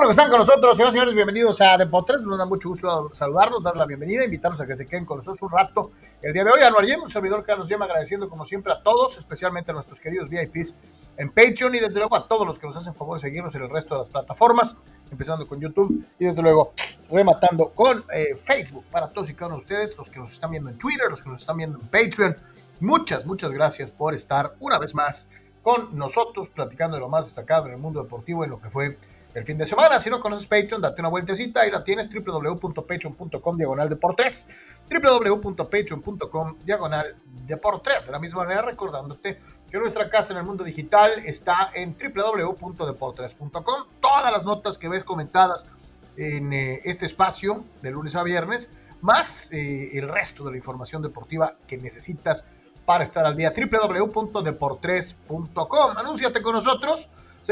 bueno que están con nosotros, señoras y señores, bienvenidos a Deportes. Nos da mucho gusto saludarlos, dar la bienvenida, invitarlos a que se queden con nosotros un rato. El día de hoy, Anuar Yem, un servidor Carlos Yem, agradeciendo como siempre a todos, especialmente a nuestros queridos VIPs en Patreon y desde luego a todos los que nos hacen favor de seguirnos en el resto de las plataformas, empezando con YouTube y desde luego rematando con Facebook. Para todos y cada uno de ustedes, los que nos están viendo en Twitter, los que nos están viendo en Patreon, muchas gracias por estar una vez más con nosotros, platicando de lo más destacado en el mundo deportivo en lo que fue el fin de semana. Si no conoces Patreon, date una vueltecita, ahí la tienes, www.patreon.com/deportes, www.patreon.com/deportes. De la misma manera, recordándote que nuestra casa en el mundo digital está en www.deportes.com. Todas las notas que ves comentadas en este espacio de lunes a viernes, más el resto de la información deportiva que necesitas para estar al día, www.deportes.com. Anúnciate con nosotros,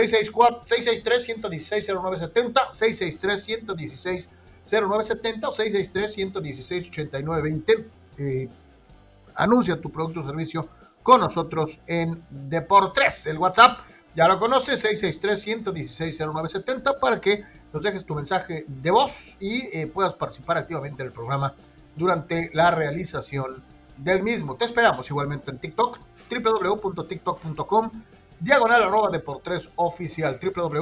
663-116-0970, 663-116-0970 o 663-116-8920. Anuncia tu producto o servicio con nosotros en Deportes. El WhatsApp ya lo conoces, 663-116-0970, para que nos dejes tu mensaje de voz y puedas participar activamente en el programa durante la realización del mismo. Te esperamos igualmente en TikTok, www.tiktok.com/Deportes oficial,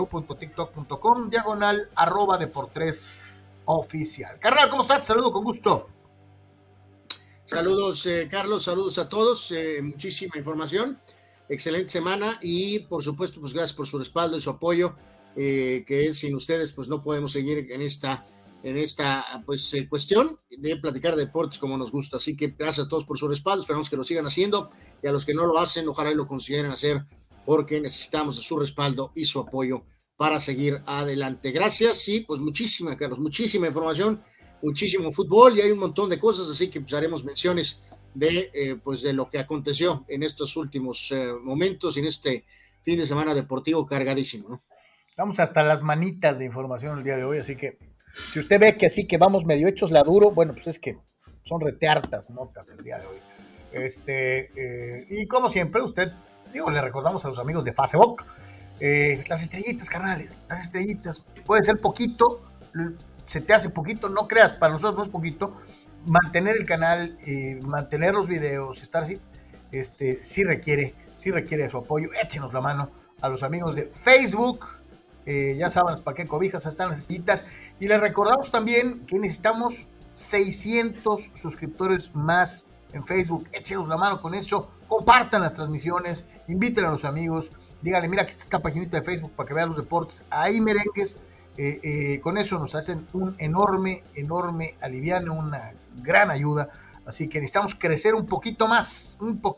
www.tiktok.com/Deportes oficial. Carnal, ¿cómo estás? Saludo con gusto. Saludos, Carlos, saludos a todos, muchísima información, excelente semana y por supuesto, pues gracias por su respaldo y su apoyo, que sin ustedes pues no podemos seguir en esta pues cuestión de platicar de deportes como nos gusta. Así que gracias a todos por su respaldo, esperamos que lo sigan haciendo y a los que no lo hacen, ojalá y lo consideren hacer, porque necesitamos de su respaldo y su apoyo para seguir adelante. Gracias y pues muchísima, Carlos, muchísima información, muchísimo fútbol y hay un montón de cosas, así que pues haremos menciones de pues de lo que aconteció en estos últimos momentos, en este fin de semana deportivo cargadísimo, ¿no? Vamos hasta las manitas de información el día de hoy, así que si usted ve que así que vamos medio hechos la duro, bueno, pues es que son reteartas notas el día de hoy. Y como siempre, le recordamos a los amigos de Facebook, las estrellitas, carnales, las estrellitas, puede ser poquito, se te hace poquito, no creas, para nosotros no es poquito, mantener el canal, mantener los videos, estar así, sí requiere su apoyo. Échenos la mano a los amigos de Facebook. Ya saben para qué cobijas están las estrellitas, y les recordamos también que necesitamos 600 suscriptores más en Facebook. Échenos la mano con eso, compartan las transmisiones, inviten a los amigos, díganle, mira, aquí está esta paginita de Facebook para que vean los deportes, ahí merengues. Con eso nos hacen un enorme aliviano, una gran ayuda, así que necesitamos crecer un poquito más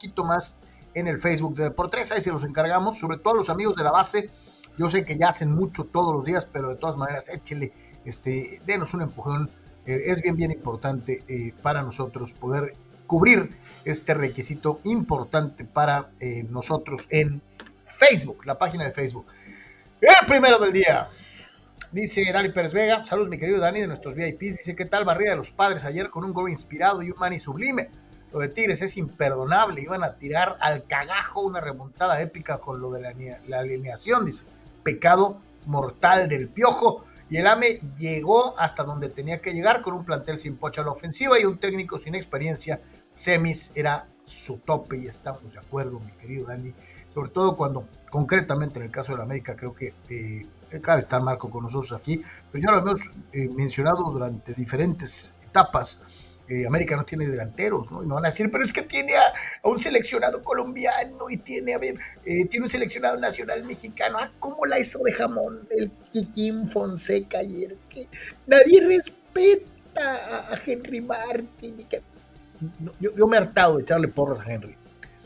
en el Facebook de Deportes. Ahí se los encargamos, sobre todo a los amigos de la base. Yo sé que ya hacen mucho todos los días, pero de todas maneras, échele, denos un empujón. Es bien importante para nosotros poder cubrir este requisito importante para nosotros en Facebook, la página de Facebook. El primero del día, dice Dani Pérez Vega. Saludos, mi querido Dani, de nuestros VIPs. Dice, ¿qué tal barrida de los Padres ayer con un gol inspirado y un Manny sublime? Lo de Tigres es imperdonable. Iban a tirar al cagajo una remontada épica con lo de la alineación, dice. Pecado mortal del Piojo. Y el AME llegó hasta donde tenía que llegar con un plantel sin pocha a la ofensiva y un técnico sin experiencia. Semis era su tope y estamos de acuerdo, mi querido Dani. Sobre todo cuando, concretamente en el caso de la América, creo que acaba de estar Marco con nosotros aquí, pero ya lo hemos mencionado durante diferentes etapas. América no tiene delanteros, ¿no? Y me van a decir, pero es que tiene a un seleccionado colombiano y tiene un seleccionado nacional mexicano. ¿Cómo la hizo de jamón el Kikín Fonseca ayer? Que nadie respeta a Henry Martin. Yo me he hartado de echarle porras a Henry.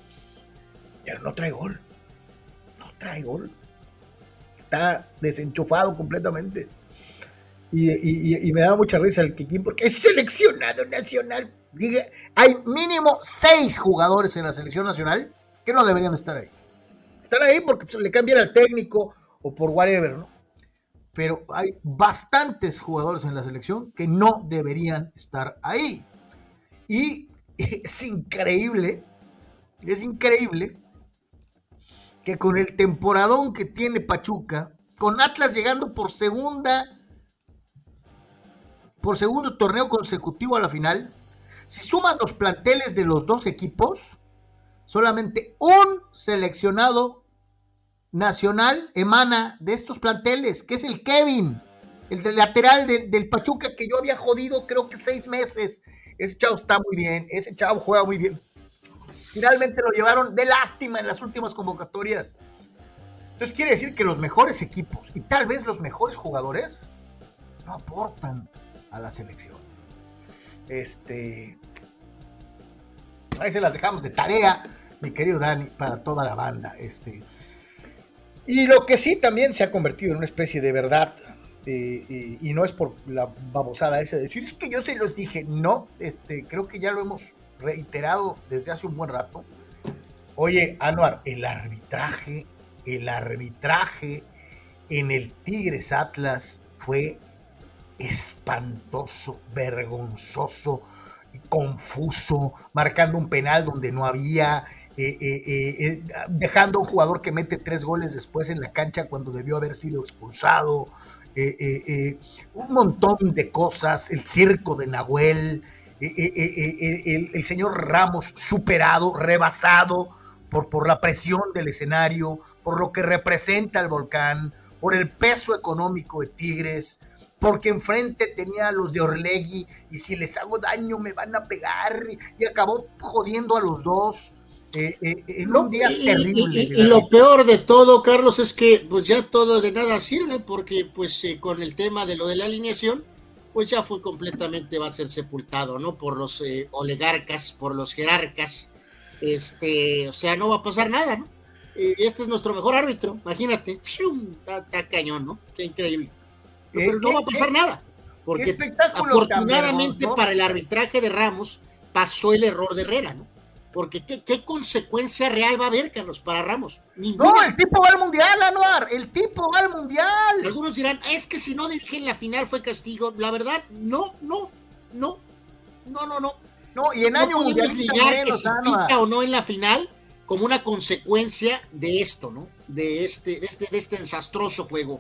Pero no trae gol. Está desenchufado completamente. Y me da mucha risa el Kikín porque es seleccionado nacional. Diga, hay mínimo 6 jugadores en la selección nacional que no deberían estar ahí. Están ahí porque le cambian al técnico o por whatever, ¿no? Pero hay bastantes jugadores en la selección que no deberían estar ahí. Y es increíble que con el temporadón que tiene Pachuca con Atlas llegando por segundo torneo consecutivo a la final. Si sumas los planteles de los dos equipos, solamente un seleccionado nacional emana de estos planteles, que es el Kevin, el del lateral del Pachuca, que yo había jodido creo que 6 meses. Ese chavo está muy bien, ese chavo juega muy bien. Finalmente lo llevaron de lástima en las últimas convocatorias. Entonces quiere decir que los mejores equipos y tal vez los mejores jugadores no aportan a la selección. Ahí se las dejamos de tarea, mi querido Dani, para toda la banda. Y lo que sí también se ha convertido en una especie de verdad, y no es por la babosada esa de decir, es que yo se los dije, no, creo que ya lo hemos reiterado desde hace un buen rato. Oye, Anuar, el arbitraje en el Tigres Atlas fue espantoso, vergonzoso, confuso, marcando un penal donde no había, dejando a un jugador que mete 3 goles después en la cancha cuando debió haber sido expulsado, un montón de cosas, el circo de Nahuel, el señor Ramos superado, rebasado por la presión del escenario, por lo que representa el Volcán, por el peso económico de Tigres, porque enfrente tenía a los de Orlegui, y si les hago daño me van a pegar, y acabó jodiendo a los dos. En un día terrible. Y lo peor de todo, Carlos, es que pues ya todo de nada sirve, porque pues con el tema de lo de la alineación, pues ya fue completamente, va a ser sepultado, ¿no? Por los oligarcas, por los jerarcas, o sea, no va a pasar nada, ¿no? Este es nuestro mejor árbitro, imagínate, está cañón, ¿no? Qué increíble. Pero no va a pasar nada, porque afortunadamente para el arbitraje de Ramos pasó el error de Herrera, ¿no? Porque ¿qué consecuencia real va a haber, Carlos, para Ramos? Ninguna. No, el tipo va al Mundial, Anuar, el tipo va al Mundial. Algunos dirán, es que si no dirige en la final fue castigo. La verdad, no. No, y en año mundial ligar que si pita o no en la final como una consecuencia de esto, ¿no? De este desastroso juego.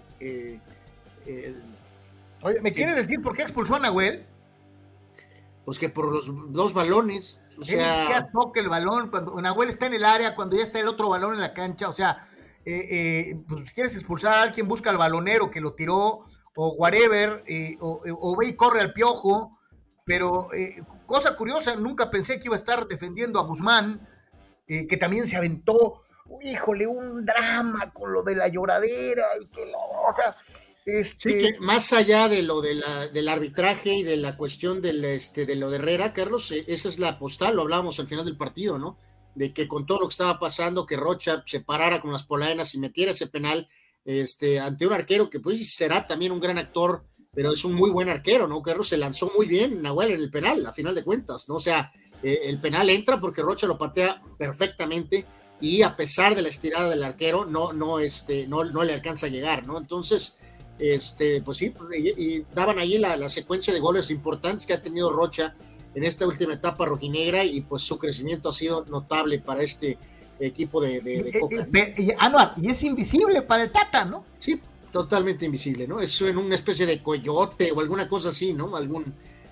Oye, ¿me quieres decir por qué expulsó a Nahuel? Pues que por los 2 balones. O sea, él ni siquiera toca el balón cuando Nahuel está en el área, cuando ya está el otro balón en la cancha. O sea, pues si quieres expulsar a alguien, busca al balonero que lo tiró, o whatever, o ve y corre al Piojo. Pero cosa curiosa, nunca pensé que iba a estar defendiendo a Guzmán, que también se aventó, híjole, un drama con lo de la lloradera y que no, o sea, sí, que más allá de lo del arbitraje y de la cuestión de lo de Herrera, Carlos, esa es la postal, lo hablábamos al final del partido, ¿no? De que con todo lo que estaba pasando, que Rocha se parara con las polainas y metiera ese penal ante un arquero que pues será también un gran actor, pero es un muy buen arquero, ¿no? Carlos se lanzó muy bien, Nahuel, en el penal, a final de cuentas, ¿no? O sea, el penal entra porque Rocha lo patea perfectamente y a pesar de la estirada del arquero, no le alcanza a llegar, ¿no? Entonces, pues sí, y daban ahí la secuencia de goles importantes que ha tenido Rocha en esta última etapa rojinegra, y pues su crecimiento ha sido notable para este equipo de Coca. Anuar, y es invisible para el Tata, ¿no? Sí, totalmente invisible, ¿no? Es en una especie de coyote o alguna cosa así, ¿no? Algún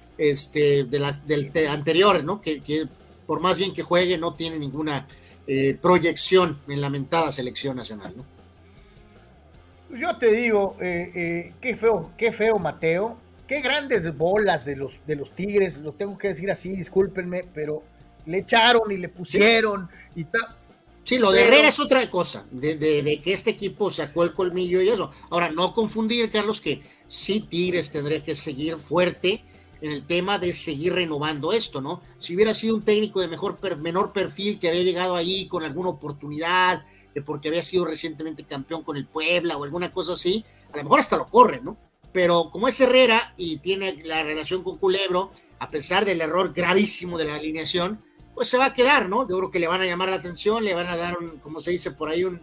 del anterior, ¿no? Que por más bien que juegue no tiene ninguna proyección en la mentada selección nacional, ¿no? Yo te digo, qué feo Mateo, qué grandes bolas de los Tigres, lo tengo que decir así, discúlpenme, pero le echaron y le pusieron y tal. Sí, lo de Herrera es otra cosa, de que este equipo sacó el colmillo y eso. Ahora, no confundir, Carlos, que sí Tigres tendría que seguir fuerte en el tema de seguir renovando esto, ¿no? Si hubiera sido un técnico de menor perfil que había llegado ahí con alguna oportunidad, porque había sido recientemente campeón con el Puebla o alguna cosa así, a lo mejor hasta lo corren, ¿no? Pero como es Herrera y tiene la relación con Culebro, a pesar del error gravísimo de la alineación, pues se va a quedar, ¿no? Yo creo que le van a llamar la atención, le van a dar, como se dice por ahí,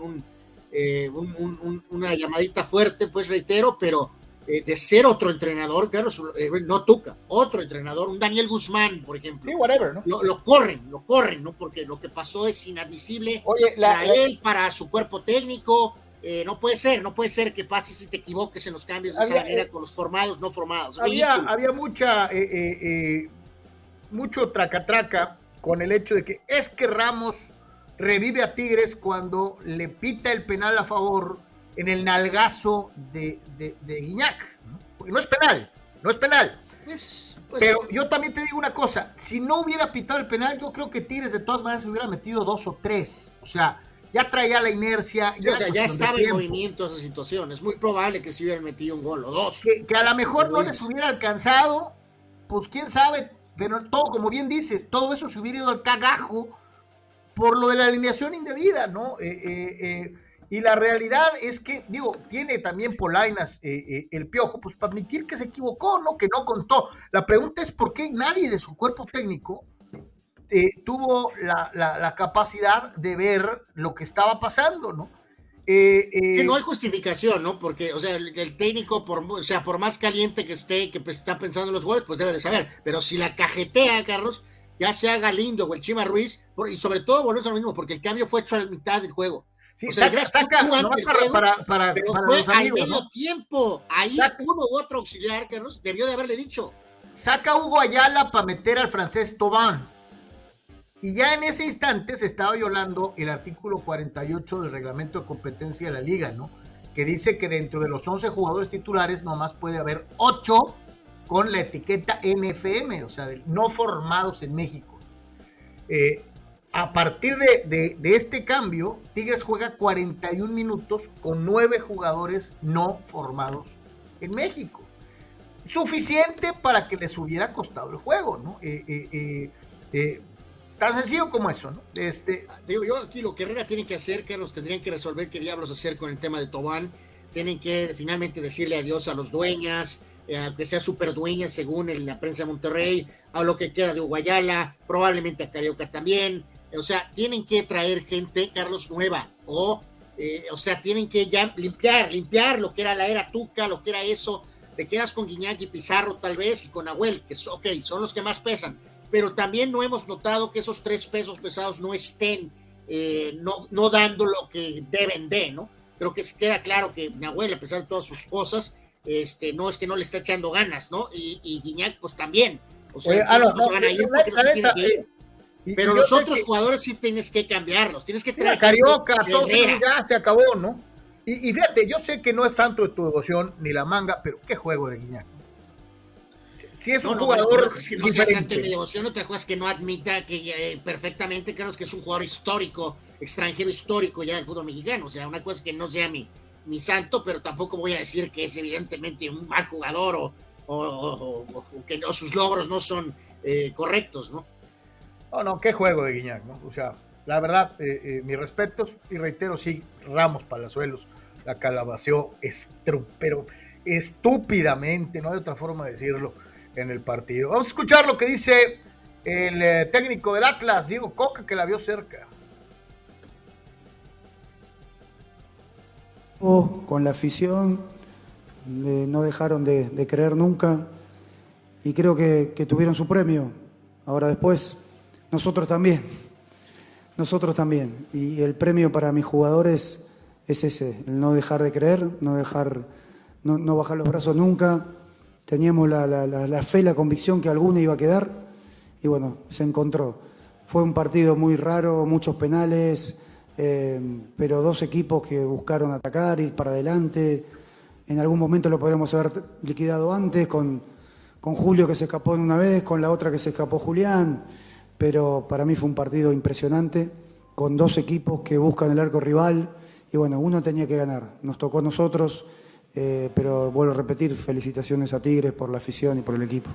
una llamadita fuerte, pues reitero, pero de ser otro entrenador, claro, no Tuca, otro entrenador, un Daniel Guzmán, por ejemplo. Sí, whatever, ¿no? Lo corren, ¿no? Porque lo que pasó es inadmisible para él, para su cuerpo técnico, no puede ser que pases y te equivoques en los cambios de esa manera con los formados, no formados. Había mucho traca-traca con el hecho de que es que Ramos revive a Tigres cuando le pita el penal a favor en el nalgazo de Guiñac, ¿no? Porque no es penal. Pues, pero yo también te digo una cosa, si no hubiera pitado el penal, yo creo que Tigres de todas maneras se hubiera metido 2 o 3, o sea, ya traía la inercia. Ya estaba en movimiento esa situación. Es muy probable que se hubieran metido un gol o 2. Que a lo mejor no les hubiera alcanzado, pues quién sabe, pero todo, como bien dices, todo eso se hubiera ido al cagajo por lo de la alineación indebida, ¿no? Y la realidad es que, digo, tiene también polainas el Piojo, pues para admitir que se equivocó, ¿no? Que no contó. La pregunta es por qué nadie de su cuerpo técnico tuvo la capacidad de ver lo que estaba pasando, ¿no? Que no hay justificación, ¿no? Porque, o sea, el técnico, por más caliente que esté, que está pensando en los goles, pues debe de saber. Pero si la cajetea, Carlos, ya sea Galindo o el Chima Ruiz, y sobre todo volvemos a lo mismo, porque el cambio fue hecho a la mitad del juego. Sí, o sea, saca no para los amigos, al medio tiempo. Ahí uno u otro auxiliar, Carlos, debió de haberle dicho. Saca Hugo Ayala para meter al francés Thauvin. Y ya en ese instante se estaba violando el artículo 48 del reglamento de competencia de la liga, ¿no? Que dice que dentro de los 11 jugadores titulares nomás puede haber 8 con la etiqueta NFM, o sea, no formados en México. A partir de este cambio, Tigres juega 41 minutos con 9 jugadores no formados en México. Suficiente para que les hubiera costado el juego, ¿no? Tan sencillo como eso, ¿no? Digo yo, aquí lo que Herrera tiene que hacer, Carlos, tendrían que resolver qué diablos hacer con el tema de Thauvin. Tienen que finalmente decirle adiós a los dueñas, que sea super dueña según la prensa de Monterrey, a lo que queda de Uguayala, probablemente a Carioca también. O sea, tienen que traer gente, Carlos, nueva, o sea, tienen que ya limpiar lo que era la era Tuca, lo que era eso. Te quedas con Guiñac y Pizarro tal vez, y con Nahuel, que son los que más pesan, pero también no hemos notado que esos 3 pesos pesados no estén no dando lo que deben de, ¿no? Creo que queda claro que Nahuel, a pesar de todas sus cosas, no es que no le está echando ganas, ¿no? Y Guiñac, pues también. O sea, no se van a ir porque no se tienen que ir. Pero los otros jugadores sí tienes que cambiarlos, tienes que traer Carioca, todo ya se acabó, ¿no? Y fíjate, yo sé que no es santo de tu devoción ni la manga, pero qué juego de Guiñac. Si es un jugador es que no sea santo de mi devoción, otra cosa es que no admita que perfectamente, Carlos, que es un jugador histórico, extranjero histórico ya del fútbol mexicano. O sea, una cosa es que no sea mi santo, pero tampoco voy a decir que es evidentemente un mal jugador o que sus logros no son correctos, ¿no? No, qué juego de Guiñac, ¿no? O sea, la verdad, mis respetos, y reitero, sí, Ramos Palazuelos la calabaceó, pero estúpidamente, no hay otra forma de decirlo, en el partido. Vamos a escuchar lo que dice el técnico del Atlas, Diego Coca, que la vio cerca. Con la afición, no dejaron de creer nunca, y creo que tuvieron su premio. Ahora después, nosotros también, y el premio para mis jugadores es ese, el no dejar de creer, no bajar los brazos nunca. Teníamos la fe, la convicción que alguna iba a quedar, y bueno, se encontró. Fue un partido muy raro, muchos penales, pero 2 equipos que buscaron atacar, ir para adelante. En algún momento lo podríamos haber liquidado antes, con Julio que se escapó en una vez, con la otra que se escapó Julián, pero para mí fue un partido impresionante, con 2 equipos que buscan el arco rival, y bueno, uno tenía que ganar. Nos tocó a nosotros. Pero vuelvo a repetir, felicitaciones a Tigres por la afición y por el equipo.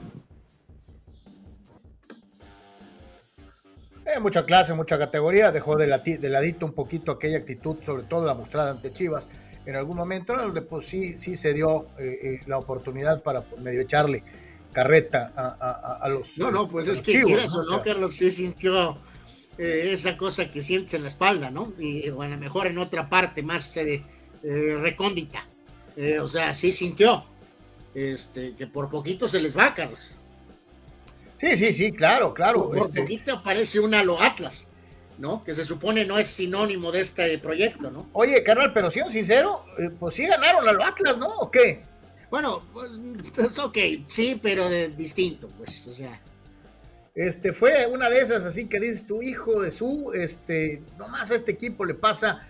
Mucha clase, mucha categoría, dejó de ladito un poquito aquella actitud, sobre todo la mostrada ante Chivas en algún momento, donde pues sí se dio la oportunidad para medio echarle carreta a los pues es que Chivas, quieras o no, Carlos, sí sintió esa cosa que sientes en la espalda, ¿no? Y bueno, a lo mejor en otra parte más recóndita. O sea, sí sintió que por poquito se les va, Carlos. Sí, claro. Por poquito aparece un halo Atlas. ¿no? Que se supone no es sinónimo de este proyecto, ¿no? Oye, carnal, pero siendo sincero, pues sí ganaron al Atlas, ¿no? ¿O qué? Bueno, pues ok, sí, pero de distinto, pues, o sea. Fue una de esas, así que dices, tu hijo de su, nomás a este equipo le pasa,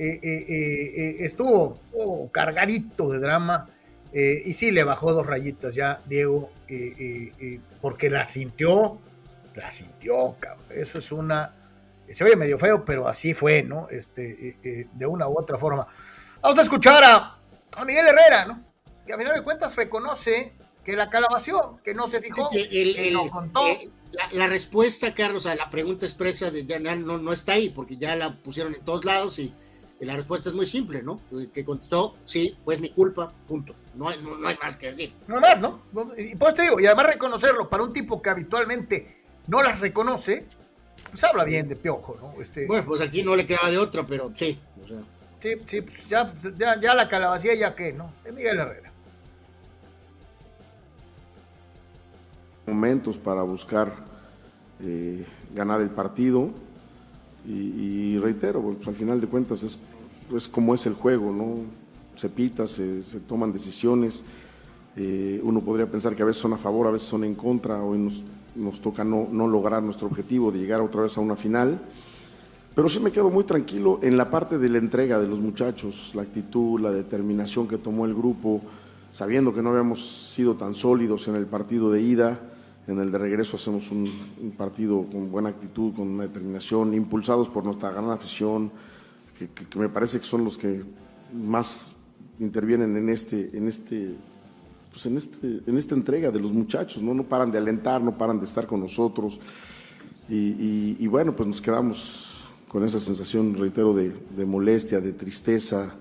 estuvo cargadito de drama, y sí le bajó 2 rayitas ya, Diego, porque la sintió, cabrón. Eso es se oye medio feo, pero así fue, ¿no? De una u otra forma. Vamos a escuchar a Miguel Herrera, ¿no? Que a final de cuentas reconoce que la calabación, que no se fijó, que no contó. La respuesta, Carlos, a la pregunta expresa ya no está ahí, porque ya la pusieron en todos lados y la respuesta es muy simple, ¿no? Que contestó, sí, pues mi culpa, punto. No hay más que decir. No más, ¿no? Y pues te digo, y además reconocerlo para un tipo que habitualmente no las reconoce, pues habla bien de Piojo, ¿no? Bueno, pues aquí no le quedaba de otra, pero sí, o sea. Sí, pues ya la calabacía, ya qué, ¿no? De Miguel Herrera. Momentos para buscar ganar el partido y reitero, pues al final de cuentas es como es el juego, ¿no? Se pita, se toman decisiones, uno podría pensar que a veces son a favor, a veces son en contra, hoy nos toca no lograr nuestro objetivo de llegar otra vez a una final, pero sí me quedo muy tranquilo en la parte de la entrega de los muchachos, la actitud, la determinación que tomó el grupo, sabiendo que no habíamos sido tan sólidos en el partido de ida. En el de regreso hacemos un partido con buena actitud, con una determinación, impulsados por nuestra gran afición, que me parece que son los que más intervienen en esta entrega de los muchachos, ¿no? No paran de alentar, no paran de estar con nosotros. Y bueno, pues nos quedamos con esa sensación, reitero, de molestia, de tristeza.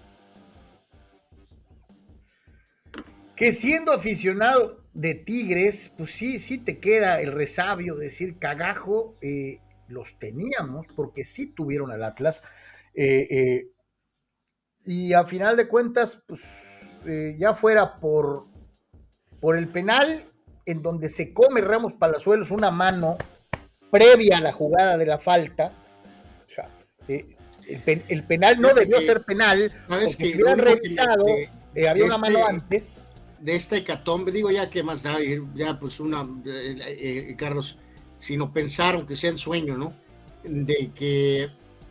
Que siendo aficionado de Tigres, pues sí te queda el resabio de decir, cagajo, los teníamos, porque sí tuvieron al Atlas, y a final de cuentas, pues ya fuera por el penal, en donde se come Ramos Palazuelos una mano previa a la jugada de la falta, o sea, el penal no debió ser penal, porque si hubieran revisado, había una mano antes. De esta hecatombe, digo, ya que más da, ya pues Carlos, sino pensar, aunque sea en sueño, ¿no? De que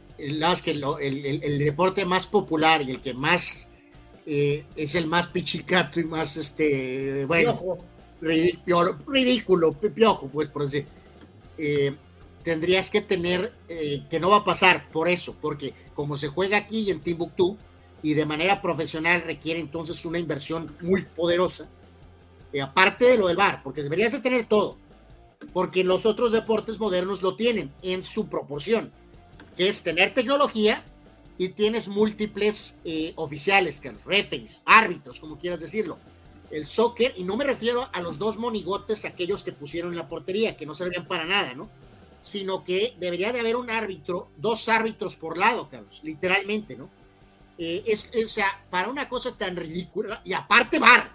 el deporte más popular y el que más es el más pichicato y más bueno, ridículo, piojo, pues por decir, tendrías que tener, que no va a pasar por eso, porque como se juega aquí en Timbuktu, y de manera profesional requiere entonces una inversión muy poderosa, aparte de lo del VAR, porque deberías de tener todo, porque los otros deportes modernos lo tienen en su proporción, que es tener tecnología y tienes múltiples oficiales, referees, árbitros, como quieras decirlo. El soccer, y no me refiero a los 2 monigotes, aquellos que pusieron en la portería, que no servían para nada, ¿no? Sino que debería de haber un árbitro, 2 árbitros por lado, Carlos, literalmente, ¿no? O sea, para una cosa tan ridícula, y aparte VAR,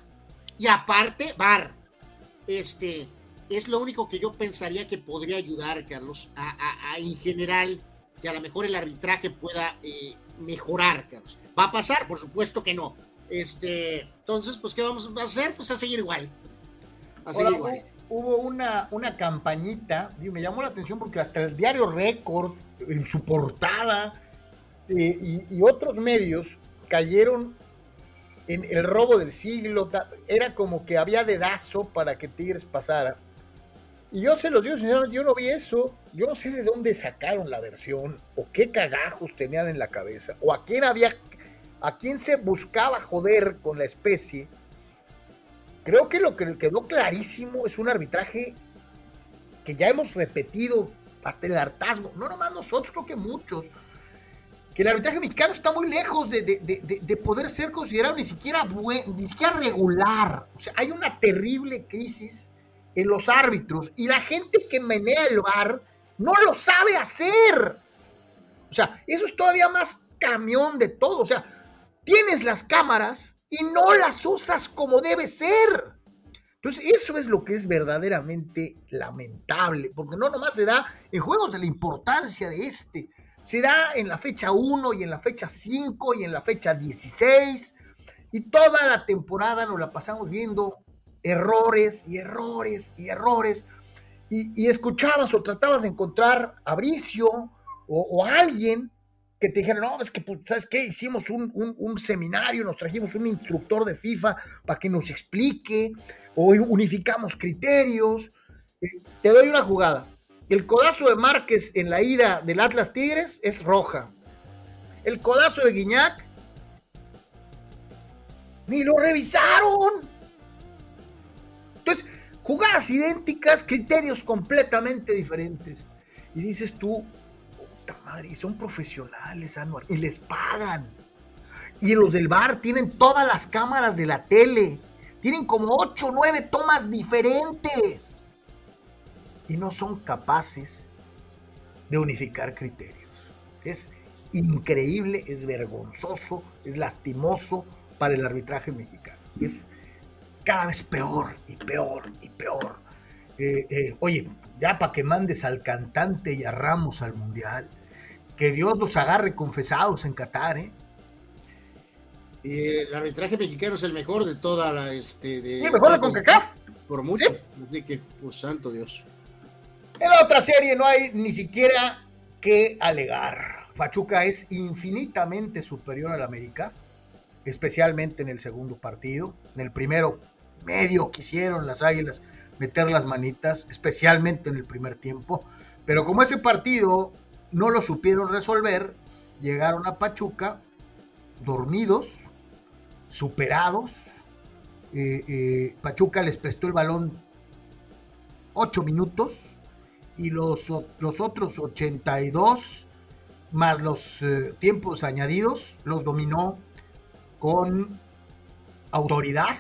es lo único que yo pensaría que podría ayudar, Carlos, a en general, que a lo mejor el arbitraje pueda mejorar, Carlos. ¿Va a pasar? Por supuesto que no. Entonces, pues, ¿qué vamos a hacer? Pues a seguir igual. Hubo una campañita, me llamó la atención porque hasta el diario Récord, en su portada, y otros medios cayeron en el robo del siglo. Era como que había dedazo para que Tigres pasara, y yo se los digo sinceramente, yo no vi eso. Yo no sé de dónde sacaron la versión, o qué cagajos tenían en la cabeza, o a quién se buscaba joder con la especie. Creo que lo que quedó clarísimo es un arbitraje que ya hemos repetido hasta el hartazgo, no nomás nosotros, creo que muchos, que el arbitraje mexicano está muy lejos de poder ser considerado ni siquiera regular. O sea, hay una terrible crisis en los árbitros, y la gente que menea el VAR no lo sabe hacer. O sea, eso es todavía más camión de todo. O sea, tienes las cámaras y no las usas como debe ser. Entonces, eso es lo que es verdaderamente lamentable, porque no nomás se da en juegos de la importancia de se da en la fecha 1 y en la fecha 5 y en la fecha 16, y toda la temporada nos la pasamos viendo errores y errores y errores, y escuchabas o tratabas de encontrar a Bricio o a alguien que te dijeran, no, es que, pues, ¿sabes qué? Hicimos un seminario, nos trajimos un instructor de FIFA para que nos explique, o unificamos criterios. Te doy una jugada. El codazo de Márquez en la ida del Atlas Tigres es roja. El codazo de Guiñac, ni lo revisaron. Entonces, jugadas idénticas, criterios completamente diferentes. Y dices tú, madre, y son profesionales, Anuar, y les pagan. Y los del VAR tienen todas las cámaras de la tele, tienen como 8 o 9 tomas diferentes y no son capaces de unificar criterios. Es increíble, es vergonzoso, es lastimoso para el arbitraje mexicano. Es cada vez peor y peor y peor. Oye, ya para que mandes al cantante y a Ramos al Mundial, que Dios los agarre confesados en Qatar, ¿eh? El arbitraje mexicano es el mejor de toda la... el mejor de CONCACAF. Por mucho. ¿Sí? Así que, pues, santo Dios. En la otra serie no hay ni siquiera que alegar. Pachuca es infinitamente superior al América, especialmente en el segundo partido. En el primero, medio quisieron las Águilas meter las manitas, especialmente en el primer tiempo. Pero como ese partido no lo supieron resolver, llegaron a Pachuca dormidos, superados. Pachuca les prestó el balón 8 minutos y los otros 82 más los tiempos añadidos los dominó con autoridad.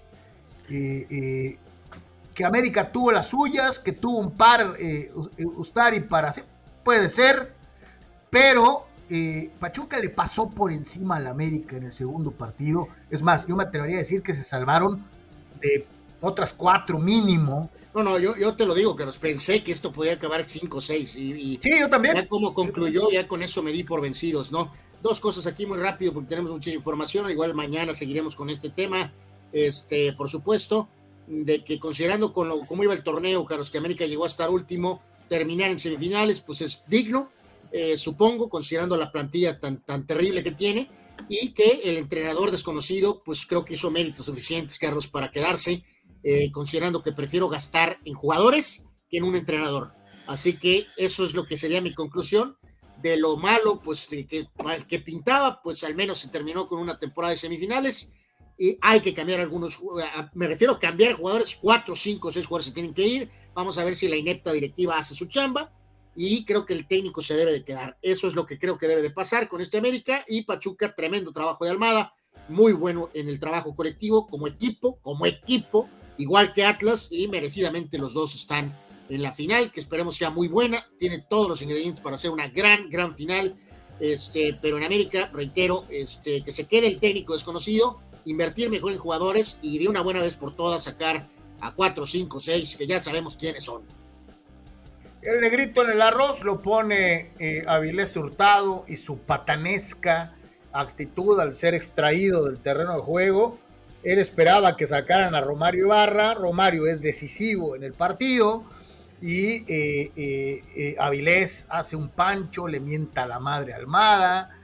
Que América tuvo las suyas, que tuvo un par Ustari para hacer, puede ser, pero Pachuca le pasó por encima al América en el segundo partido. Es más, yo me atrevería a decir que se salvaron de otras 4 mínimo. No, yo te lo digo, que pensé que esto podía acabar 5-6 y sí, yo también. Ya como concluyó, ya con eso me di por vencidos, ¿no? 2 cosas aquí muy rápido porque tenemos mucha información, igual mañana seguiremos con este tema, por supuesto, de que considerando cómo iba el torneo, Carlos, que América llegó a estar último, terminar en semifinales, pues es digno, supongo, considerando la plantilla tan terrible que tiene, y que el entrenador desconocido, pues creo que hizo méritos suficientes, Carlos, para quedarse, considerando que prefiero gastar en jugadores que en un entrenador. Así que eso es lo que sería mi conclusión. De lo malo, pues que pintaba, pues al menos se terminó con una temporada de semifinales, y hay que cambiar algunos, me refiero a cambiar jugadores, 4, 5, 6 jugadores se tienen que ir. Vamos a ver si la inepta directiva hace su chamba, y creo que el técnico se debe de quedar. Eso es lo que creo que debe de pasar con este América. Y Pachuca, tremendo trabajo de Almada, muy bueno en el trabajo colectivo, como equipo, igual que Atlas, y merecidamente los dos están en la final, que esperemos sea muy buena. Tiene todos los ingredientes para hacer una gran final, pero en América, reitero, que se quede el técnico desconocido, invertir mejor en jugadores y de una buena vez por todas sacar a 4, 5, 6, que ya sabemos quiénes son. El negrito en el arroz lo pone Avilés Hurtado y su patanesca actitud al ser extraído del terreno de juego. Él esperaba que sacaran a Romario Ibarra. Romario es decisivo en el partido y Avilés hace un pancho, le mienta a la madre Almada,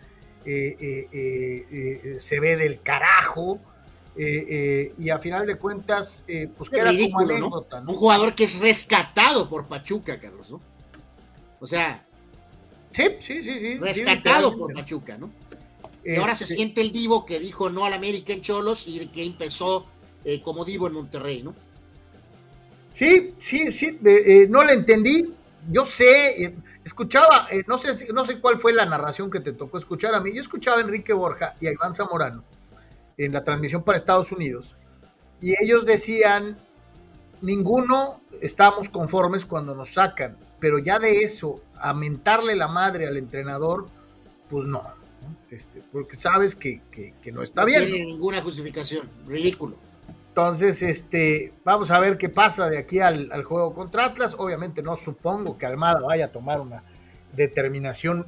se ve del carajo, y a final de cuentas pues queda ridículo, como anécdota, ¿no? Un jugador que es rescatado por Pachuca, Carlos, ¿no? O sea, sí, rescatado por Pachuca, ¿no? Y ahora se siente el divo que dijo no al América en Cholos y que empezó como divo en Monterrey, ¿no? Sí, no le entendí. Yo sé, escuchaba, no sé cuál fue la narración que te tocó escuchar a mí. Yo escuchaba a Enrique Borja y a Iván Zamorano en la transmisión para Estados Unidos, y ellos decían, ninguno estamos conformes cuando nos sacan, pero ya de eso, a mentarle la madre al entrenador, pues no, porque sabes que no está bien. No tiene ninguna justificación, ridículo. Entonces, vamos a ver qué pasa de aquí al juego contra Atlas. Obviamente no supongo que Almada vaya a tomar una determinación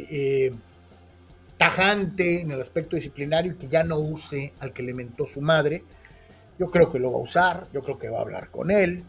tajante en el aspecto disciplinario y que ya no use al que le mentó su madre. Yo creo que lo va a usar, yo creo que va a hablar con él.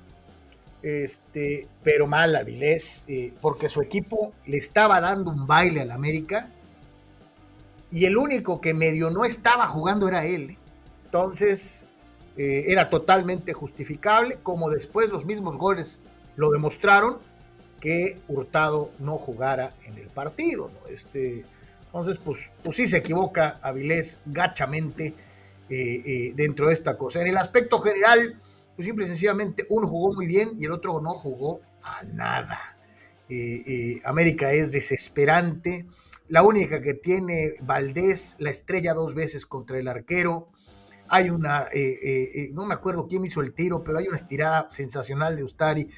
Pero mal a Avilés, porque su equipo le estaba dando un baile al América y el único que medio no estaba jugando era él. Entonces era totalmente justificable, como después los mismos goles lo demostraron, que Hurtado no jugara en el partido, ¿no? Entonces pues sí se equivoca Avilés gachamente dentro de esta cosa. En el aspecto general, pues simple y sencillamente uno jugó muy bien y el otro no jugó a nada. América es desesperante. La única que tiene Valdés, la estrella 2 veces contra el arquero. Hay una, no me acuerdo quién hizo el tiro, pero hay una estirada sensacional de Ustari.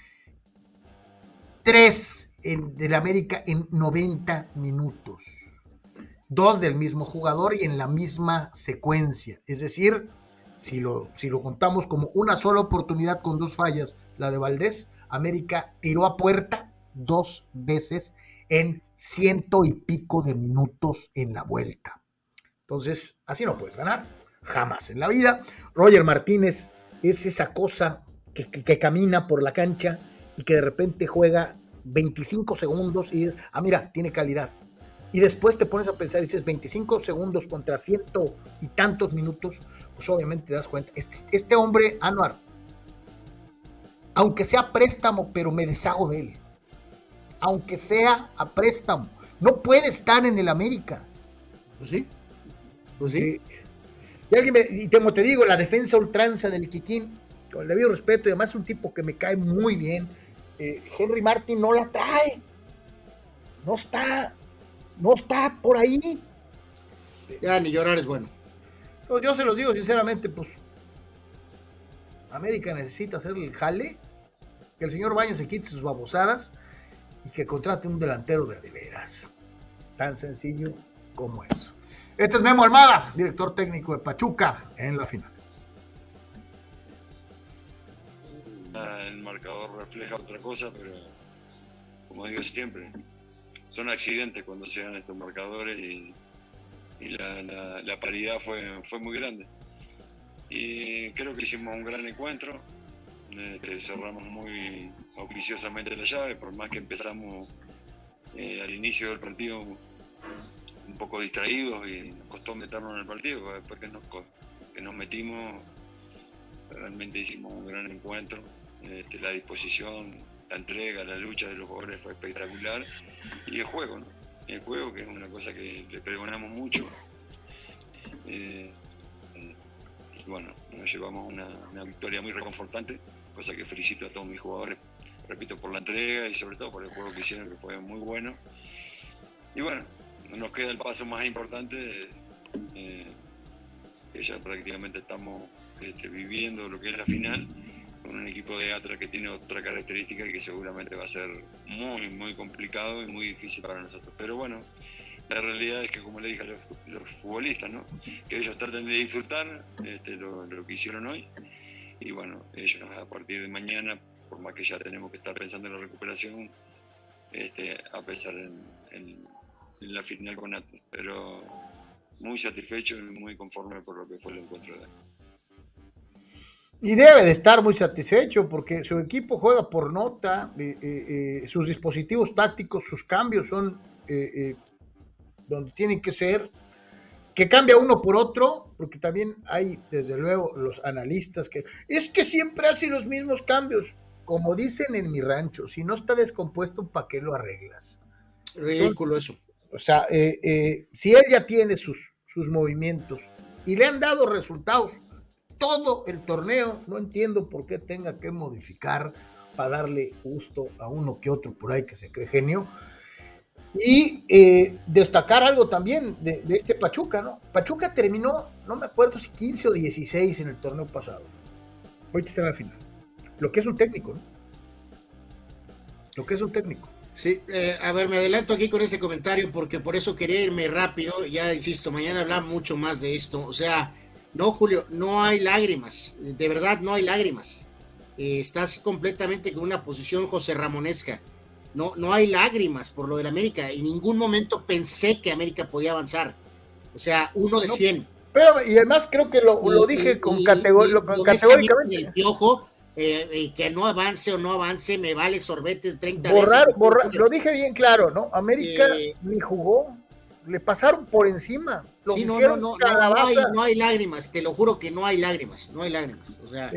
3 del América en 90 minutos. 2 del mismo jugador y en la misma secuencia. Es decir, si lo contamos como una sola oportunidad con 2 fallas, la de Valdés, América tiró a puerta 2 veces en 100 y pico de minutos en la vuelta. Entonces, así no puedes ganar, jamás en la vida. Roger Martínez es esa cosa que camina por la cancha y que de repente juega 25 segundos y dices, mira, tiene calidad. Y después te pones a pensar y dices, 25 segundos contra 100 y tantos minutos, pues obviamente te das cuenta. Este hombre, Anuar, aunque sea préstamo, pero me deshago de él. Aunque sea a préstamo, no puede estar en el América. Pues sí, pues sí. Y como te digo, la defensa ultranza del Kikín, con el debido respeto, y además es un tipo que me cae muy bien. Henry Martin no la trae. No está por ahí. Ya ni llorar es bueno. Pues yo se los digo sinceramente, pues América necesita hacer el jale, que el señor Baños se quite sus babosadas y que contrate un delantero de veras. Tan sencillo como eso. Este es Memo Almada, director técnico de Pachuca en la final. El marcador refleja otra cosa, pero como digo siempre, son accidentes cuando se dan estos marcadores y la paridad fue muy grande. Y creo que hicimos un gran encuentro, cerramos muy auspiciosamente la llave, por más que empezamos al inicio del partido un poco distraídos y nos costó meternos en el partido. Después que nos metimos, realmente hicimos un gran encuentro. La disposición, la entrega, la lucha de los jugadores fue espectacular. Y el juego, ¿no? El juego, que es una cosa que le pregonamos mucho. Y bueno, nos llevamos una victoria muy reconfortante, cosa que felicito a todos mis jugadores, repito, por la entrega y sobre todo por el juego que hicieron, que fue muy bueno. Y bueno, nos queda el paso más importante, que ya prácticamente estamos viviendo lo que es la final, con un equipo de Atlas que tiene otra característica y que seguramente va a ser muy, muy complicado y muy difícil para nosotros. Pero bueno, la realidad es que, como le dije a los futbolistas, ¿no?, que ellos traten de disfrutar lo que hicieron hoy. Y bueno, ellos a partir de mañana, por más que ya tenemos que estar pensando en la recuperación, a pesar en la final con Atlas. Pero muy satisfecho y muy conforme por lo que fue el encuentro de hoy. Y debe de estar muy satisfecho porque su equipo juega por nota, sus dispositivos tácticos, sus cambios son donde tienen que ser, que cambia uno por otro, porque también hay, desde luego, los analistas que es que siempre hace los mismos cambios. Como dicen en mi rancho, si no está descompuesto, ¿para qué lo arreglas? Ridículo eso. O sea, si él ya tiene sus movimientos y le han dado resultados todo el torneo, no entiendo por qué tenga que modificar para darle gusto a uno que otro por ahí que se cree genio. Y destacar algo también de este Pachuca, ¿no? Pachuca terminó, no me acuerdo si 15 o 16 en el torneo pasado. Ahorita está en la final. Lo que es un técnico, ¿no? Lo que es un técnico. Sí, a ver, me adelanto aquí con ese comentario porque por eso quería irme rápido. Ya insisto, mañana hablamos mucho más de esto. O sea, No, Julio, no hay lágrimas, de verdad no hay lágrimas. Estás completamente con una posición José Ramonesca. No hay lágrimas por lo del América. En ningún momento pensé que América podía avanzar. O sea, 1 de 100. Pero, y además creo que lo dije categóricamente. El Piojo, que no avance o no avance, me vale sorbete 30 veces. Lo dije bien claro, ¿no? América ni jugó, le pasaron por encima. Sí, no hay lágrimas, te lo juro que no hay lágrimas, O sea,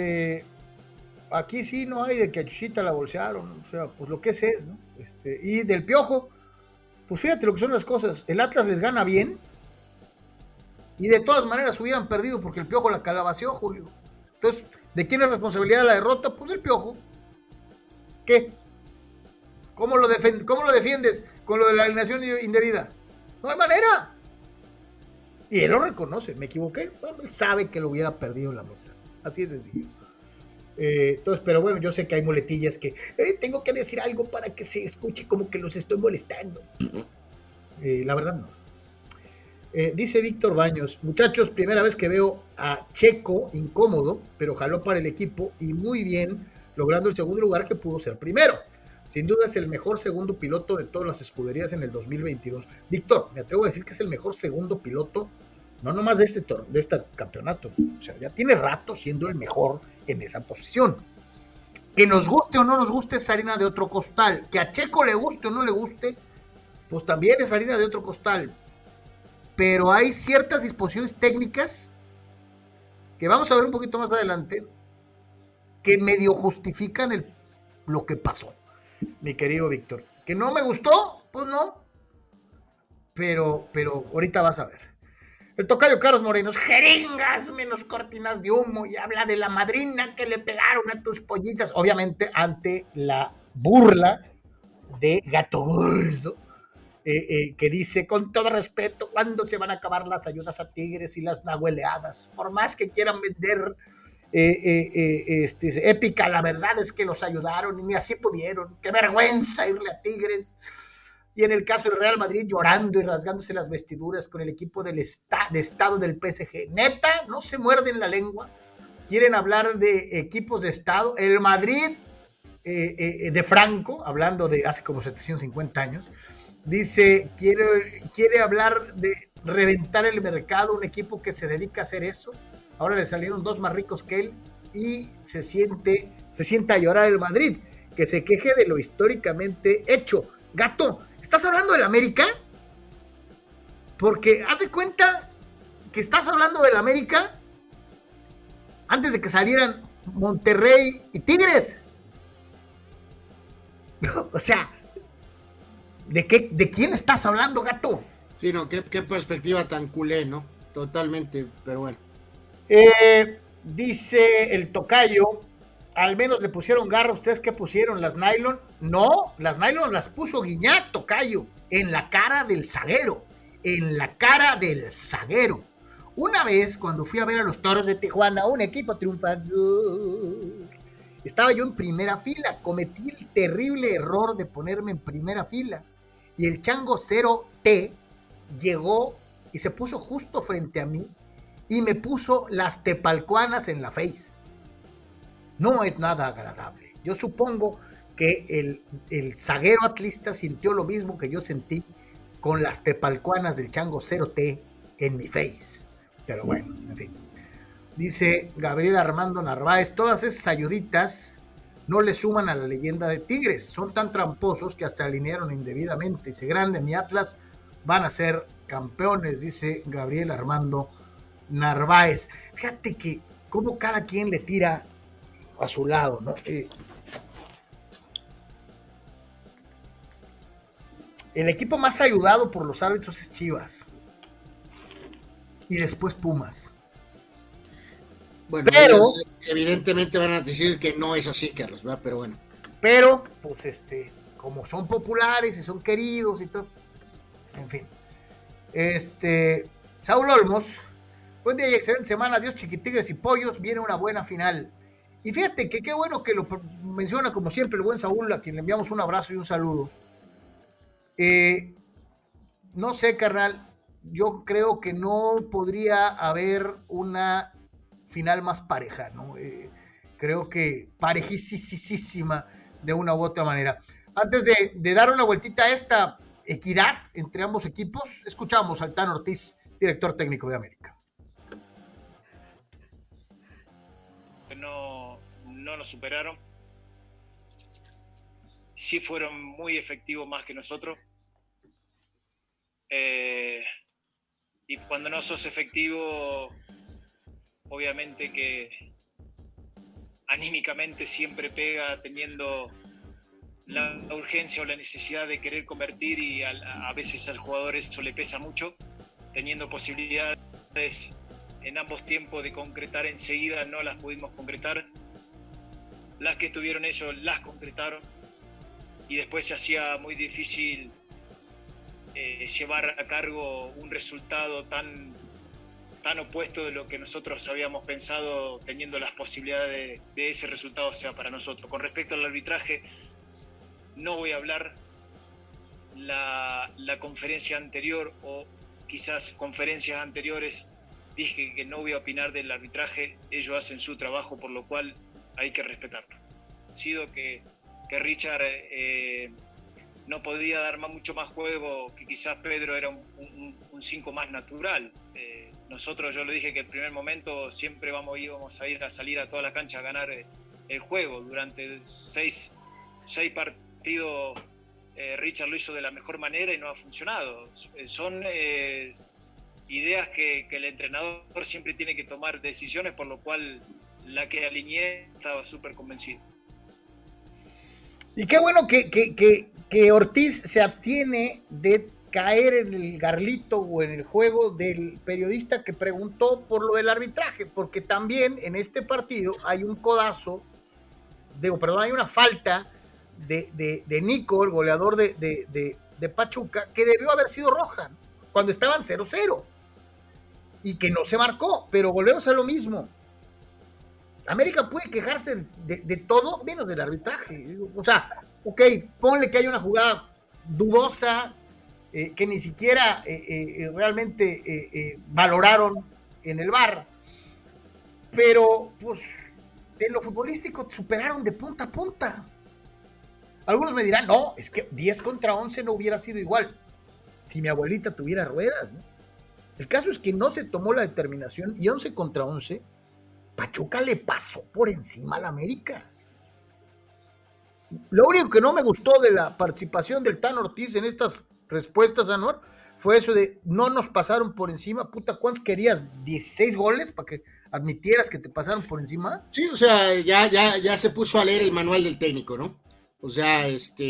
aquí sí no hay de que a Chuchita la bolsearon, o sea, pues lo que es, ¿no? Y del Piojo, pues fíjate lo que son las cosas, el Atlas les gana bien, y de todas maneras hubieran perdido porque el Piojo la calabaceó, Julio. Entonces, ¿de quién es responsabilidad de la derrota? Pues del Piojo. ¿Qué? ¿Cómo lo defiendes con lo de la alineación indebida? No hay manera. Y él lo reconoce, me equivoqué. Bueno, él sabe que lo hubiera perdido en la mesa. Así de sencillo. Entonces, pero bueno, yo sé que hay muletillas que tengo que decir algo para que se escuche como que los estoy molestando. La verdad no. Dice Víctor Baños, muchachos, primera vez que veo a Checo incómodo, pero jaló para el equipo y muy bien, logrando el segundo lugar que pudo ser primero. Sin duda es el mejor segundo piloto de todas las escuderías en el 2022. Víctor, me atrevo a decir que es el mejor segundo piloto, no nomás de este campeonato. O sea, ya tiene rato siendo el mejor en esa posición. Que nos guste o no nos guste es harina de otro costal. Que a Checo le guste o no le guste, pues también es harina de otro costal. Pero hay ciertas disposiciones técnicas que vamos a ver un poquito más adelante que medio justifican lo que pasó, mi querido Víctor. ¿Que no me gustó? Pues no. Pero ahorita vas a ver. El tocayo Carlos Morenos, jeringas menos cortinas de humo, y habla de la madrina que le pegaron a tus pollitas, obviamente ante la burla de Gato Gordo, que dice, con todo respeto, ¿cuándo se van a acabar las ayudas a Tigres y las nahueleadas? Por más que quieran vender épica, la verdad es que los ayudaron y ni así pudieron. Qué vergüenza irle a Tigres. Y en el caso del Real Madrid, llorando y rasgándose las vestiduras con el equipo de estado del PSG. Neta, no se muerden la lengua. Quieren hablar de equipos de estado. El Madrid de Franco, hablando de hace como 750 años, dice, quiere hablar de reventar el mercado, un equipo que se dedica a hacer eso. Ahora le salieron 2 más ricos que él y se sienta a llorar el Madrid, que se queje de lo históricamente hecho. Gato, ¿estás hablando del América? Porque hace cuenta que estás hablando del América antes de que salieran Monterrey y Tigres. O sea, ¿de quién estás hablando, Gato? Sí, no, qué perspectiva tan culé, ¿no? Totalmente, pero bueno. Dice el tocayo, al menos le pusieron garra. ¿Ustedes qué pusieron? ¿Las nylon? No, las nylon las puso Guiñac, tocayo, en la cara del zaguero. En la cara del zaguero. Una vez, cuando fui a ver a los Toros de Tijuana, un equipo triunfador, estaba yo en primera fila. Cometí el terrible error de ponerme en primera fila. Y el chango 0T llegó y se puso justo frente a mí y me puso las tepalcuanas en la face. No es nada agradable. Yo supongo que el zaguero atlista sintió lo mismo que yo sentí con las tepalcuanas del chango 0T en mi face. Pero bueno, en fin. Dice Gabriel Armando Narváez, todas esas ayuditas no le suman a la leyenda de Tigres. Son tan tramposos que hasta alinearon indebidamente. Dice, grande mi Atlas, van a ser campeones, dice Gabriel Armando Narváez. Fíjate que como cada quien le tira a su lado, ¿no? El equipo más ayudado por los árbitros es Chivas. Y después Pumas. Bueno, pero evidentemente van a decir que no es así, Carlos, ¿verdad? Pero bueno. Pero, pues, como son populares y son queridos y todo. En fin. Saúl Olmos, buen día y excelente semana. Adiós, chiquitigres y pollos. Viene una buena final. Y fíjate que qué bueno que lo menciona, como siempre, el buen Saúl, a quien le enviamos un abrazo y un saludo. No sé, carnal, yo creo que no podría haber una final más pareja, ¿no? Creo que parejísima de una u otra manera. Antes de dar una vueltita a esta equidad entre ambos equipos, escuchamos al Tano Ortiz, director técnico de América. No nos superaron. Sí fueron muy efectivos más que nosotros. Y cuando no sos efectivo, obviamente que anímicamente siempre pega, teniendo la urgencia o la necesidad de querer convertir, y a veces al jugador eso le pesa mucho, teniendo posibilidades en ambos tiempos de concretar enseguida, no las pudimos concretar. Las que tuvieron ellos las concretaron, y después se hacía muy difícil llevar a cargo un resultado tan opuesto de lo que nosotros habíamos pensado, teniendo las posibilidades de ese resultado sea para nosotros. Con respecto al arbitraje, no voy a hablar. La conferencia anterior, o quizás conferencias anteriores, dije que no voy a opinar del arbitraje. Ellos hacen su trabajo, por lo cual hay que respetarlo. Ha sido que Richard no podía dar mucho más juego, que quizás Pedro era un 5 más natural. Nosotros, yo le dije que en el primer momento siempre íbamos a salir a toda la cancha a ganar el juego. Durante seis partidos Richard lo hizo de la mejor manera y no ha funcionado. Son ideas que el entrenador siempre tiene que tomar decisiones, por lo cual la que alineé estaba súper convencido. Y qué bueno que Ortiz se abstiene de caer en el garlito o en el juego del periodista que preguntó por lo del arbitraje, porque también en este partido hay un codazo, hay una falta de Nico, el goleador de Pachuca, que debió haber sido roja cuando estaban 0-0 y que no se marcó. Pero volvemos a lo mismo. América puede quejarse de todo menos del arbitraje. O sea, ok, ponle que hay una jugada dudosa que ni siquiera realmente valoraron en el VAR, pero pues en lo futbolístico superaron de punta a punta. Algunos me dirán, no, es que 10 contra 11 no hubiera sido igual si mi abuelita tuviera ruedas, ¿no? El caso es que no se tomó la determinación, y 11 contra 11 Pachuca le pasó por encima a la América. Lo único que no me gustó de la participación del Tano Ortiz en estas respuestas, Anuar, fue eso de no nos pasaron por encima. Puta, ¿cuántos querías? ¿16 goles para que admitieras que te pasaron por encima? Sí, o sea, ya se puso a leer el manual del técnico, ¿no? O sea,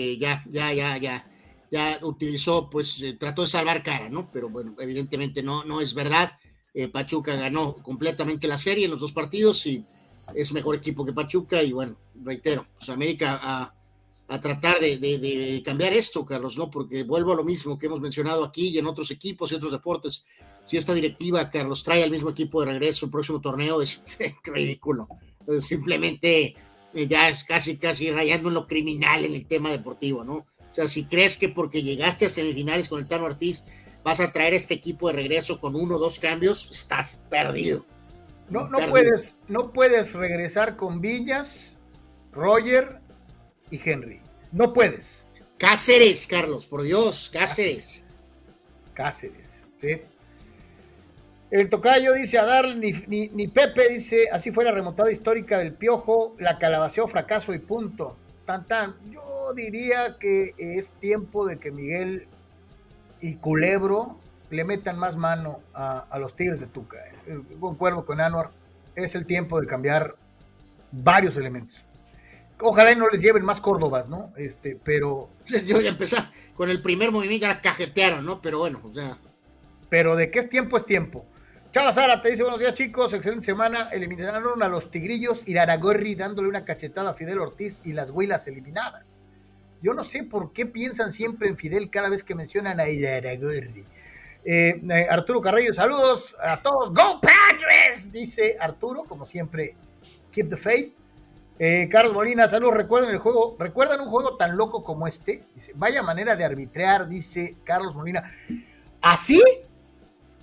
ya utilizó, pues trató de salvar cara, ¿no? Pero bueno, evidentemente no es verdad. Pachuca ganó completamente la serie en los dos partidos y es mejor equipo que Pachuca. Y bueno, reitero, pues América a tratar de cambiar esto, Carlos, ¿no? Porque vuelvo a lo mismo que hemos mencionado aquí y en otros equipos y otros deportes. Si esta directiva, Carlos, trae al mismo equipo de regreso el próximo torneo, es ridículo. Entonces, simplemente ya es casi rayando en lo criminal en el tema deportivo, ¿no? O sea, si crees que porque llegaste a semifinales con el Tano Ortiz vas a traer este equipo de regreso con 1 o 2 cambios, estás perdido. No puedes regresar con Villas, Roger y Henry. No puedes. Cáceres, Carlos, por Dios, Cáceres, sí. El tocayo dice a dar ni Pepe, dice, así fue la remontada histórica del Piojo, la calabaceó, fracaso y punto. Tan. Yo diría que es tiempo de que Miguel y Culebro le metan más mano a los Tigres de Tuca. Concuerdo con Anuar, es el tiempo de cambiar varios elementos. Ojalá y no les lleven más Córdobas, ¿no? Pero... Yo ya empecé con el primer movimiento, ya la cajetearon, ¿no? Pero bueno, o sea... Pero de qué es tiempo, es tiempo. Chava Sara te dice, buenos días chicos, excelente semana. Eliminaron a los Tigrillos, Iraragorri dándole una cachetada a Fidel Ortiz y las Huilas eliminadas. Yo no sé por qué piensan siempre en Fidel cada vez que mencionan a Iraragorri. Arturo Carrillo, saludos a todos. ¡Go Padres! Dice Arturo, como siempre, keep the faith. Carlos Molina, saludos. ¿Recuerdan un juego tan loco como este? Dice, vaya manera de arbitrar, dice Carlos Molina. ¿Así?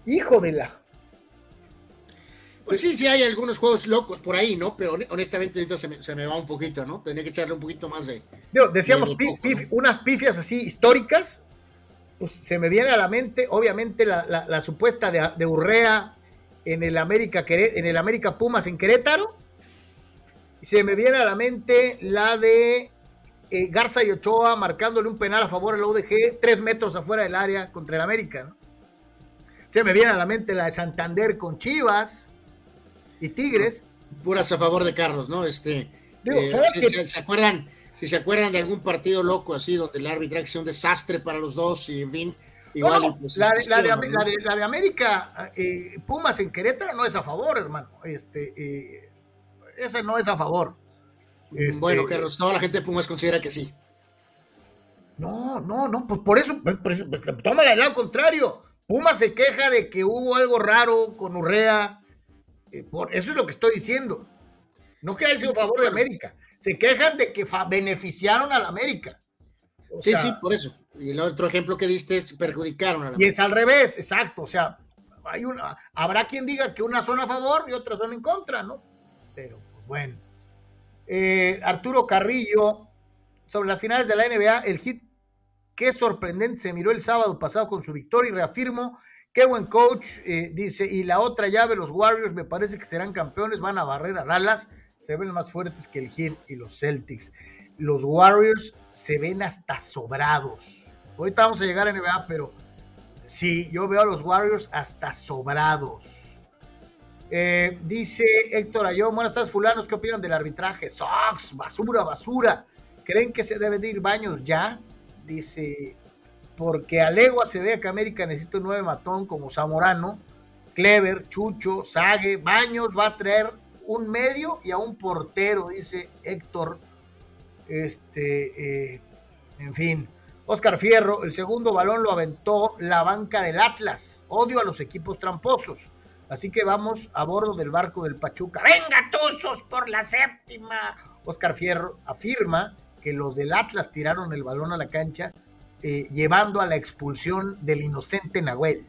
Hijo de la... Pues sí, hay algunos juegos locos por ahí, ¿no? Pero honestamente ahorita se me va un poquito, ¿no? Tendría que echarle un poquito más de... Decíamos poco, ¿no? unas pifias así históricas, pues se me viene a la mente, obviamente, la supuesta de Urrea en el América Pumas en Querétaro, y se me viene a la mente la de Garza y Ochoa marcándole un penal a favor del UDG 3 metros afuera del área contra el América, ¿no? Se me viene a la mente la de Santander con Chivas y Tigres. Puras a favor de Carlos, ¿no? ¿Se acuerdan? Si se acuerdan de algún partido loco así donde el arbitraje sea un desastre para los dos y en fin, igual. No, pues, la de América Pumas en Querétaro no es a favor, hermano. Esa no es a favor. Bueno, Carlos, toda la gente de Pumas considera que sí. No, pues por eso, pues, tómala del lado contrario. Pumas se queja de que hubo algo raro con Urrea. Eso es lo que estoy diciendo. No que haya sido a favor de América. Se quejan de que beneficiaron a la América. Sí, por eso. Y el otro ejemplo que diste perjudicaron a la América. Y es al revés, exacto. O sea, habrá quien diga que unas son a favor y otras son en contra, ¿no? Pero, pues bueno. Arturo Carrillo, sobre las finales de la NBA, el Heat, qué sorprendente se miró el sábado pasado con su victoria y reafirmo. Qué buen coach, dice, y la otra llave, los Warriors, me parece que serán campeones, van a barrer a Dallas, se ven más fuertes que el Heat y los Celtics. Los Warriors se ven hasta sobrados. Ahorita vamos a llegar a NBA, pero sí, yo veo a los Warriors hasta sobrados. Dice Héctor Ayón, buenas tardes, fulanos, ¿qué opinan del arbitraje? Sox, basura. ¿Creen que se debe de ir Baños ya? Dice... porque a legua se ve que América necesita un 9 matón como Zamorano, Clever, Chucho, Sague, Baños va a traer un medio y a un portero, dice Héctor. En fin. Oscar Fierro, el segundo balón lo aventó la banca del Atlas. Odio a los equipos tramposos. Así que vamos a bordo del barco del Pachuca. ¡Venga, Tuzos, por la séptima! Oscar Fierro afirma que los del Atlas tiraron el balón a la cancha, llevando a la expulsión del inocente Nahuel.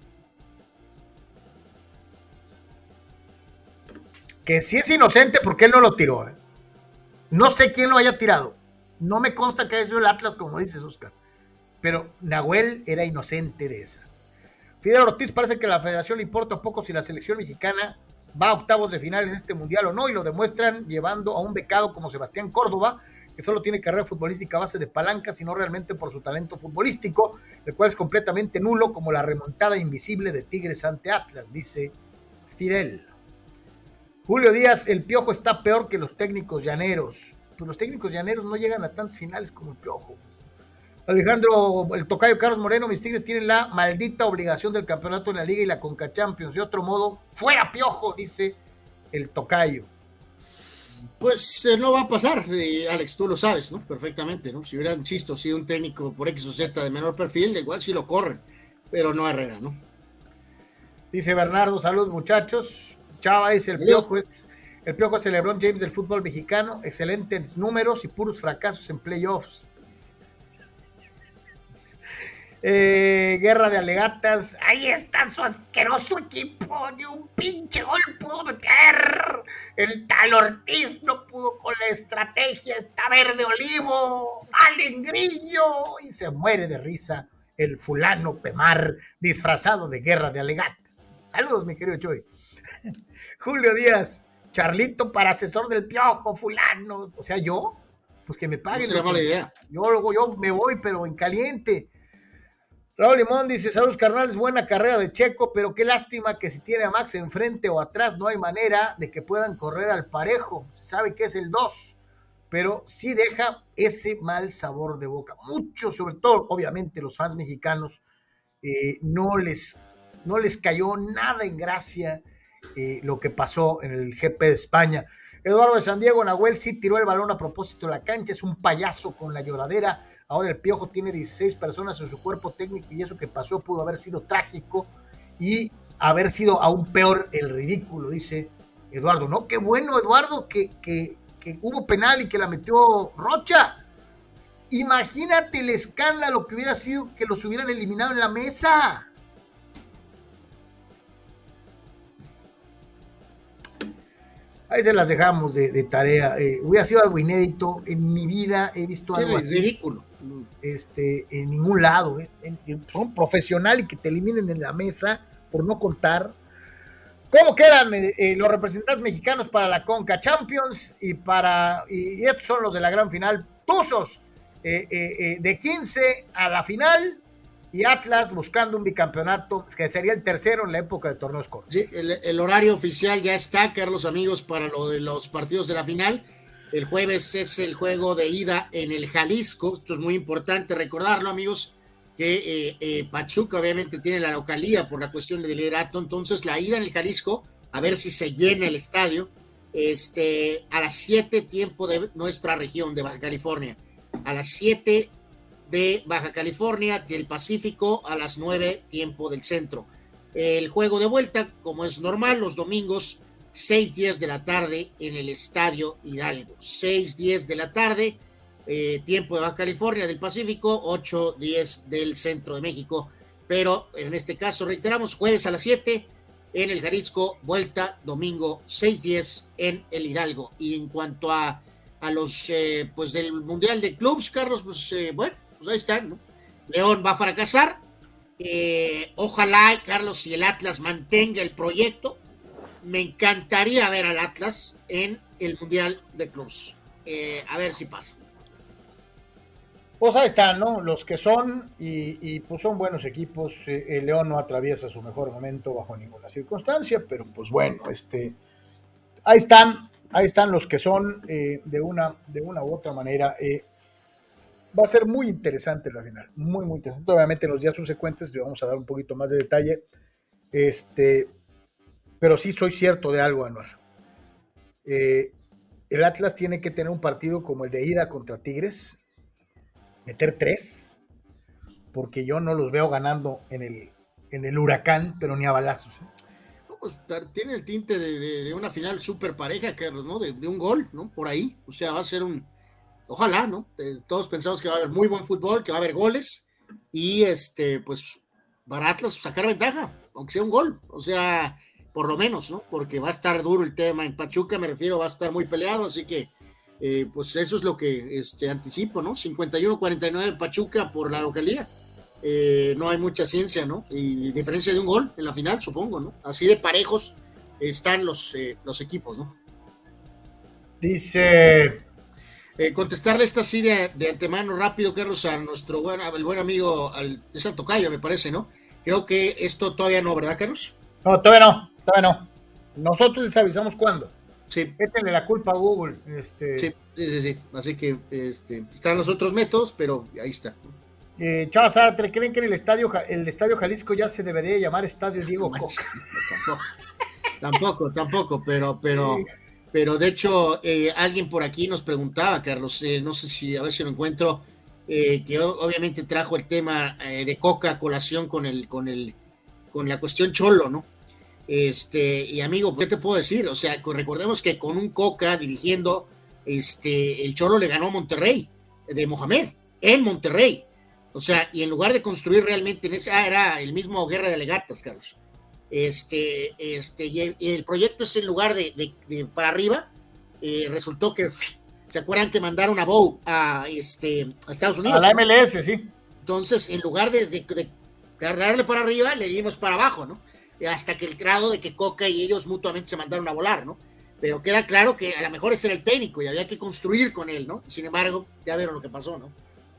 Que si es inocente porque él no lo tiró. No sé quién lo haya tirado. No me consta que haya sido el Atlas, como dices, Oscar. Pero Nahuel era inocente de esa. Fidel Ortiz, parece que a la federación le importa poco si la selección mexicana va a octavos de final en este mundial o no, y lo demuestran llevando a un becado como Sebastián Córdoba, que solo tiene carrera futbolística a base de palancas y no realmente por su talento futbolístico, el cual es completamente nulo, como la remontada invisible de Tigres ante Atlas, dice Fidel. Julio Díaz, el Piojo está peor que los técnicos llaneros. Pues los técnicos llaneros no llegan a tantas finales como el Piojo. Alejandro, el tocayo Carlos Moreno, mis Tigres tienen la maldita obligación del campeonato en la Liga y la Conca Champions. De otro modo, fuera Piojo, dice el tocayo. Pues no va a pasar, Alex, tú lo sabes, ¿no? Perfectamente, ¿no? Si hubiera, insisto, sido un técnico por X o Z de menor perfil, igual sí lo corren, pero no Herrera, ¿no? Dice Bernardo, saludos muchachos. Chava dice, el Piojo es el LeBron James del fútbol mexicano, excelentes números y puros fracasos en playoffs. Guerra de alegatas, ahí está su asqueroso equipo, ni un pinche gol pudo meter, el tal Ortiz no pudo con la estrategia, está verde olivo, Valen Grillo, y se muere de risa el fulano Pemar disfrazado de guerra de alegatas. Saludos, mi querido Chuy. Julio Díaz, Charlito para asesor del Piojo, fulanos, o sea, yo, pues que me paguen. No sería mala idea. Yo me voy, pero en caliente. Raúl Limón dice, saludos carnales, buena carrera de Checo, pero qué lástima que si tiene a Max enfrente o atrás no hay manera de que puedan correr al parejo. Se sabe que es el 2, pero sí deja ese mal sabor de boca. Muchos, sobre todo, obviamente, los fans mexicanos, no les cayó nada en gracia lo que pasó en el GP de España. Eduardo de San Diego, Nahuel sí tiró el balón a propósito de la cancha, es un payaso con la lloradera. Ahora el Piojo tiene 16 personas en su cuerpo técnico y eso que pasó pudo haber sido trágico y haber sido aún peor el ridículo, dice Eduardo. No, qué bueno, Eduardo, que hubo penal y que la metió Rocha. Imagínate el escándalo que hubiera sido que los hubieran eliminado en la mesa. Ahí se las dejamos de tarea. Hubiera sido algo inédito. En mi vida he visto algo así, ridículo. En ningún lado. Son profesional y que te eliminen en la mesa por no contar. ¿Cómo quedan los representantes mexicanos para la Conca Champions? Y estos son los de la gran final. Tuzos, de 15 a la final. Y Atlas buscando un bicampeonato, que sería el tercero en la época de torneos cortos. Sí, el horario oficial ya está, Carlos, amigos, para lo de los partidos de la final. El jueves es el juego de ida en el Jalisco. Esto es muy importante recordarlo, amigos, que Pachuca obviamente tiene la localía por la cuestión del liderato. Entonces la ida en el Jalisco, a ver si se llena el estadio, a las 7 tiempo de nuestra región de Baja California, a las 7 de Baja California, del Pacífico, a las 9 tiempo del centro. El juego de vuelta, como es normal, los domingos, 6:10 de la tarde en el Estadio Hidalgo. 6:10 de la tarde, tiempo de Baja California, del Pacífico, 8:10 del centro de México. Pero en este caso, reiteramos, jueves a las 7 en el Jalisco, vuelta domingo 6:10 en el Hidalgo. Y en cuanto a los pues del Mundial de Clubs, Carlos, pues bueno, pues ahí están, ¿no? León va a fracasar. Ojalá, Carlos, si el Atlas mantenga el proyecto, me encantaría ver al Atlas en el Mundial de Clubs. A ver si pasa. Pues ahí están, ¿no? Los que son, y pues son buenos equipos. El León no atraviesa su mejor momento bajo ninguna circunstancia, pero pues bueno, ahí están los que son de una u otra manera. Va a ser muy interesante la final, muy, muy interesante. Obviamente en los días subsecuentes le vamos a dar un poquito más de detalle, pero sí soy cierto de algo, Anuar. El Atlas tiene que tener un partido como el de ida contra Tigres, meter 3, porque yo no los veo ganando en el Huracán, pero ni a balazos. No, pues, tiene el tinte de una final súper pareja, Carlos, ¿no? De un gol, ¿no? Por ahí, o sea, va a ser ojalá, ¿no? Todos pensamos que va a haber muy buen fútbol, que va a haber goles, y pues para Atlas sacar ventaja, aunque sea un gol, o sea, por lo menos, ¿no? Porque va a estar duro el tema en Pachuca, me refiero, va a estar muy peleado, así que pues eso es lo que anticipo, ¿no? 51-49 Pachuca por la localía. No hay mucha ciencia, ¿no? Y diferencia de un gol en la final, supongo, ¿no? Así de parejos están los equipos, ¿no? Dice... contestarle esta así de antemano rápido, Carlos, a nuestro el buen amigo, de Santocayo, me parece, ¿no? Creo que esto todavía no, ¿verdad, Carlos? No, todavía no. Nosotros les avisamos cuándo. Sí. Métenle la culpa a Google. Sí. Así que están los otros métodos, pero ahí está. Chava Zárate, ¿creen que en el estadio Jalisco ya se debería llamar Estadio Diego Coca? Tampoco, pero de hecho alguien por aquí nos preguntaba, Carlos, no sé si, a ver si lo encuentro, que obviamente trajo el tema de Coca a colación con la cuestión Cholo, ¿no? Y amigo, ¿qué te puedo decir? O sea, recordemos que con un Coca dirigiendo, el Cholo le ganó a Monterrey, de Mohamed, en Monterrey. O sea, y en lugar de construir realmente era el mismo Guerra de Alegatas, Carlos. Y el proyecto es en lugar de para arriba, resultó que, ¿se acuerdan que mandaron a Bow a Estados Unidos? A la MLS, ¿no? Sí. Entonces, en lugar de darle para arriba, le dimos para abajo, ¿no? Hasta que el grado de que Coca y ellos mutuamente se mandaron a volar, ¿no? Pero queda claro que a lo mejor ese era el técnico y había que construir con él, ¿no? Sin embargo, ya vieron lo que pasó, ¿no?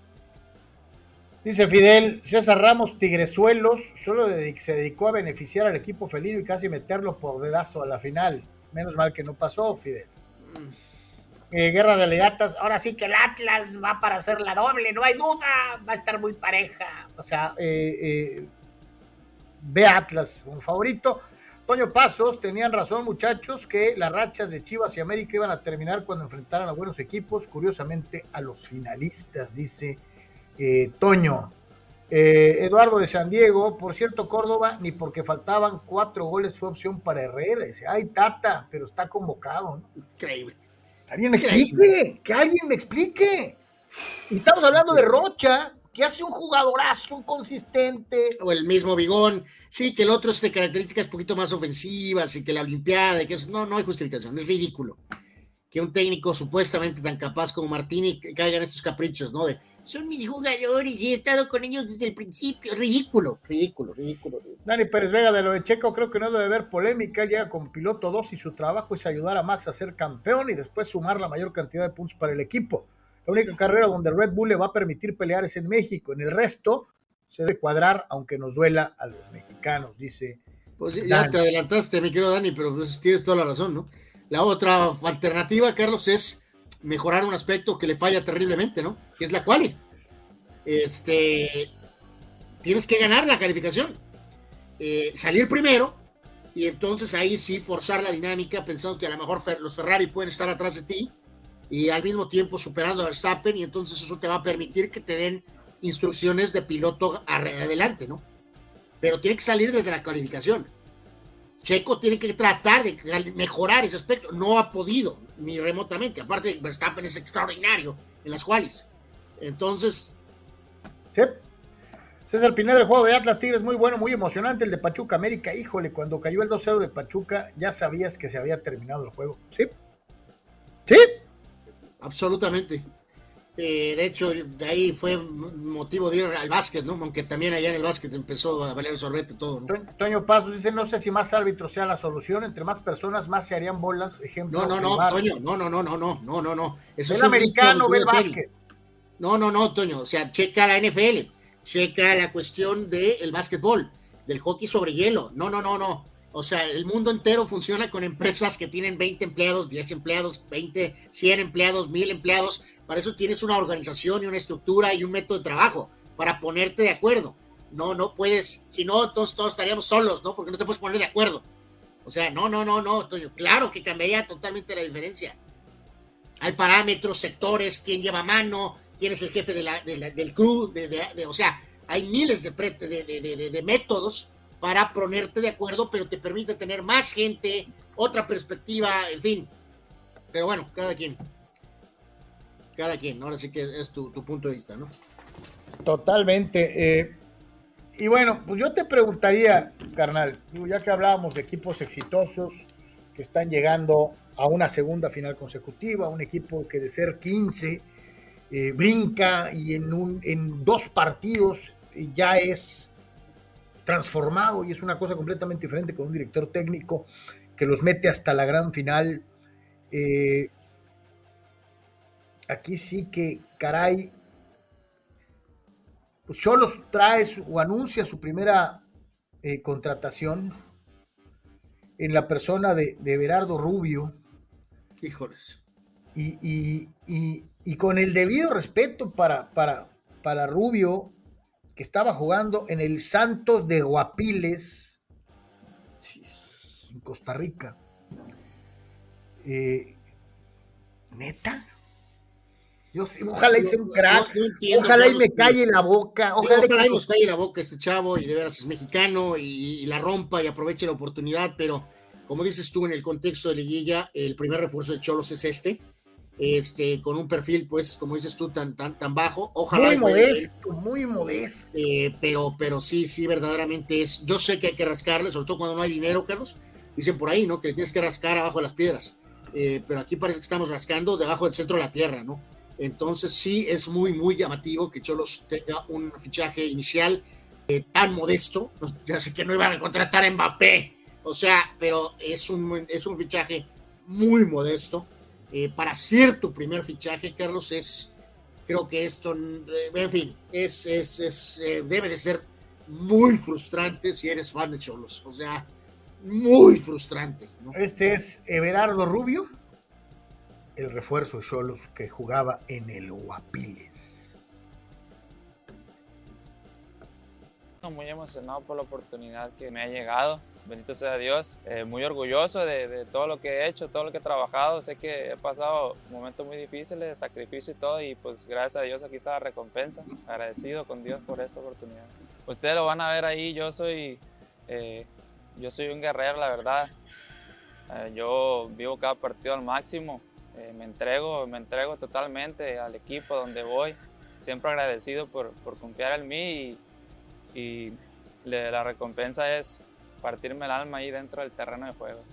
Dice Fidel, César Ramos, Tigresuelos, solo se dedicó a beneficiar al equipo felino y casi meterlo por dedazo a la final. Menos mal que no pasó, Fidel. Guerra de Alegatas, ahora sí que el Atlas va para hacer la doble, no hay duda, va a estar muy pareja. O sea, ve a Atlas como favorito. Toño Pasos, tenían razón, muchachos, que las rachas de Chivas y América iban a terminar cuando enfrentaran a buenos equipos, curiosamente a los finalistas, dice Toño. Eduardo de San Diego, por cierto, Córdoba, ni porque faltaban 4 goles fue opción para Herrera. Dice, ay, Tata, pero está convocado, ¿no? Increíble. Que alguien me explique. Y estamos hablando de Rocha, que hace un jugadorazo consistente. O el mismo Bigón, sí, que el otro es de características un poquito más ofensivas y que la Olimpiada, y que eso, no hay justificación, es ridículo que un técnico supuestamente tan capaz como Martini caiga en estos caprichos, ¿no? De, son mis jugadores y he estado con ellos desde el principio. Ridículo. Dani Pérez Vega, de lo de Checo, creo que no debe haber polémica. Él llega con piloto 2 y su trabajo es ayudar a Max a ser campeón y después sumar la mayor cantidad de puntos para el equipo. La única carrera donde Red Bull le va a permitir pelear es en México. En el resto se debe cuadrar, aunque nos duela a los mexicanos, dice. Pues ya te adelantaste, mi querido Dani, pero pues tienes toda la razón, ¿no? La otra alternativa, Carlos, es mejorar un aspecto que le falla terriblemente, ¿no? Que es la quali. Tienes que ganar la calificación, salir primero, y entonces ahí sí forzar la dinámica, pensando que a lo mejor los Ferrari pueden estar atrás de ti, y al mismo tiempo superando a Verstappen, y entonces eso te va a permitir que te den instrucciones de piloto adelante, ¿no? Pero tiene que salir desde la calificación. Checo tiene que tratar de mejorar ese aspecto. No ha podido, ni remotamente. Aparte, Verstappen es extraordinario en las qualis. Entonces... Sí. César Pineda, el juego de Atlas Tigres muy bueno, muy emocionante. El de Pachuca América, híjole, cuando cayó el 2-0 de Pachuca, ya sabías que se había terminado el juego. ¿Sí? ¿Sí? Absolutamente. De hecho, de ahí fue motivo de ir al básquet, ¿no? Aunque también allá en el básquet empezó a valer sorbete todo, ¿no? Toño Pasos dice, no sé si más árbitros sea la solución, entre más personas más se harían bolas, ejemplo. No, Toño, no. Eso el es americano ve el básquet. No, Toño, o sea, checa la NFL, checa la cuestión del básquetbol, del hockey sobre hielo, no. O sea, el mundo entero funciona con empresas que tienen 20 empleados, 10 empleados, 20, 100 empleados, 1000 empleados. Para eso tienes una organización y una estructura y un método de trabajo para ponerte de acuerdo. No puedes, si no, entonces todos estaríamos solos, ¿no? Porque no te puedes poner de acuerdo. O sea, no, Toño. Claro que cambiaría totalmente la diferencia. Hay parámetros, sectores, quién lleva mano, quién es el jefe del crew, o sea, hay miles de métodos para ponerte de acuerdo, pero te permite tener más gente, otra perspectiva, en fin. Pero bueno, cada quien, ahora sí que es tu punto de vista, ¿no? Totalmente. Y bueno, pues yo te preguntaría, carnal, ya que hablábamos de equipos exitosos que están llegando a una segunda final consecutiva, un equipo que de ser 15 brinca y en 2 partidos ya es transformado y es una cosa completamente diferente con un director técnico que los mete hasta la gran final. Aquí sí que, caray, pues Xolos trae o anuncia su primera contratación en la persona de Berardo Rubio. Híjoles. Y con el debido respeto para Rubio, que estaba jugando en el Santos de Guapiles, en Costa Rica. ¿Neta? Yo sí, ojalá hice un crack, ojalá y me calle la boca. Ojalá y nos calle la boca este chavo y de veras es mexicano y la rompa y aproveche la oportunidad, pero como dices tú, en el contexto de liguilla, el primer refuerzo de Xolos es con un perfil, pues, como dices tú, tan bajo. Ojalá muy modesto. Pero sí, verdaderamente es. Yo sé que hay que rascarle, sobre todo cuando no hay dinero, Carlos. Dicen por ahí, ¿no? Que le tienes que rascar abajo de las piedras. Pero aquí parece que estamos rascando debajo del centro de la tierra, ¿no? Entonces sí es muy, muy llamativo que Xolos tenga un fichaje inicial tan modesto. Ya sé que no iban a contratar a Mbappé, o sea, pero es un fichaje muy modesto. Para ser tu primer fichaje, Carlos, creo que esto, en fin, debe de ser muy frustrante si eres fan de Xolos, o sea, muy frustrante, ¿no? Este es Everardo Rubio, el refuerzo de Xolos que jugaba en el Guapiles. Muy emocionado por la oportunidad que me ha llegado. Bendito sea Dios, muy orgulloso de todo lo que he hecho, todo lo que he trabajado. Sé que he pasado momentos muy difíciles, de sacrificio y todo, y pues gracias a Dios aquí está la recompensa. Agradecido con Dios por esta oportunidad. Ustedes lo van a ver ahí, yo soy un guerrero, la verdad. Yo vivo cada partido al máximo, me entrego totalmente al equipo donde voy. siempre agradecido por confiar en mí y la recompensa es partirme el alma ahí dentro del terreno de juego.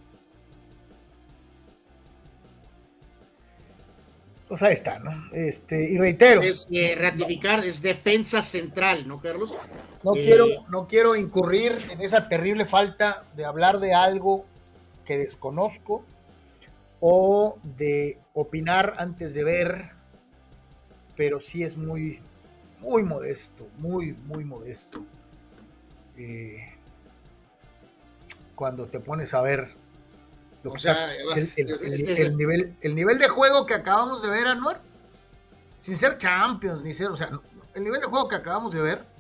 Pues ahí está, ¿no? Y reitero. Es ratificar, es defensa central, ¿no, Carlos? No quiero incurrir en esa terrible falta de hablar de algo que desconozco o de opinar antes de ver, pero sí es muy, muy modesto, muy, muy modesto. Cuando te pones a ver lo que el nivel de juego que acabamos de ver, Anuar, sin ser Champions, ni ser, o sea, el nivel de juego que acabamos de ver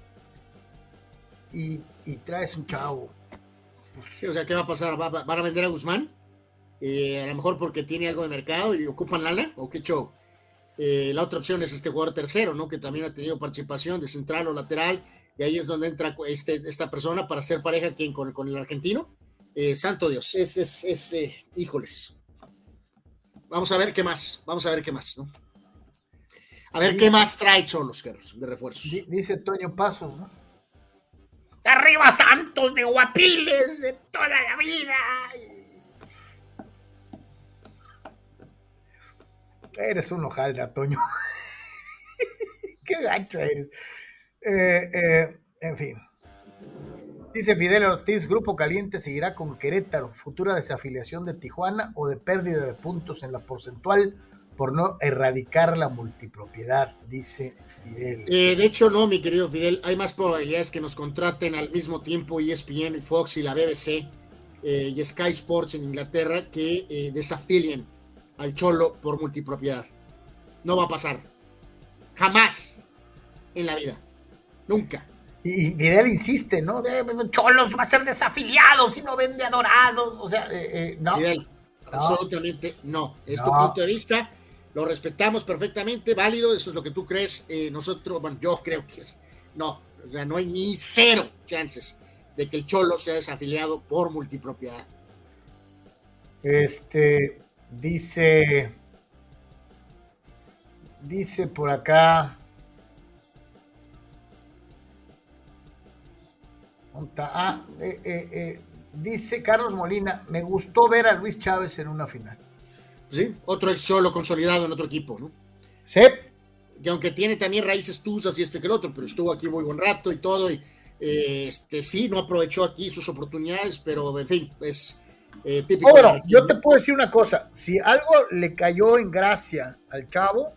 y traes un chavo. Pues, sí, o sea, ¿qué va a pasar? ¿Van a vender a Guzmán? A lo mejor porque tiene algo de mercado y ocupan lana, ¿o qué show? La otra opción es este jugador tercero, ¿no? Que también ha tenido participación de central o lateral, y ahí es donde entra esta persona para ser pareja con el argentino. Santo Dios, híjoles. Vamos a ver qué más, ¿no? A ver qué más trae Xolos, de refuerzos. Dice Toño Pasos, ¿no? ¡Arriba Santos de Guapiles de toda la vida! Eres un hojaldra, Toño. Qué gacho eres. En fin. Dice Fidel Ortiz, Grupo Caliente seguirá con Querétaro, futura desafiliación de Tijuana o de pérdida de puntos en la porcentual por no erradicar la multipropiedad, dice Fidel. De hecho, no, mi querido Fidel, hay más probabilidades que nos contraten al mismo tiempo ESPN, Fox y la BBC y Sky Sports en Inglaterra que desafilien al Cholo por multipropiedad. No va a pasar. Jamás en la vida. Nunca. Y Fidel insiste, ¿no? Cholos va a ser desafiliado si no vende a Dorados. O sea, no. Fidel, absolutamente no. Es tu punto de vista. Lo respetamos perfectamente, válido. Eso es lo que tú crees. Nosotros, bueno, yo creo que es. No, o sea, no hay ni cero chances de que el Cholo sea desafiliado por multipropiedad. Dice por acá. Dice Carlos Molina, me gustó ver a Luis Chávez en una final. Sí, otro ex Cholo consolidado en otro equipo, ¿no? Sí. Que aunque tiene también raíces tuzas y esto y que el otro, pero estuvo aquí muy buen rato y todo, y sí, no aprovechó aquí sus oportunidades, pero en fin, es típico. Bueno, yo te puedo decir una cosa, si algo le cayó en gracia al chavo,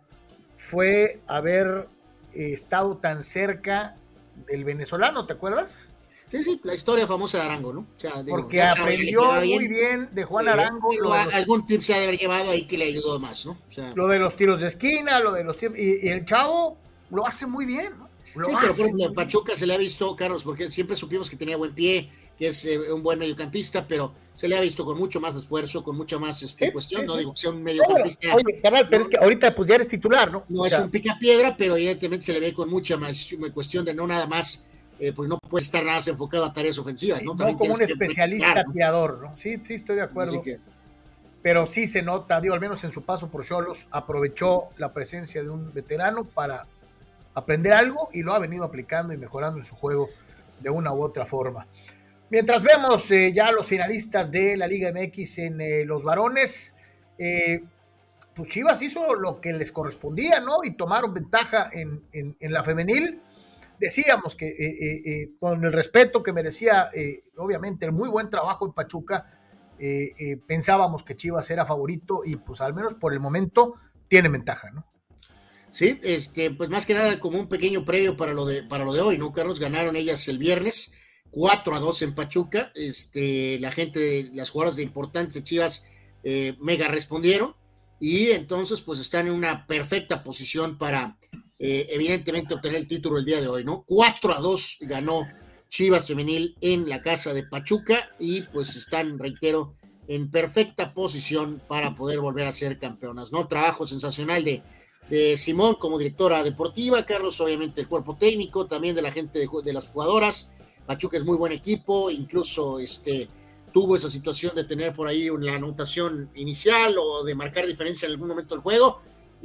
fue haber estado tan cerca del venezolano, ¿te acuerdas? Sí, la historia famosa de Arango, ¿no? O sea, porque aprendió muy bien de Juan Arango. Algún tip se ha de haber llevado ahí que le ayudó más, ¿no? O sea, lo de los tiros de esquina, lo de los tiros, y el chavo lo hace muy bien, ¿no? Pero por ejemplo, en Pachuca se le ha visto, Carlos, porque siempre supimos que tenía buen pie, que es un buen mediocampista, pero se le ha visto con mucho más esfuerzo, con mucha más cuestión, no digo que sea un mediocampista. Oye, carnal, pero es que ahorita pues ya eres titular, ¿no? No es un picapiedra, pero evidentemente se le ve con mucha más cuestión de no nada más, porque no puede estar nada más enfocado a tareas ofensivas, ¿no? No como un especialista tirador, ¿no? Sí, estoy de acuerdo. Pero sí se nota, digo, al menos en su paso por Xolos, aprovechó la presencia de un veterano para aprender algo y lo ha venido aplicando y mejorando en su juego de una u otra forma. Mientras vemos ya los finalistas de la Liga MX en los varones, pues Chivas hizo lo que les correspondía, ¿no? Y tomaron ventaja en la femenil. Decíamos que con el respeto que merecía, obviamente, el muy buen trabajo en Pachuca, pensábamos que Chivas era favorito y pues al menos por el momento tiene ventaja, ¿no? Sí, pues más que nada como un pequeño previo para lo de hoy, ¿no, Carlos? Ganaron ellas el viernes 4-2 en Pachuca. La gente, las jugadoras de importantes de Chivas mega respondieron y entonces pues están en una perfecta posición para evidentemente obtener el título el día de hoy, ¿no? 4-2 ganó Chivas femenil en la casa de Pachuca y pues están, reitero, en perfecta posición para poder volver a ser campeonas, ¿no? Trabajo sensacional de Simón como directora deportiva, Carlos, obviamente el cuerpo técnico, también de la gente de las jugadoras. Pachuca es muy buen equipo, incluso tuvo esa situación de tener por ahí la anotación inicial o de marcar diferencia en algún momento del juego,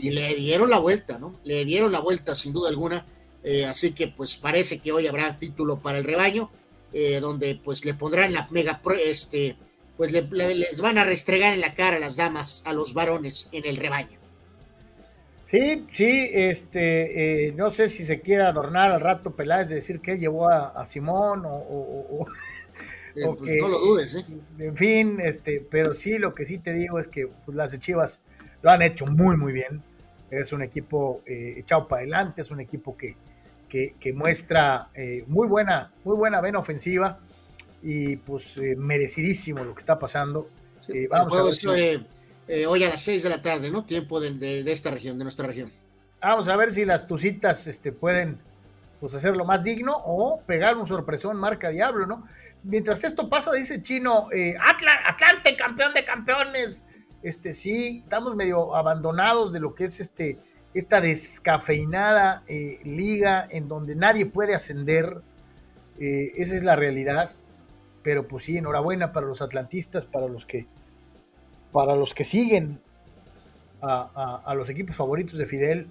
y le dieron la vuelta, ¿no? Le dieron la vuelta sin duda alguna, así que pues parece que hoy habrá título para el rebaño, donde pues le pondrán la mega, pues les van a restregar en la cara a las damas, a los varones en el rebaño. Sí, no sé si se quiere adornar al rato Peláez de decir que él llevó a Simón o pues no lo dudes, En fin, pero sí, lo que sí te digo es que pues, las de Chivas lo han hecho muy, muy bien. Es un equipo echado para adelante, es un equipo que muestra muy buena vena ofensiva y pues merecidísimo lo que está pasando. Sí, vamos a ver si hoy a las 6 de la tarde, ¿no? Tiempo de esta región, de nuestra región. Vamos a ver si las Tucitas pueden pues hacerlo más digno o pegar un sorpresón marca Diablo, ¿no? Mientras esto pasa, dice Chino, Atlante, campeón de campeones. Sí, estamos medio abandonados de lo que es esta descafeinada liga en donde nadie puede ascender. Esa es la realidad. Pero pues sí, enhorabuena para los atlantistas, para los que siguen a los equipos favoritos de Fidel,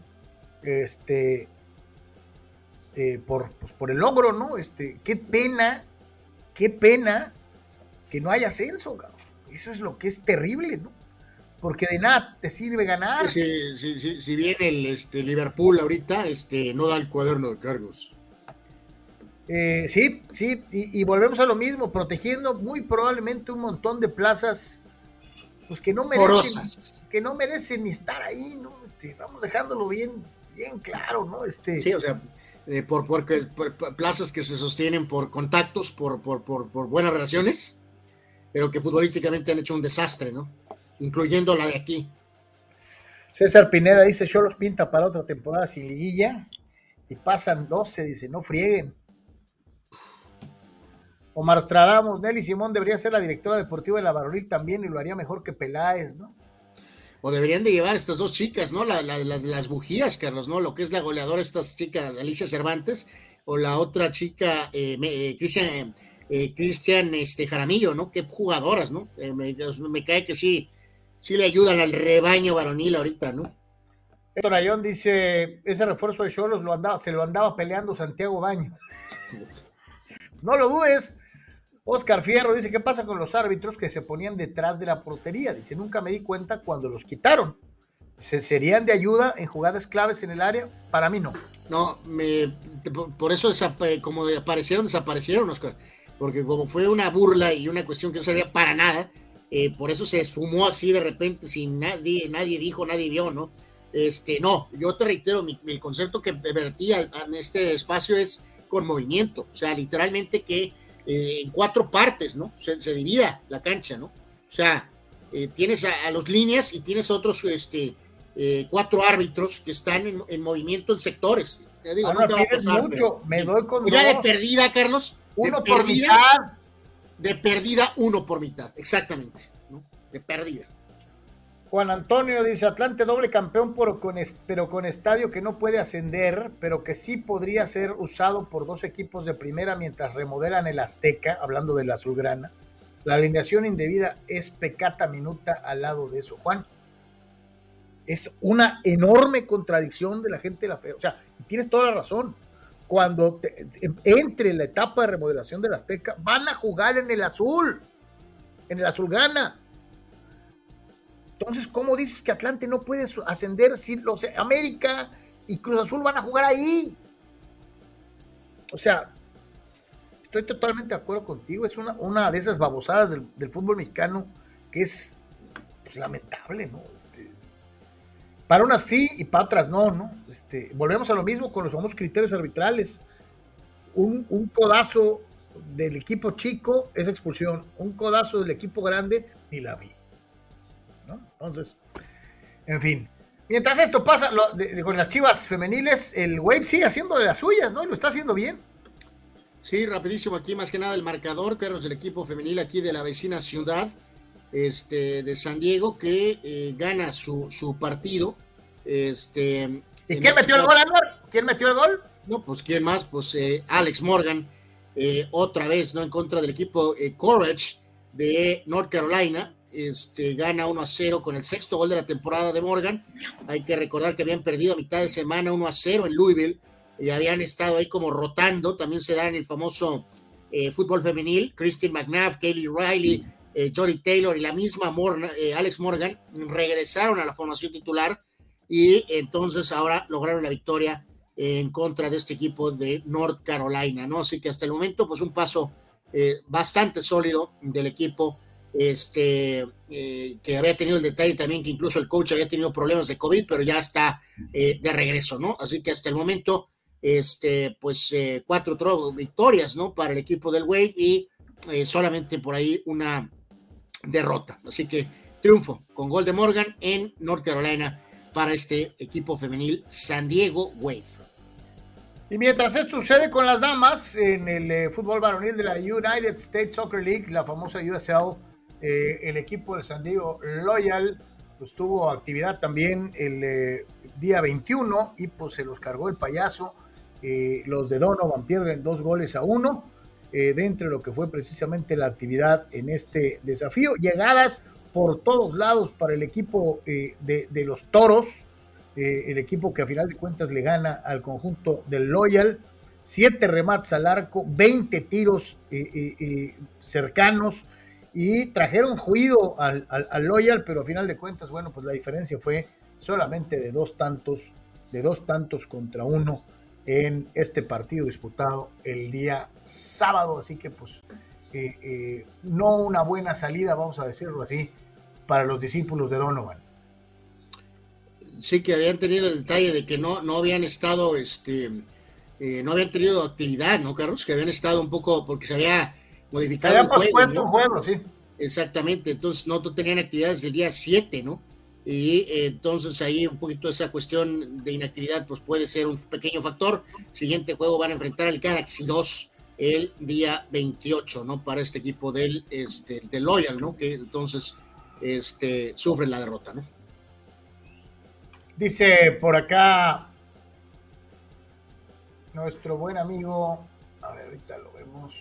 por el logro, ¿no? Qué pena que no haya ascenso, cabrón. Eso es lo que es terrible, ¿no? Porque de nada te sirve ganar. Si bien el Liverpool ahorita no da el cuaderno de cargos. Sí, y volvemos a lo mismo, protegiendo muy probablemente un montón de plazas pues que no merecen ni estar ahí, ¿no? Vamos dejándolo bien claro, ¿no? Sí, o sea, porque plazas que se sostienen por contactos, por buenas relaciones, pero que futbolísticamente han hecho un desastre, ¿no? Incluyendo la de aquí. César Pineda dice, Xolos pinta para otra temporada sin liguilla y pasan 12, dice, no frieguen. Omar Stradamos, Nelly Simón debería ser la directora deportiva de la Varonil también y lo haría mejor que Peláez, ¿no? O deberían de llevar estas dos chicas, ¿no? Las bujías, Carlos, ¿no? Lo que es la goleadora, estas chicas, Alicia Cervantes, o la otra chica, Cristian Jaramillo, ¿no? Qué jugadoras, ¿no? Me cae que sí le ayudan al rebaño varonil ahorita, ¿no? Héctor Ayón dice, ese refuerzo de Xolos se lo andaba peleando Santiago Baños. No lo dudes. Oscar Fierro dice, ¿qué pasa con los árbitros que se ponían detrás de la portería? Dice, nunca me di cuenta cuando los quitaron. ¿Serían de ayuda en jugadas claves en el área? Para mí no. No, por eso como desaparecieron, Oscar. Porque como fue una burla y una cuestión que no servía para nada, por eso se esfumó así de repente, sin nadie dijo, nadie vio, ¿no? No, yo te reitero, mi concepto que vertía en este espacio es con movimiento, o sea, literalmente que en 4 partes, ¿no? Se divida la cancha, ¿no? O sea, tienes a los líneas y tienes otros 4 árbitros que están en movimiento en sectores. Ya digo, nunca va a pasar, mucho, me doy con ya de perdida, Carlos. Uno por mitad. De perdida, 1 por mitad, exactamente, ¿no? De perdida. Juan Antonio dice, Atlante doble campeón, pero con estadio que no puede ascender, pero que sí podría ser usado por 2 equipos de primera mientras remodelan el Azteca, hablando del azulgrana. La alineación indebida es pecata minuta al lado de eso, Juan. Es una enorme contradicción de la gente de la fe. O sea, y tienes toda la razón. Cuando entre la etapa de remodelación del Azteca, van a jugar en el azul, en el azulgrana. Entonces, ¿cómo dices que Atlante no puede ascender si América y Cruz Azul van a jugar ahí? O sea, estoy totalmente de acuerdo contigo. Es una de esas babosadas del fútbol mexicano que es pues, lamentable, ¿no? Para unas sí y para otras no, ¿no? Volvemos a lo mismo con los famosos criterios arbitrales. Un codazo del equipo chico es expulsión. Un codazo del equipo grande, ni la vi. ¿No? Entonces, en fin. Mientras esto pasa con las Chivas femeniles, el Wave sigue haciendo de las suyas, ¿no? Y lo está haciendo bien. Sí, rapidísimo aquí, más que nada el marcador, Carlos, del equipo femenil aquí de la vecina ciudad de San Diego, que gana su partido. ¿Y quién metió el gol, Álvaro? ¿Quién metió el gol? No, pues ¿quién más? Pues Alex Morgan, otra vez, ¿no? En contra del equipo Courage de North Carolina, gana 1-0 con el 6º gol de la temporada de Morgan. Hay que recordar que habían perdido a mitad de semana 1-0 en Louisville y habían estado ahí como rotando. También se da en el famoso fútbol femenil. Christine McNabb, Kaylee Riley, Jody Taylor y la misma Alex Morgan regresaron a la formación titular y entonces ahora lograron la victoria en contra de este equipo de North Carolina, ¿no? Así que hasta el momento, pues un paso bastante sólido del equipo, que había tenido el detalle también que incluso el coach había tenido problemas de COVID, pero ya está de regreso, ¿no? Así que hasta el momento, 4 victorias, ¿no? Para el equipo del Wave y solamente por ahí una derrota. Así que triunfo con gol de Morgan en North Carolina para este equipo femenil San Diego Wave. Y mientras esto sucede con las damas, en el fútbol varonil de la United States Soccer League, la famosa USL, el equipo del San Diego Loyal pues tuvo actividad también el día 21 y pues se los cargó el payaso. Los de Donovan pierden 2-1 dentro de lo que fue precisamente la actividad en este desafío. Llegadas por todos lados para el equipo de los Toros, el equipo que a final de cuentas le gana al conjunto del Loyal, 7 remates al arco, 20 tiros cercanos y trajeron juido al Loyal, pero a final de cuentas, bueno, pues la diferencia fue solamente de 2 tantos contra 1 en este partido disputado el día sábado, así que pues no una buena salida, vamos a decirlo así, para los discípulos de Donovan. Sí, que habían tenido el detalle de que no habían estado, no habían tenido actividad, ¿no, Carlos? Que habían estado un poco, porque se había modificado el juego, ¿no? Un juego, sí. Exactamente, entonces no tenían actividades el día 7, ¿no? Y entonces ahí un poquito esa cuestión de inactividad pues puede ser un pequeño factor. Siguiente juego van a enfrentar al Galaxy 2 el día 28, ¿no? Para este equipo del Loyal, ¿no? Que entonces sufre la derrota, ¿no? Dice por acá nuestro buen amigo, a ver, ahorita lo vemos.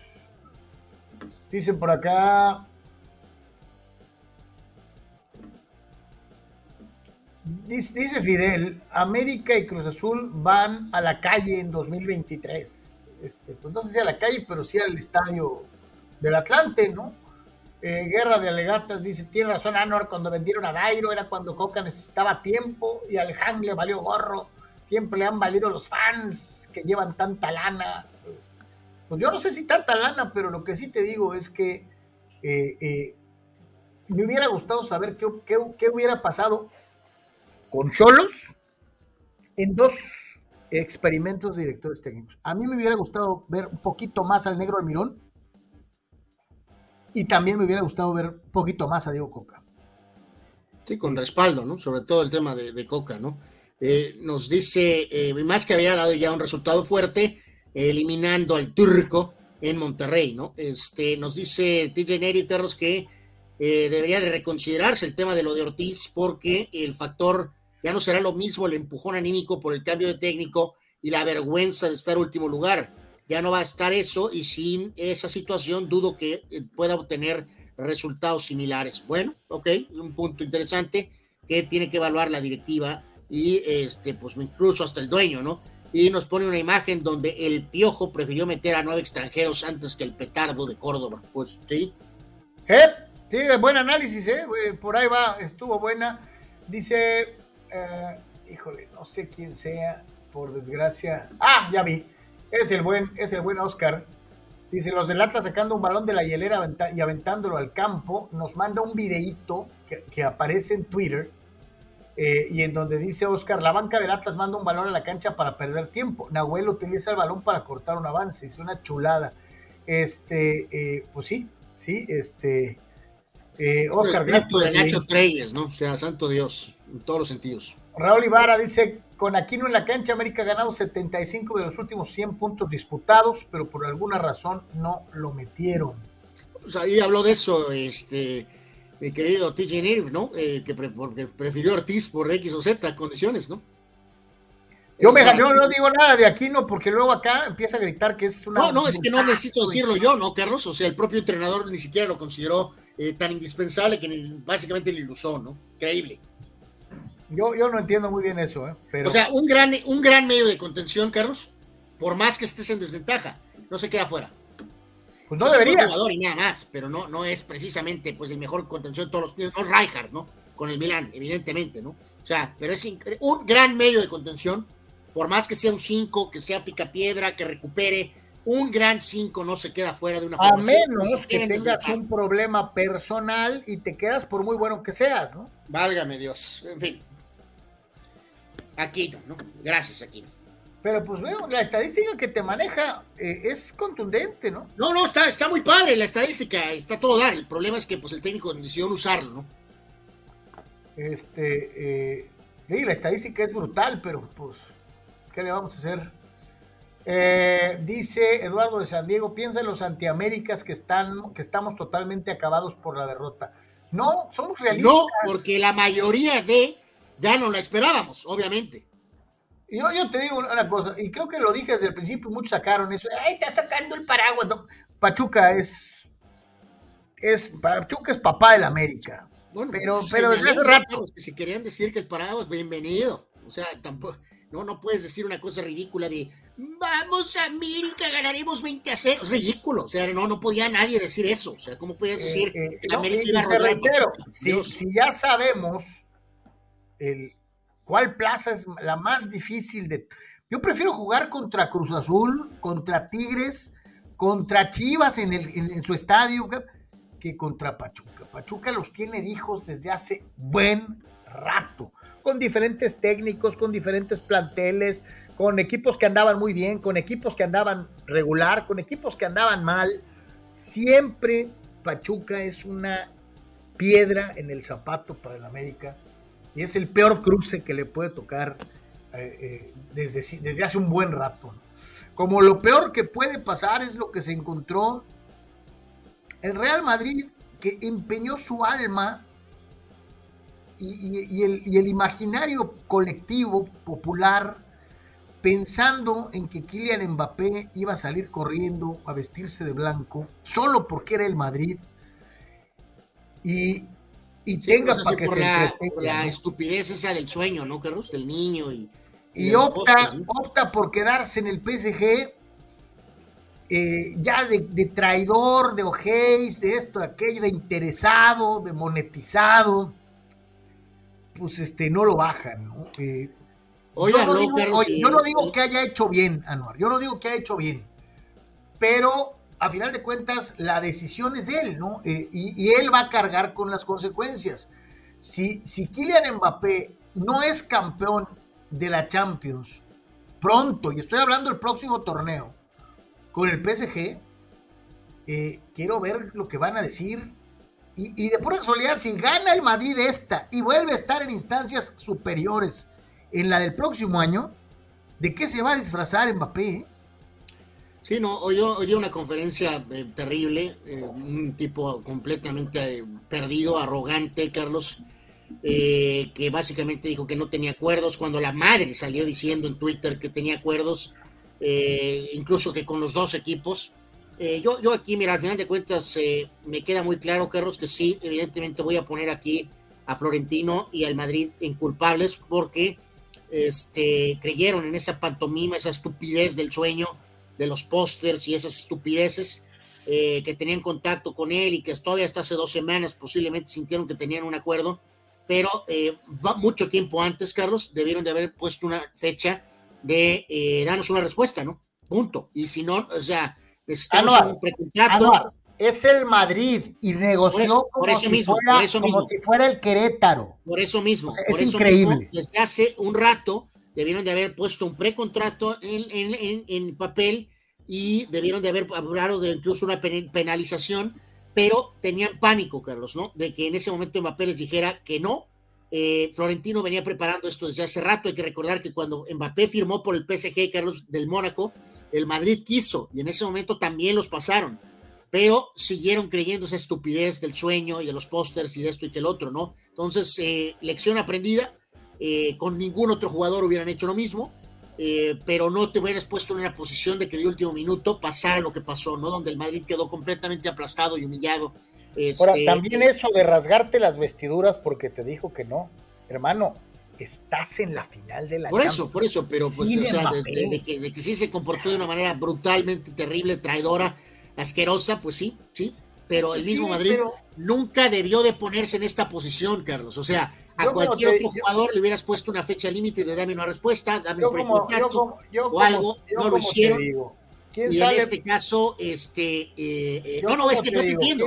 Dice por acá, dice Fidel, América y Cruz Azul van a la calle en 2023. Pues no sé si a la calle, pero sí al estadio del Atlante, ¿no? Guerra de Alegatas dice, tiene razón Anor, cuando vendieron a Dairo era cuando Coca necesitaba tiempo y al Han le valió gorro. Siempre le han valido los fans que llevan tanta lana. Pues yo no sé si tanta lana, pero lo que sí te digo es que me hubiera gustado saber qué hubiera pasado con Xolos en 2 experimentos de directores técnicos. A mí me hubiera gustado ver un poquito más al Negro Almirón y también me hubiera gustado ver un poquito más a Diego Coca. Sí, con respaldo, ¿no? Sobre todo el tema de Coca, ¿no? Nos dice, más que había dado ya un resultado fuerte, eliminando al Turco en Monterrey, ¿no? Nos dice TJ Neri Terros que debería de reconsiderarse el tema de lo de Ortiz porque el factor ya no será lo mismo, el empujón anímico por el cambio de técnico y la vergüenza de estar último lugar. Ya no va a estar eso y sin esa situación dudo que pueda obtener resultados similares. Bueno, ok, un punto interesante que tiene que evaluar la directiva y pues incluso hasta el dueño, ¿no? Y nos pone una imagen donde el Piojo prefirió meter a 9 extranjeros antes que el Petardo de Córdoba. Pues sí. Sí, buen análisis, por ahí va, estuvo buena. Dice, híjole, no sé quién sea, por desgracia. Ah, ya vi. Es el buen Oscar. Dice, los del Atlas sacando un balón de la hielera y aventándolo al campo. Nos manda un videíto que aparece en Twitter y en donde dice Oscar, la banca del Atlas manda un balón a la cancha para perder tiempo. Nahuel utiliza el balón para cortar un avance. Es una chulada. Pues sí, Oscar, gracias. De Nacho Treyes, ¿no? O sea, santo Dios, en todos los sentidos. Raúl Ibarra dice, con Aquino en la cancha, América ha ganado 75 de los últimos 100 puntos disputados, pero por alguna razón no lo metieron. Pues ahí habló de eso, mi querido TJ Neri, ¿no? Que prefirió Ortiz por X o Z condiciones, ¿no? Yo no digo nada de Aquino porque luego acá empieza a gritar que es una... No, es que no necesito decirlo yo, ¿no, Carlos? O sea, el propio entrenador ni siquiera lo consideró tan indispensable que básicamente le usó, ¿no? Increíble. Yo no entiendo muy bien eso, pero... O sea, un gran medio de contención, Carlos, por más que estés en desventaja, no se queda fuera. Pues no debería. Es un jugador y nada más, pero no es precisamente pues el mejor contención de todos los tiempos, no Rijkaard, ¿no? Con el Milan, evidentemente, ¿no? O sea, pero es un gran medio de contención, por más que sea un 5, que sea picapiedra, que recupere, un gran 5 no se queda fuera de una formación. A menos que tengas un problema personal y te quedas por muy bueno que seas, ¿no? Válgame Dios, en fin. Aquino, ¿no? Gracias, Aquino. Pero pues veo, la estadística que te maneja es contundente, ¿no? No, está muy padre la estadística, está todo dar. El problema es que pues el técnico decidió no usarlo, ¿no? Sí, la estadística es brutal, pero pues, ¿qué le vamos a hacer? Dice Eduardo de San Diego, piensa en los antiaméricas que estamos totalmente acabados por la derrota. No, somos realistas. No, porque la mayoría ya no la esperábamos, obviamente. Yo te digo una cosa, y creo que lo dije desde el principio, muchos sacaron eso. ¡Ay, está sacando el paraguas! No, Pachuca es papá del América. Bueno, pero desde hace rato. Si querían decir que el paraguas, bienvenido. O sea, tampoco, no puedes decir una cosa ridícula de vamos a América, ganaremos 20-0. Es ridículo. O sea, no podía nadie decir eso. O sea, ¿cómo podías decir que la América iba a rodar? Pero si ya sabemos cuál plaza es la más difícil de... Yo prefiero jugar contra Cruz Azul, contra Tigres, contra Chivas en su estadio, que contra Pachuca. Pachuca los tiene de hijos desde hace buen rato, con diferentes técnicos, con diferentes planteles, con equipos que andaban muy bien, con equipos que andaban regular, con equipos que andaban mal. Siempre Pachuca es una piedra en el zapato para el América y es el peor cruce que le puede tocar desde hace un buen rato. Como lo peor que puede pasar es lo que se encontró el Real Madrid, que empeñó su alma y el imaginario colectivo popular pensando en que Kylian Mbappé iba a salir corriendo a vestirse de blanco solo porque era el Madrid y tenga para que se entretenga. La estupidez esa del sueño, ¿no, Carlos? Del niño y opta por quedarse en el PSG ya de traidor, de ojéis, de esto, de aquello, de interesado, de monetizado, pues no lo bajan, ¿no? Yo no digo que haya hecho bien, Anuar, yo no digo que haya hecho bien, pero a final de cuentas la decisión es de él, ¿no? Y él va a cargar con las consecuencias. Si Kylian Mbappé no es campeón de la Champions pronto, y estoy hablando del próximo torneo, con el PSG, quiero ver lo que van a decir. Y de pura casualidad, si gana el Madrid esta y vuelve a estar en instancias superiores en la del próximo año, ¿de qué se va a disfrazar Mbappé? Sí, no, oyó una conferencia terrible, un tipo completamente perdido, arrogante, Carlos, que básicamente dijo que no tenía acuerdos, cuando la madre salió diciendo en Twitter que tenía acuerdos, incluso que con los dos equipos. Yo aquí, mira, al final de cuentas me queda muy claro, Carlos, que sí, evidentemente voy a poner aquí a Florentino y al Madrid en culpables porque creyeron en esa pantomima, esa estupidez del sueño, de los pósters y esas estupideces, que tenían contacto con él y que todavía hasta hace 2 semanas posiblemente sintieron que tenían un acuerdo, pero mucho tiempo antes, Carlos, debieron de haber puesto una fecha de darnos una respuesta, ¿no? Punto. Y si no, o sea, necesitamos un precontrato. Es el Madrid y negoció como si fuera el Querétaro. Por eso mismo. O sea, es increíble. Mismo, desde hace un rato debieron de haber puesto un precontrato en papel y debieron de haber hablado de incluso una penalización, pero tenían pánico, Carlos, ¿no? De que en ese momento Mbappé les dijera que no. Florentino venía preparando esto desde hace rato. Hay que recordar que cuando Mbappé firmó por el PSG, Carlos, del Mónaco, el Madrid quiso y en ese momento también los pasaron, pero siguieron creyendo esa estupidez del sueño y de los pósters y de esto y que el otro, ¿no? Entonces, lección aprendida, con ningún otro jugador hubieran hecho lo mismo, pero no te hubieras puesto en una posición de que de último minuto pasara lo que pasó, ¿no? Donde el Madrid quedó completamente aplastado y humillado. Ahora, también eso de rasgarte las vestiduras porque te dijo que no, hermano, estás en la final de la Champions. Por eso, pero pues, Sí, o sea, Mbappé. de que sí se comportó de una manera brutalmente terrible, traidora, asquerosa, pues sí, pero el mismo Madrid nunca debió de ponerse en esta posición, Carlos. O sea, a cualquier otro jugador le hubieras puesto una fecha límite de dame una respuesta, dame un precontrato o algo, no lo hicieron. Y en este caso, es que no te entiendo.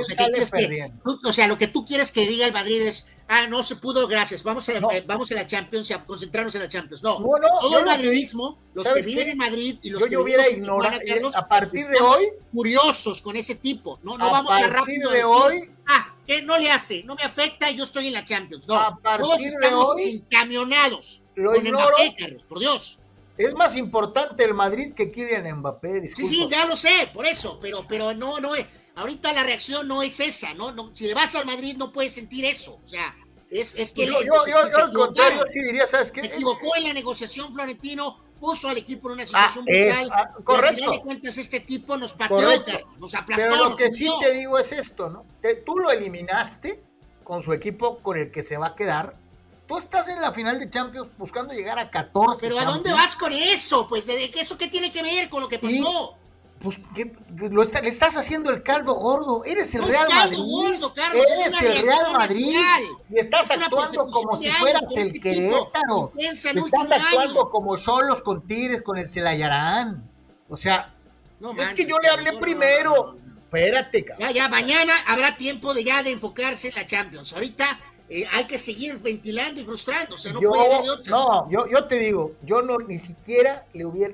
O sea, lo que tú quieres que diga el Madrid es, no se pudo, gracias, vamos a la Champions y a concentrarnos en la Champions. No, todo el madridismo, los que viven en Madrid y los que hubiera ignorado, a partir de hoy, curiosos con ese tipo, no vamos a rápido de hoy, que no le hace, no me afecta, yo estoy en la Champions. No, todos estamos encamionados con Mbappé, Carlos, por Dios. Es más importante el Madrid que Kylian Mbappé, disculpa. Sí, ya lo sé, por eso, pero no, ahorita la reacción no es esa, no, si le vas al Madrid no puedes sentir eso, o sea, es que yo al contrario sí diría, ¿sabes qué? Se equivocó en la negociación, Florentino puso al equipo en una situación brutal, correcto. Al final de cuentas este equipo nos pateó, nos aplastó. Pero lo que sí te digo es esto, ¿no? Tú lo eliminaste con su equipo con el que se va a quedar. Tú estás en la final de Champions buscando llegar a 14. ¿Pero a dónde vas con eso? Pues, ¿eso qué tiene que ver con lo que pasó? Pues le estás haciendo el caldo gordo. Eres el Real Madrid. Gordo, Carlos, eres el Real Madrid. Y estás actuando como si fueras el Querétaro. Estás actuando como Xolos con Tigres, con el Celayarán. O sea, es que yo le hablé primero. Espérate, cabrón. Ya, mañana habrá tiempo de enfocarse en la Champions. Ahorita hay que seguir ventilando y frustrando, o sea, no puede haber de otras. No, yo te digo, yo no, ni siquiera,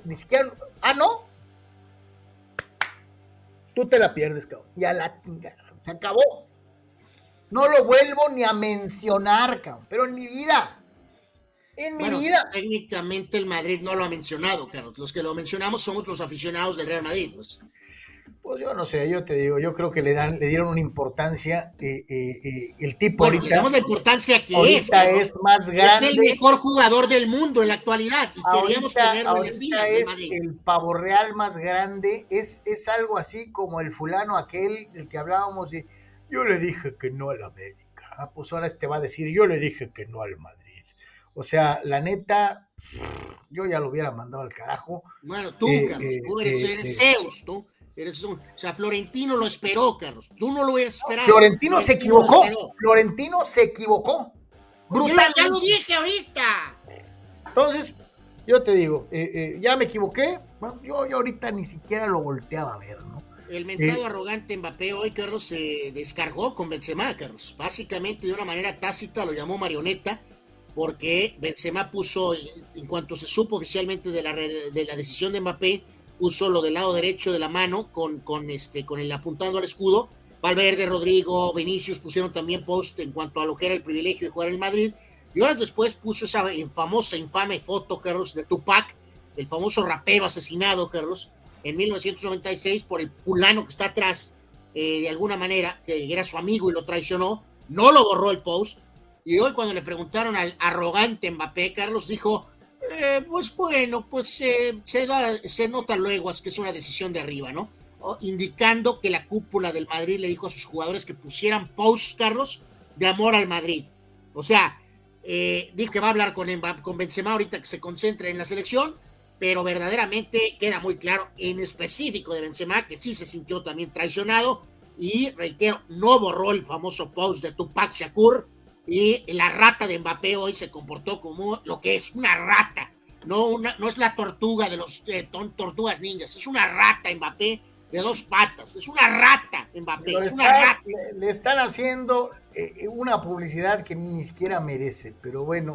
¿no? Tú te la pierdes, cabrón, y a la chingada, se acabó. No lo vuelvo ni a mencionar, cabrón, pero en mi vida, técnicamente el Madrid no lo ha mencionado, Carlos, los que lo mencionamos somos los aficionados del Real Madrid, Pues yo no sé, yo te digo, yo creo que le dieron una importancia, el tipo ahorita. Le damos la importancia que ahorita es más grande. Es el mejor jugador del mundo en la actualidad y queríamos tenerlo en la fila de Madrid. El pavo real más grande, es algo así como el fulano aquel del que hablábamos de, yo le dije que no al América, pues ahora va a decir, yo le dije que no al Madrid. O sea, la neta, yo ya lo hubiera mandado al carajo. Bueno, tú, Carlos, tú eres Zeus, tú. O sea, Florentino lo esperó, Carlos. Tú no lo hubieras esperado. Florentino se equivocó. Florentino se equivocó. Brutal. Ya lo dije ahorita. Entonces, yo te digo, ya me equivoqué. Bueno, yo ahorita ni siquiera lo volteaba a ver, ¿no? El mentado arrogante Mbappé hoy, Carlos, se descargó con Benzema, Carlos. Básicamente, de una manera tácita, lo llamó marioneta, porque Benzema puso, en cuanto se supo oficialmente de la decisión de Mbappé, puso lo del lado derecho de la mano con el apuntando al escudo. Valverde, Rodrigo, Vinicius pusieron también post en cuanto a lo que era el privilegio de jugar en el Madrid. Y horas después puso esa infame foto, Carlos, de Tupac, el famoso rapero asesinado, Carlos, en 1996 por el fulano que está atrás, de alguna manera, que era su amigo y lo traicionó. No lo borró el post. Y hoy cuando le preguntaron al arrogante Mbappé, Carlos dijo, pues bueno, pues se nota luego que es una decisión de arriba, ¿no? Indicando que la cúpula del Madrid le dijo a sus jugadores que pusieran post, Carlos, de amor al Madrid. O sea, dijo que va a hablar con Benzema ahorita que se concentre en la selección, pero verdaderamente queda muy claro en específico de Benzema que sí se sintió también traicionado y, reitero, no borró el famoso post de Tupac Shakur. Y la rata de Mbappé hoy se comportó como lo que es una rata, no es la tortuga de los tortugas ninjas, es una rata Mbappé de 2 patas, es una rata Mbappé, rata. Le están haciendo una publicidad que ni siquiera merece, pero bueno,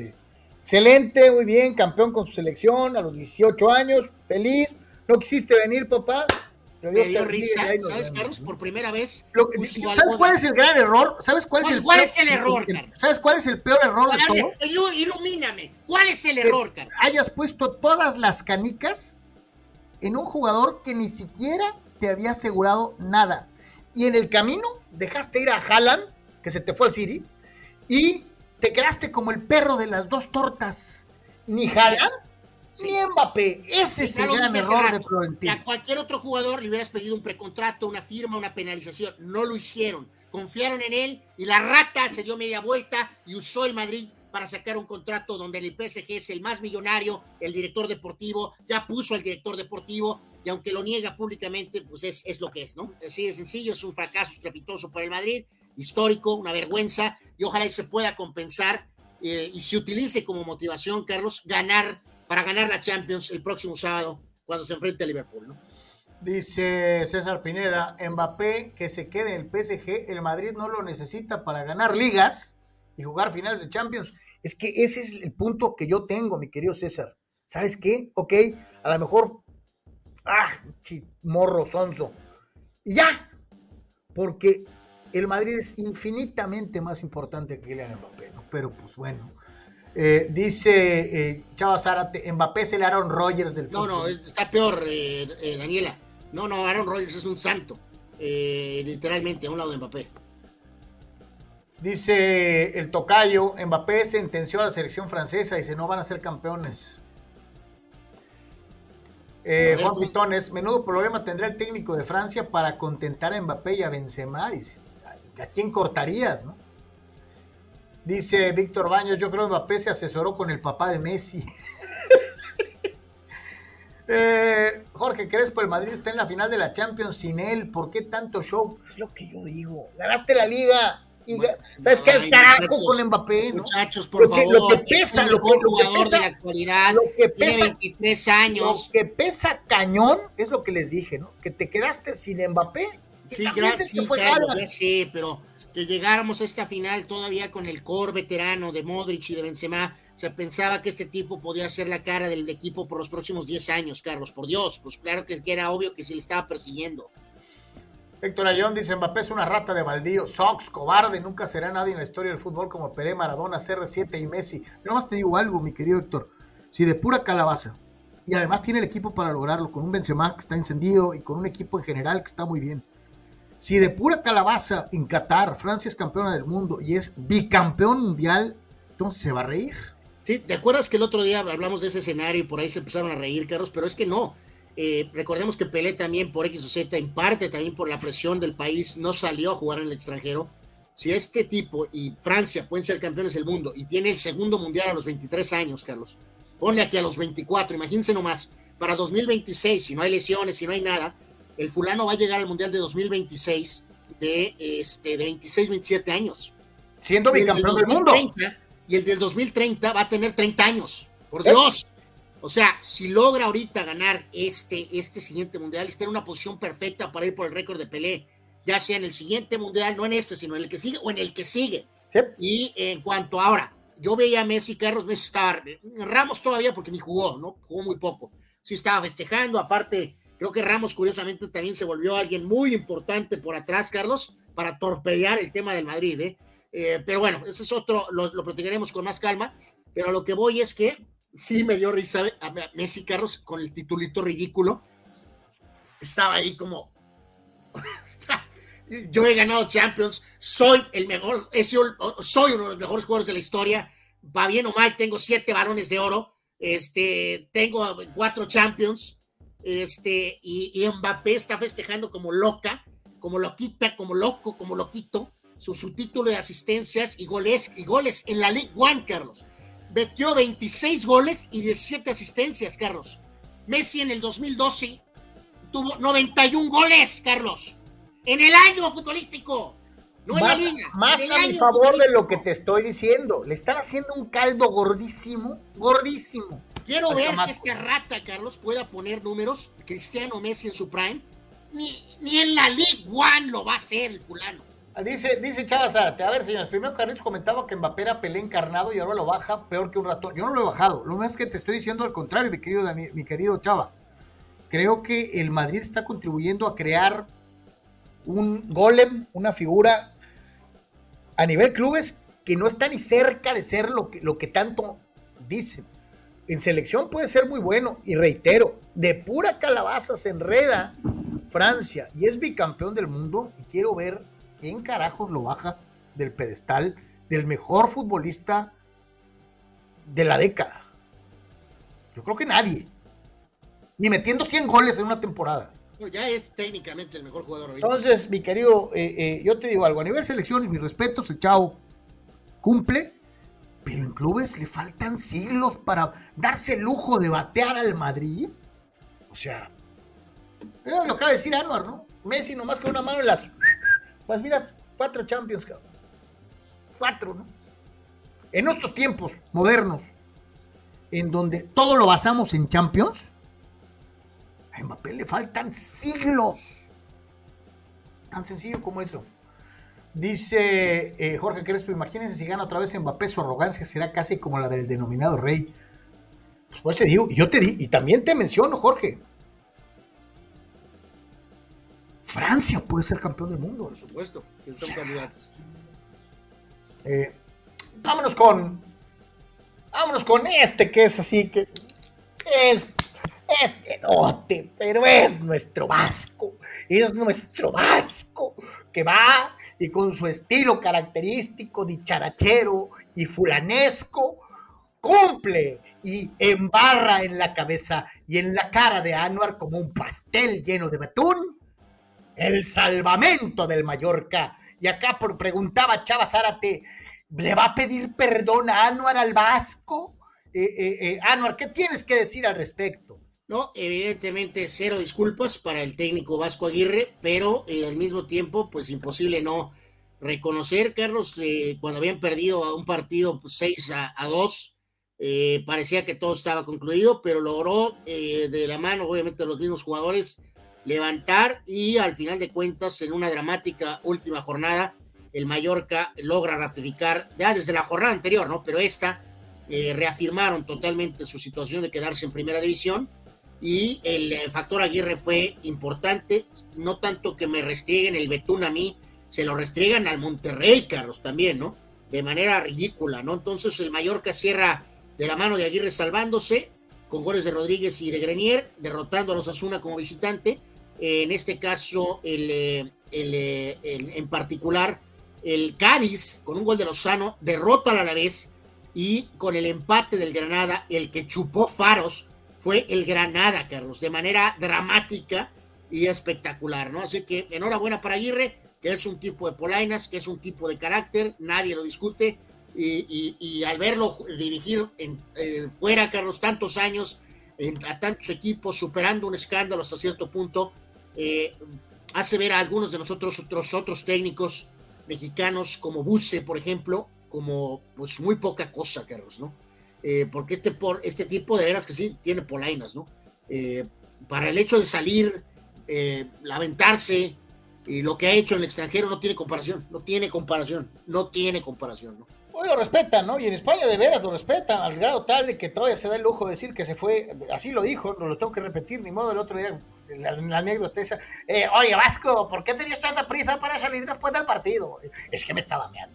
excelente, muy bien, campeón con su selección a los 18 años, feliz, no quisiste venir, papá. Me dio risa, ¿sabes, Carlos? Por primera vez. ¿Sabes cuál es el gran error? ¿Sabes cuál es el error, Carlos? ¿Sabes cuál es el peor error de todo? Ilumíname. ¿Cuál es el error, Carlos? Hayas puesto todas las canicas en un jugador que ni siquiera te había asegurado nada. Y en el camino dejaste ir a Haaland, que se te fue al City, y te quedaste como el perro de las 2 tortas. Ni Haaland Ni Mbappé. Ese es el gran error de Florentino. A cualquier otro jugador le hubieras pedido un precontrato, una firma, una penalización. No lo hicieron. Confiaron en él y la rata se dio media vuelta y usó el Madrid para sacar un contrato donde el PSG es el más millonario, el director deportivo, ya puso al director deportivo y aunque lo niega públicamente, pues es lo que es, ¿no? Así de sencillo, es un fracaso estrepitoso para el Madrid, histórico, una vergüenza y ojalá y se pueda compensar y se utilice como motivación, Carlos, para ganar la Champions el próximo sábado cuando se enfrente a Liverpool, ¿no? Dice César Pineda, Mbappé que se quede en el PSG, el Madrid no lo necesita para ganar ligas y jugar finales de Champions. Es que ese es el punto que yo tengo, mi querido César. ¿Sabes qué? Ok, a lo mejor, morro sonso. Y ya, porque el Madrid es infinitamente más importante que Kylian Mbappé, ¿no? Pero pues bueno. Dice Chava Zárate, Mbappé es el Aaron Rodgers del fútbol. No, está peor, Daniela. No, Aaron Rodgers es un santo. Literalmente, a un lado de Mbappé. Dice el tocayo, Mbappé sentenció a la selección francesa y dice, no van a ser campeones. Juan Pitones, menudo problema tendrá el técnico de Francia para contentar a Mbappé y a Benzema. Dice, ¿a quién cortarías, no? Dice Víctor Baños, yo creo que Mbappé se asesoró con el papá de Messi. Jorge Crespo, el Madrid está en la final de la Champions sin él. ¿Por qué tanto show? Es lo que yo digo. Ganaste la liga. ¿Sabes qué? El carajo con Mbappé, ¿no? Muchachos, por favor. Lo que pesa, lo que pesa de la actualidad, lo que pesa, 23 años. Lo que pesa cañón es lo que les dije, ¿no? Que te quedaste sin Mbappé. Sí, gracias, Carlos, ya sé, pero que llegáramos a esta final todavía con el core veterano de Modric y de Benzema. Se pensaba que este tipo podía ser la cara del equipo por los próximos 10 años, Carlos, por Dios. Pues claro que era obvio que se le estaba persiguiendo. Héctor Ayón dice, Mbappé es una rata de baldío, Sox, cobarde, nunca será nadie en la historia del fútbol como Pelé, Maradona, CR7 y Messi. Yo nomás te digo algo, mi querido Héctor, si de pura calabaza, y además tiene el equipo para lograrlo, con un Benzema que está encendido y con un equipo en general que está muy bien. Si de pura calabaza en Qatar, Francia es campeona del mundo y es bicampeón mundial, entonces se va a reír. Sí, ¿te acuerdas que el otro día hablamos de ese escenario y por ahí se empezaron a reír, Carlos? Pero es que no. Recordemos que Pelé también por X o Z, en parte también por la presión del país, no salió a jugar en el extranjero. Si este tipo y Francia pueden ser campeones del mundo y tiene el segundo mundial a los 23 años, Carlos, ponle aquí a los 24, imagínense nomás, para 2026, si no hay lesiones, si no hay nada, el fulano va a llegar al mundial de 2026 de 26, 27 años. Siendo bicampeón del mundo. Y el del 2030 va a tener 30 años, por Dios. O sea, si logra ahorita ganar este siguiente mundial, está en una posición perfecta para ir por el récord de Pelé, ya sea en el siguiente mundial, no en este, sino en el que sigue o en el que sigue. Sí. Y en cuanto ahora, yo veía a Messi, Carlos, Messi estaba, Ramos todavía porque ni jugó, ¿no? Jugó muy poco. Sí estaba festejando, aparte, creo que Ramos curiosamente también se volvió alguien muy importante por atrás, Carlos, para torpedear el tema del Madrid, ¿eh? Pero bueno, ese es otro, lo platicaremos con más calma, pero lo que voy es que sí me dio risa a Messi, Carlos, con el titulito ridículo. Estaba ahí como yo he ganado Champions, soy el mejor, soy uno de los mejores jugadores de la historia, va bien o mal, tengo 7 balones de oro, tengo 4 Champions, y Mbappé está festejando como loca, como loquita, como loco, como loquito, su título de asistencias y goles en la League One, Carlos. Metió 26 goles y 17 asistencias, Carlos. Messi en el 2012 tuvo 91 goles, Carlos. En el año futbolístico. No en la liga. Más a mi favor de lo que te estoy diciendo. Le están haciendo un caldo gordísimo, gordísimo. Quiero ver que esta rata, Carlos, pueda poner números. Cristiano Messi en su prime. Ni en la League One lo va a hacer el fulano. Dice Chava Zárate, a ver, señores, primero Carlitos comentaba que Mbappé era Pelé encarnado y ahora lo baja peor que un ratón. Yo no lo he bajado, lo más que te estoy diciendo al contrario, mi querido Chava. Creo que el Madrid está contribuyendo a crear un golem, una figura a nivel clubes que no está ni cerca de ser lo que tanto dicen. En selección puede ser muy bueno, y reitero, de pura calabaza se enreda Francia y es bicampeón del mundo, y quiero ver quién carajos lo baja del pedestal del mejor futbolista de la década. Yo creo que nadie. Ni metiendo 100 goles en una temporada. No, ya es técnicamente el mejor jugador. Entonces, mi querido, yo te digo algo, a nivel selecciones, mis respetos, el chavo cumple, pero en clubes le faltan siglos para darse el lujo de batear al Madrid. O sea, eso lo acaba de decir Anuar, ¿no? Messi nomás con una mano en las... Pues mira, 4 Champions, cabrón. 4, ¿no? En nuestros tiempos modernos, en donde todo lo basamos en Champions, a Mbappé le faltan siglos. Tan sencillo como eso. Dice Jorge Crespo, imagínense si gana otra vez Mbappé, su arrogancia será casi como la del denominado rey. Pues te digo, y también te menciono, Jorge. Francia puede ser campeón del mundo. Por supuesto, que son candidatos. Vámonos con este que es así, que es pedote, pero es nuestro Vasco, que va y con su estilo característico dicharachero y fulanesco, cumple y embarra en la cabeza y en la cara de Anuar como un pastel lleno de betún, el salvamento del Mallorca. Y acá preguntaba Chava Zárate, ¿le va a pedir perdón a Anuar al Vasco? Anuar, ¿qué tienes que decir al respecto? No, evidentemente cero disculpas para el técnico Vasco Aguirre, pero al mismo tiempo, pues imposible no reconocer, Carlos, cuando habían perdido a un partido 6-2, parecía que todo estaba concluido, pero logró de la mano, obviamente, de los mismos jugadores, levantar y al final de cuentas, en una dramática última jornada, el Mallorca logra ratificar, ya desde la jornada anterior, ¿no? Pero reafirmaron totalmente su situación de quedarse en primera división. Y el factor Aguirre fue importante, no tanto que me restrieguen el betún a mí, se lo restriegan al Monterrey, Carlos, también, ¿no? De manera ridícula, ¿no? Entonces el Mallorca cierra de la mano de Aguirre salvándose, con goles de Rodríguez y de Grenier, derrotando a los Osasuna como visitante. En este caso, en particular, el Cádiz, con un gol de Lozano, derrota al Alavés, y con el empate del Granada, el que chupó faros fue el Granada, Carlos, de manera dramática y espectacular, ¿no? Así que enhorabuena para Aguirre, que es un tipo de polainas, que es un tipo de carácter, nadie lo discute, y al verlo dirigir fuera, Carlos, tantos años, a tantos equipos, superando un escándalo hasta cierto punto, hace ver a algunos de nosotros otros técnicos mexicanos, como Buse, por ejemplo, como pues muy poca cosa, Carlos, ¿no? Porque este tipo de veras que sí tiene polainas, ¿no? Para el hecho de salir, lamentarse, y lo que ha hecho en el extranjero no tiene comparación, ¿no? Hoy lo respetan, ¿no? Y en España de veras lo respetan, al grado tal de que todavía se da el lujo de decir que se fue, así lo dijo, no lo tengo que repetir, ni modo, el otro día, la anécdota esa, oye, Vasco, ¿por qué tenías tanta prisa para salir después del partido? Es que me estaba meando.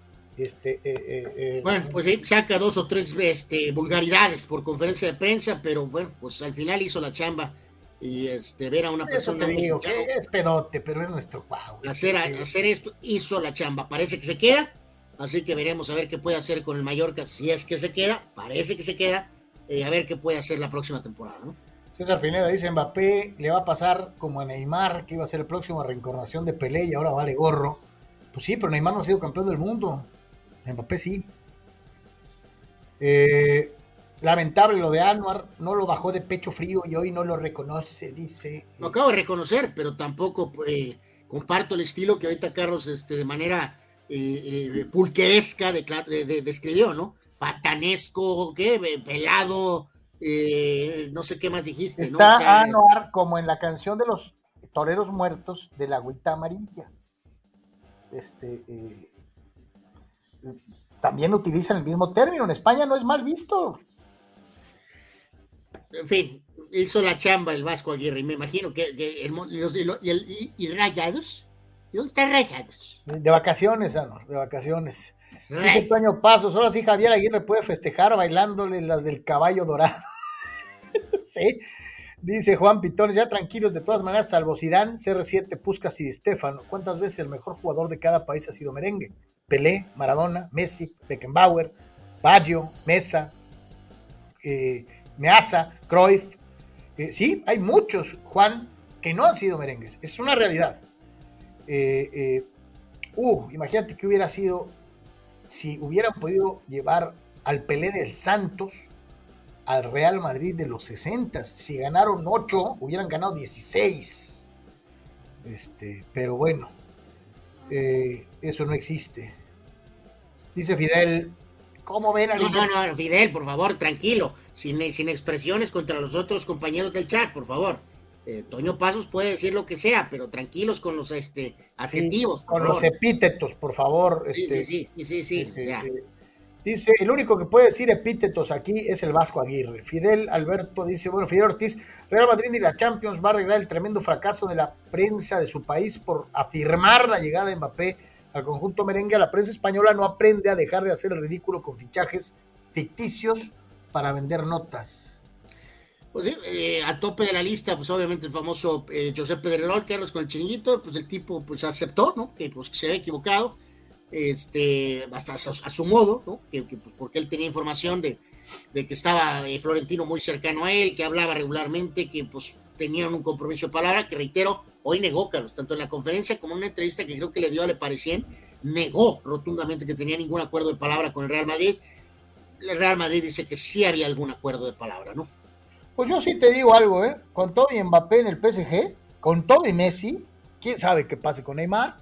Bueno, pues sí, saca 2 o 3 vulgaridades por conferencia de prensa, pero bueno, pues al final hizo la chamba. Y ver a una persona. Te digo, que es pedote, pero es nuestro wow. Hacer esto, hizo la chamba. Parece que se queda, así que veremos a ver qué puede hacer con el Mallorca. Si es que se queda, parece que se queda, a ver qué puede hacer la próxima temporada, ¿no? César Pineda dice: Mbappé le va a pasar como a Neymar, que iba a ser el próximo reencarnación de Pelé y ahora vale gorro. Pues sí, pero Neymar no ha sido campeón del mundo. Mbappé sí. Lamentable lo de Anuar, no lo bajó de pecho frío y hoy no lo reconoce, dice. Lo acabo de reconocer, pero tampoco comparto el estilo que ahorita Carlos de manera pulqueresca describió, ¿no? Patanesco, ¿qué? Pelado, no sé qué más dijiste. Está, ¿no? O sea, Anuar como en la canción de los toreros muertos de la agüita amarilla. También utilizan el mismo término, en España no es mal visto. En fin, hizo la chamba el Vasco Aguirre, y me imagino que Rayados, ¿dónde están Rayados? De vacaciones, Anuar, de vacaciones. Dice Toño Pasos, ahora sí Javier Aguirre puede festejar bailándole las del caballo dorado. Sí, dice Juan Pitones, ya tranquilos de todas maneras, salvo Zidane, CR7, Puskás y Di Stéfano. ¿Cuántas veces el mejor jugador de cada país ha sido merengue? Pelé, Maradona, Messi, Beckenbauer, Baggio, Mesa, Meazza, Cruyff. Sí, hay muchos, Juan, que no han sido merengues. Es una realidad. Imagínate que hubiera sido si hubieran podido llevar al Pelé del Santos al Real Madrid de los 60. Si ganaron 8, hubieran ganado 16. Pero bueno, eso no existe. Dice Fidel, ¿cómo ven al... No, Fidel, por favor, tranquilo, sin expresiones contra los otros compañeros del chat, por favor. Toño Pasos puede decir lo que sea, pero tranquilos con los adjetivos. Sí, con los epítetos, por favor. Sí. Dice, el único que puede decir epítetos aquí es el Vasco Aguirre. Fidel Alberto dice, Fidel Ortiz, Real Madrid y la Champions va a arreglar el tremendo fracaso de la prensa de su país por afirmar la llegada de Mbappé al conjunto merengue. La prensa española no aprende a dejar de hacer el ridículo con fichajes ficticios para vender notas. Pues sí, a tope de la lista, pues obviamente el famoso José Pedrerol, Carlos, con el Chiringuito, pues el tipo pues aceptó, ¿no? Que pues que se había equivocado, hasta a su modo, ¿no? Que pues, porque él tenía información de que estaba Florentino muy cercano a él, que hablaba regularmente, que pues tenían un compromiso de palabra, que reitero, hoy negó, Carlos, tanto en la conferencia como en una entrevista que creo que le dio a Le Parisien, negó rotundamente que tenía ningún acuerdo de palabra con el Real Madrid. El Real Madrid dice que sí había algún acuerdo de palabra, ¿no? Pues yo sí te digo algo, con todo y Mbappé en el PSG, con todo y Messi, quién sabe qué pase con Neymar,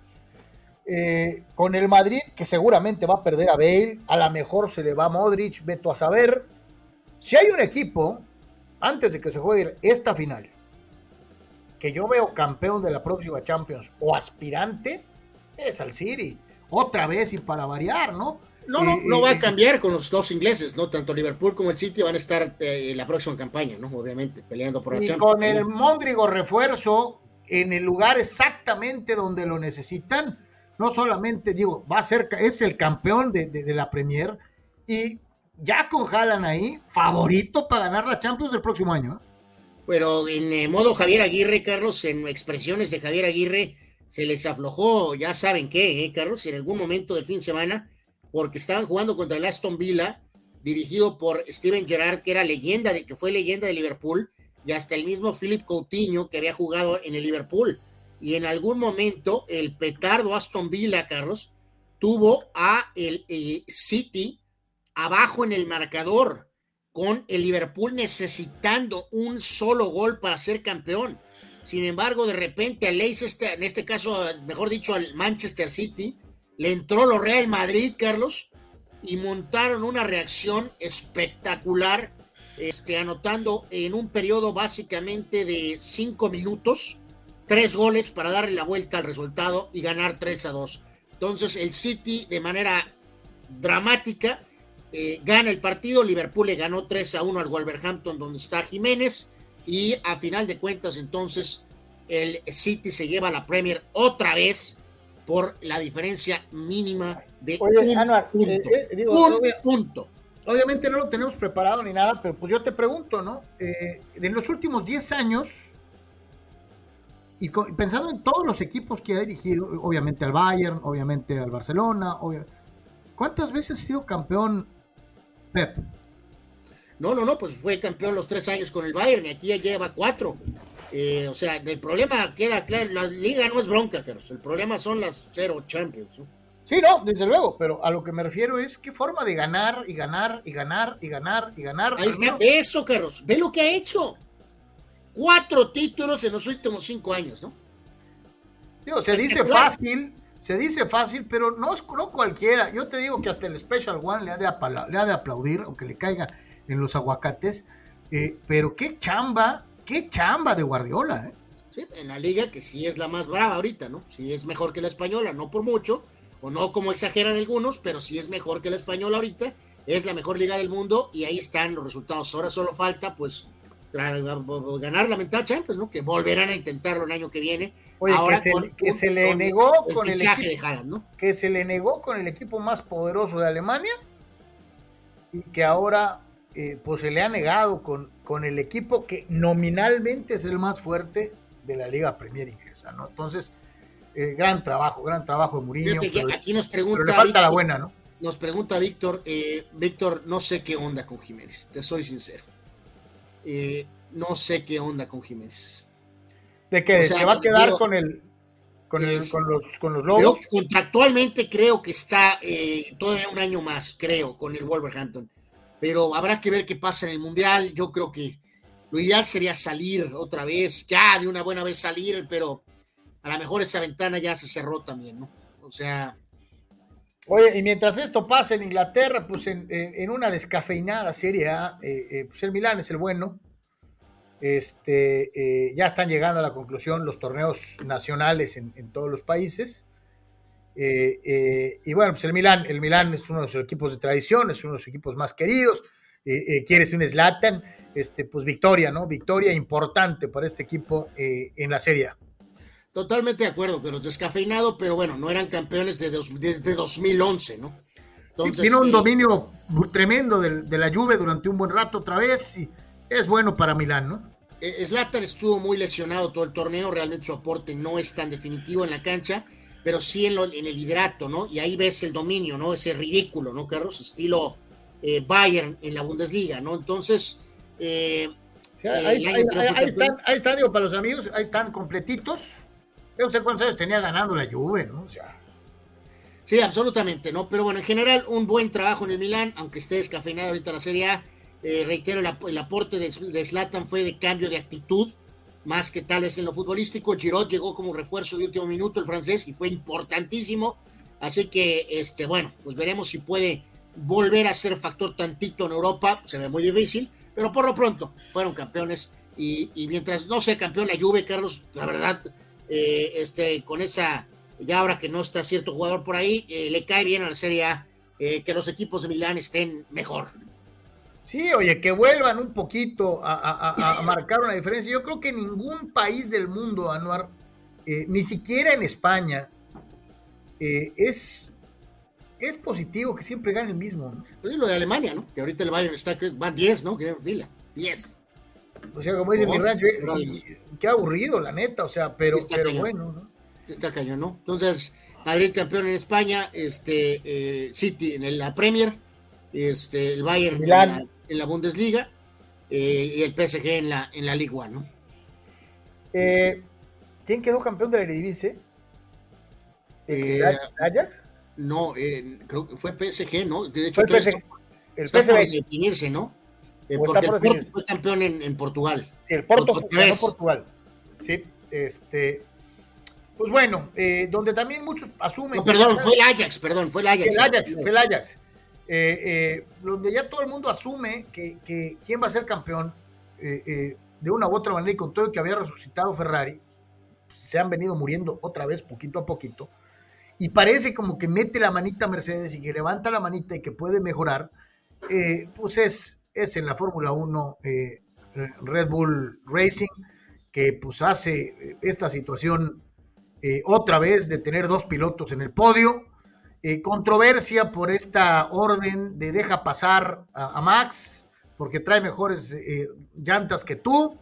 con el Madrid, que seguramente va a perder a Bale, a lo mejor se le va a Modric, veto a saber. Si hay un equipo, antes de que se juegue esta final, que yo veo campeón de la próxima Champions o aspirante, es al City. Otra vez y para variar, ¿no? No va a cambiar con los dos ingleses, ¿no? Tanto Liverpool como el City van a estar en la próxima campaña, ¿no? Obviamente, peleando por la Champions. Y con el Móndrigo refuerzo en el lugar exactamente donde lo necesitan, no solamente, digo, es el campeón de la Premier, y ya con Haaland ahí, favorito para ganar la Champions del próximo año, ¿eh? Pero en modo Javier Aguirre, Carlos, en expresiones de Javier Aguirre, se les aflojó, ya saben qué, Carlos, en algún momento del fin de semana, porque estaban jugando contra el Aston Villa, dirigido por Steven Gerrard, que fue leyenda de Liverpool, y hasta el mismo Philippe Coutinho, que había jugado en el Liverpool. Y en algún momento, el petardo Aston Villa, Carlos, tuvo a el City abajo en el marcador, con el Liverpool necesitando un solo gol para ser campeón. Sin embargo, de repente al Leicester, en este caso, mejor dicho, al Manchester City, le entró lo Real Madrid, Carlos, y montaron una reacción espectacular, anotando en un periodo básicamente de 5 minutos, 3 goles para darle la vuelta al resultado y ganar 3-2. Entonces el City, de manera dramática, gana el partido. Liverpool le ganó 3-1 al Wolverhampton, donde está Jiménez, y a final de cuentas entonces el City se lleva la Premier otra vez por la diferencia mínima de un punto. Obviamente no lo tenemos preparado ni nada, pero pues yo te pregunto, ¿no? En los últimos 10 años, y pensando en todos los equipos que ha dirigido, obviamente al Bayern, obviamente al Barcelona, ¿cuántas veces ha sido campeón Pep? No, pues fue campeón los 3 años con el Bayern, y aquí ya lleva 4. O sea, el problema queda claro, la liga no es bronca, Carlos, el problema son las 0 Champions, ¿no? Sí, no, desde luego, pero a lo que me refiero es qué forma de ganar y ganar y ganar y ganar y ganar. Ahí está, eso, Carlos, ve lo que ha hecho. 4 títulos en los últimos 5 años, ¿no? Digo, se dice fácil, pero no cualquiera. Yo te digo que hasta el Special One le ha de aplaudir, aunque le caiga en los aguacates, pero qué chamba de Guardiola, ¿eh? Sí, en la liga que sí es la más brava ahorita, ¿no? Sí es mejor que la española, no por mucho, o no como exageran algunos, pero sí es mejor que la española ahorita, es la mejor liga del mundo, y ahí están los resultados. Ahora solo falta, pues, ganar la mentada Champions, ¿no? Que volverán a intentarlo el año que viene. Oye, ahora que se le negó con el equipo de Haaland, ¿no? Que se le negó con el equipo más poderoso de Alemania, y que ahora pues se le ha negado con el equipo que nominalmente es el más fuerte de la Liga Premier inglesa, ¿no? Entonces, gran trabajo de Mourinho. Aquí nos pregunta, pero le falta Víctor, la buena, ¿no? Nos pregunta Víctor, no sé qué onda con Jiménez, te soy sincero. no sé qué onda con Jiménez. ¿De que O sea, se va a quedar digo, con los Creo Lobos? que contractualmente creo que está todavía un año más, creo, con el Wolverhampton. Pero habrá que ver qué pasa en el Mundial. Yo creo que lo ideal sería salir otra vez, ya de una buena vez salir, pero a lo mejor esa ventana ya se cerró también, ¿no? O sea, Oye, y mientras esto pasa en Inglaterra, pues en una descafeinada Serie A, pues el Milán es el bueno. Ya están llegando a la conclusión los torneos nacionales en todos los países. Y bueno, pues el Milán es uno de los equipos de tradición, es uno de los equipos más queridos. Quieres un Zlatan, pues victoria, ¿no? Victoria importante para este equipo en la Serie A. totalmente de acuerdo que los descafeinado, pero bueno, no eran campeones desde 2011, ¿no? Entonces, sí, vino un dominio tremendo de la Juve durante un buen rato otra vez y es bueno para Milán, ¿no? Zlatan estuvo muy lesionado todo el torneo, realmente su aporte no es tan definitivo en la cancha, pero sí en el liderato, ¿no? Y ahí ves el dominio, ¿no? Ese ridículo, ¿no, Carlos? Estilo Bayern en la Bundesliga, ¿no? Entonces, sí, ahí están, digo, para los amigos, ahí están completitos. Yo no sé cuántos años tenía ganando la Juve, ¿no? O sea. Sí, absolutamente, ¿no? Pero bueno, en general, un buen trabajo en el Milán, aunque esté descafeinado ahorita la Serie A. Reitero, el aporte de Zlatan fue de cambio de actitud, más que tal vez en lo futbolístico. Giroud llegó como refuerzo de último minuto, el francés, y fue importantísimo. Así que, bueno, pues veremos si puede volver a ser factor tantito en Europa. Se ve muy difícil, pero por lo pronto fueron campeones. Y mientras no sea campeón la Juve, Carlos, la verdad, con esa, ya ahora que no está cierto jugador por ahí, le cae bien a la Serie A que los equipos de Milán estén mejor. Sí, oye, que vuelvan un poquito a marcar una diferencia. Yo creo que ningún país del mundo, Anuar, ni siquiera en España, es positivo que siempre gane el mismo, ¿no? Pues lo de Alemania, ¿no? Que ahorita el Bayern van 10, ¿no? Que en fila, 10. O sea, como dice mi rancho, qué aburrido, la neta, o sea, pero bueno, ¿no? Está cañón, ¿no? Entonces, Madrid campeón en España, City en la Premier, el Bayern en la Bundesliga, y el PSG en la Ligue 1, ¿no? ¿Quién quedó campeón de la Eredivisie? ¿Ajax? No, creo que fue PSG, ¿no? De hecho, fue el PSG. Está por definirse, ¿no? Porque el Porto fue campeón en Portugal. Sí, el Porto ganó Portugal. Sí, pues bueno, donde también muchos asumen... No, perdón, fue el Ajax, fue el Ajax. Sí, fue el Ajax. Donde ya todo el mundo asume que quién va a ser campeón de una u otra manera, y con todo el que había resucitado Ferrari, pues, se han venido muriendo otra vez poquito a poquito, y parece como que mete la manita Mercedes y que levanta la manita y que puede mejorar, pues es en la Fórmula 1 Red Bull Racing, que pues hace esta situación otra vez de tener dos pilotos en el podio. Controversia por esta orden de deja pasar a Max porque trae mejores llantas que tú.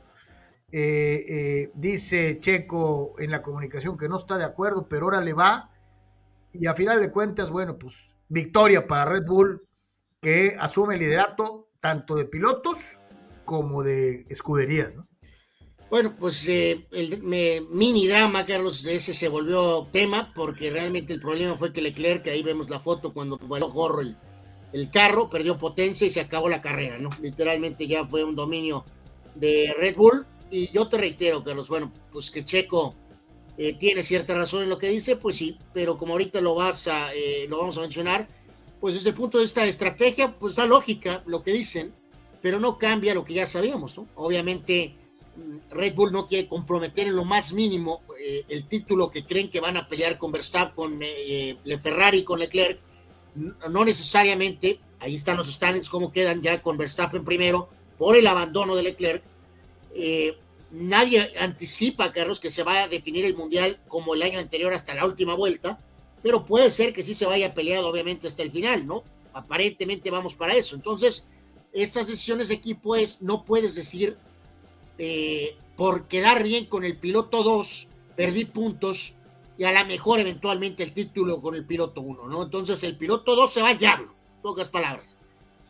Dice Checo en la comunicación que no está de acuerdo, pero ahora le va. Y a final de cuentas, bueno, pues victoria para Red Bull, que asume el liderato tanto de pilotos como de escuderías, ¿no? Bueno, pues mini drama, Carlos, ese se volvió tema porque realmente el problema fue que Leclerc, que ahí vemos la foto cuando voló gorro el carro, perdió potencia y se acabó la carrera, ¿no? Literalmente ya fue un dominio de Red Bull. Y yo te reitero, Carlos, bueno, pues que Checo tiene cierta razón en lo que dice, pues sí, pero como ahorita lo vamos a mencionar, pues desde el punto de vista de estrategia, pues da lógica lo que dicen, pero no cambia lo que ya sabíamos, ¿no? Obviamente Red Bull no quiere comprometer en lo más mínimo el título que creen que van a pelear con Verstappen, con Ferrari, con Leclerc. No necesariamente, ahí están los standings como quedan ya con Verstappen primero, por el abandono de Leclerc. Nadie anticipa, Carlos, que se vaya a definir el Mundial como el año anterior hasta la última vuelta, pero puede ser que sí se vaya peleado obviamente hasta el final, ¿no? Aparentemente vamos para eso. Entonces, estas decisiones de equipo no puedes decir por quedar bien con el piloto 2, perdí puntos y a lo mejor eventualmente el título con el piloto 1, ¿no? Entonces el piloto 2 se va al diablo, pocas palabras.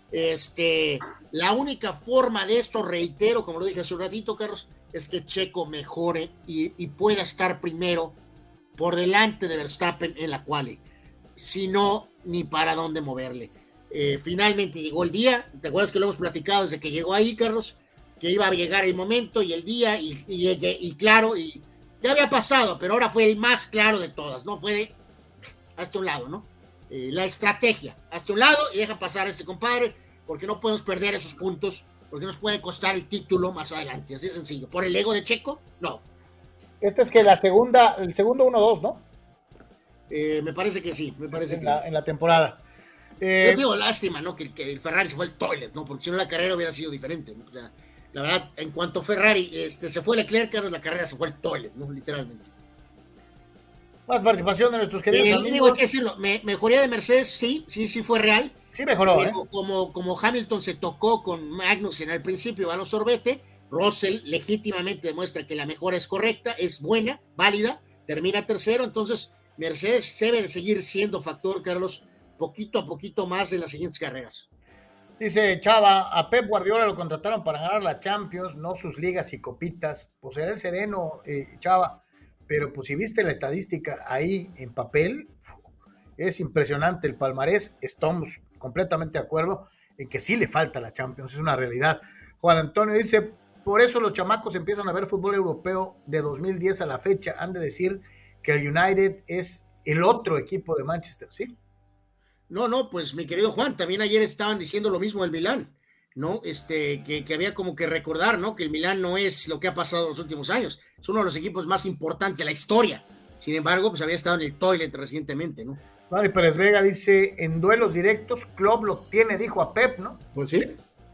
La única forma de esto, reitero, como lo dije hace un ratito, Carlos, es que Checo mejore y pueda estar primero por delante de Verstappen en la quali. Si no, ni para dónde moverle. Finalmente llegó el día. ¿Te acuerdas que lo hemos platicado desde que llegó ahí, Carlos? Que iba a llegar el momento y el día y claro, y ya había pasado, pero ahora fue el más claro de todas, ¿no? Fue de hasta un lado, ¿no? La estrategia, hasta un lado y deja pasar a este compadre, porque no podemos perder esos puntos, porque nos puede costar el título más adelante, así de sencillo. ¿Por el ego de Checo? No. Esta es que el segundo 1-2, ¿no? Me parece que sí, me parece en la temporada. Yo digo, lástima, ¿no? Que el Ferrari se fue al toilet, ¿no? Porque si no la carrera hubiera sido diferente, ¿no? O sea, la verdad, en cuanto Ferrari se fue Leclerc, Carlos, la carrera se fue al toilet, ¿no? Literalmente. Más participación de nuestros queridos amigos. Digo, hay que decirlo, mejoría de Mercedes, sí fue real. Sí mejoró, pero como Hamilton se tocó con Magnussen al principio, a los sorbete, Russell legítimamente demuestra que la mejora es correcta, es buena, válida, termina tercero, entonces Mercedes debe de seguir siendo factor, Carlos, poquito a poquito más en las siguientes carreras. Dice Chava, a Pep Guardiola lo contrataron para ganar la Champions, no sus ligas y copitas. Pues era el sereno, Chava, pero pues si viste la estadística ahí en papel, es impresionante el palmarés. Estamos completamente de acuerdo en que sí le falta la Champions, es una realidad. Juan Antonio dice, por eso los chamacos empiezan a ver fútbol europeo de 2010 a la fecha, han de decir que el United es el otro equipo de Manchester, ¿sí? No, pues mi querido Juan, también ayer estaban diciendo lo mismo del Milán, ¿no? Que había como que recordar, ¿no? Que el Milán no es lo que ha pasado en los últimos años, es uno de los equipos más importantes de la historia. Sin embargo, pues había estado en el toilet recientemente, ¿no? Mari Pérez Vega dice, en duelos directos, Klopp lo tiene, dijo a Pep, ¿no? Pues sí.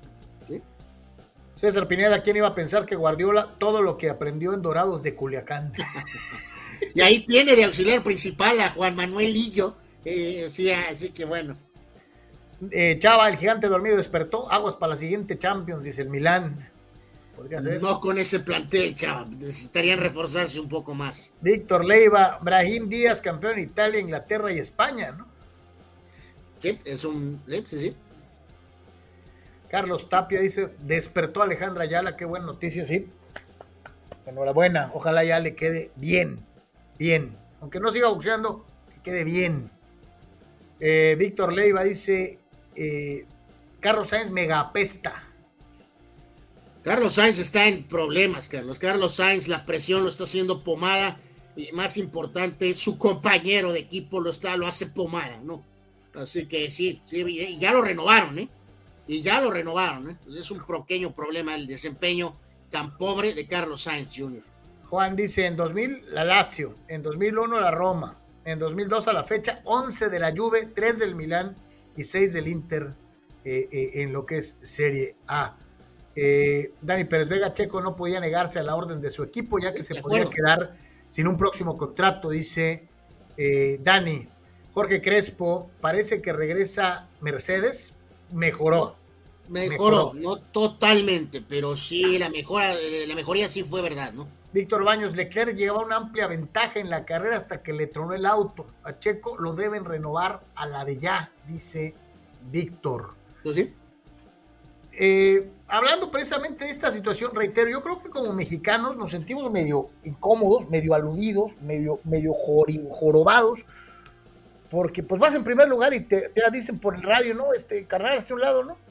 César Pineda, ¿quién iba a pensar que Guardiola todo lo que aprendió en Dorados de Culiacán? Y ahí tiene de auxiliar principal a Juan Manuel Lillo. Sí, así que bueno. Chava, el gigante dormido despertó. Aguas para la siguiente Champions, dice el Milán. Podría ser. No con ese plantel, Chava. Necesitarían reforzarse un poco más. Víctor Leiva, Brahim Díaz, campeón en Italia, Inglaterra y España, ¿no? Sí, es un... Sí. Carlos Tapia dice, despertó Alejandra Ayala, qué buena noticia, sí. Enhorabuena, ojalá ya le quede bien. Aunque no siga boxeando, que quede bien. Víctor Leiva dice, Carlos Sainz mega apesta. Carlos Sainz está en problemas, Carlos. Carlos Sainz, la presión lo está haciendo pomada y más importante, su compañero de equipo lo hace pomada, ¿no? Así que sí, y ya lo renovaron, ¿eh? Es un pequeño problema el desempeño tan pobre de Carlos Sainz Jr. Juan dice, en 2000 la Lazio, en 2001 la Roma, en 2002 a la fecha 11 de la Juve, 3 del Milán y 6 del Inter en lo que es Serie A. Dani Pérez Vega, Checo no podía negarse a la orden de su equipo ya que se podía quedar sin un próximo contrato, dice Dani. Jorge Crespo, parece que regresa Mercedes, mejoró, no totalmente, pero sí, la mejoría sí fue verdad, ¿no? Víctor Baños, Leclerc llevaba una amplia ventaja en la carrera hasta que le tronó el auto. A Checo lo deben renovar a la de ya, dice Víctor. ¿Sí? Hablando precisamente de esta situación, reitero, yo creo que como mexicanos nos sentimos medio incómodos, medio aludidos, medio jorobados, porque pues vas en primer lugar y te la dicen por el radio, ¿no? Carnal, hacia un lado, ¿no?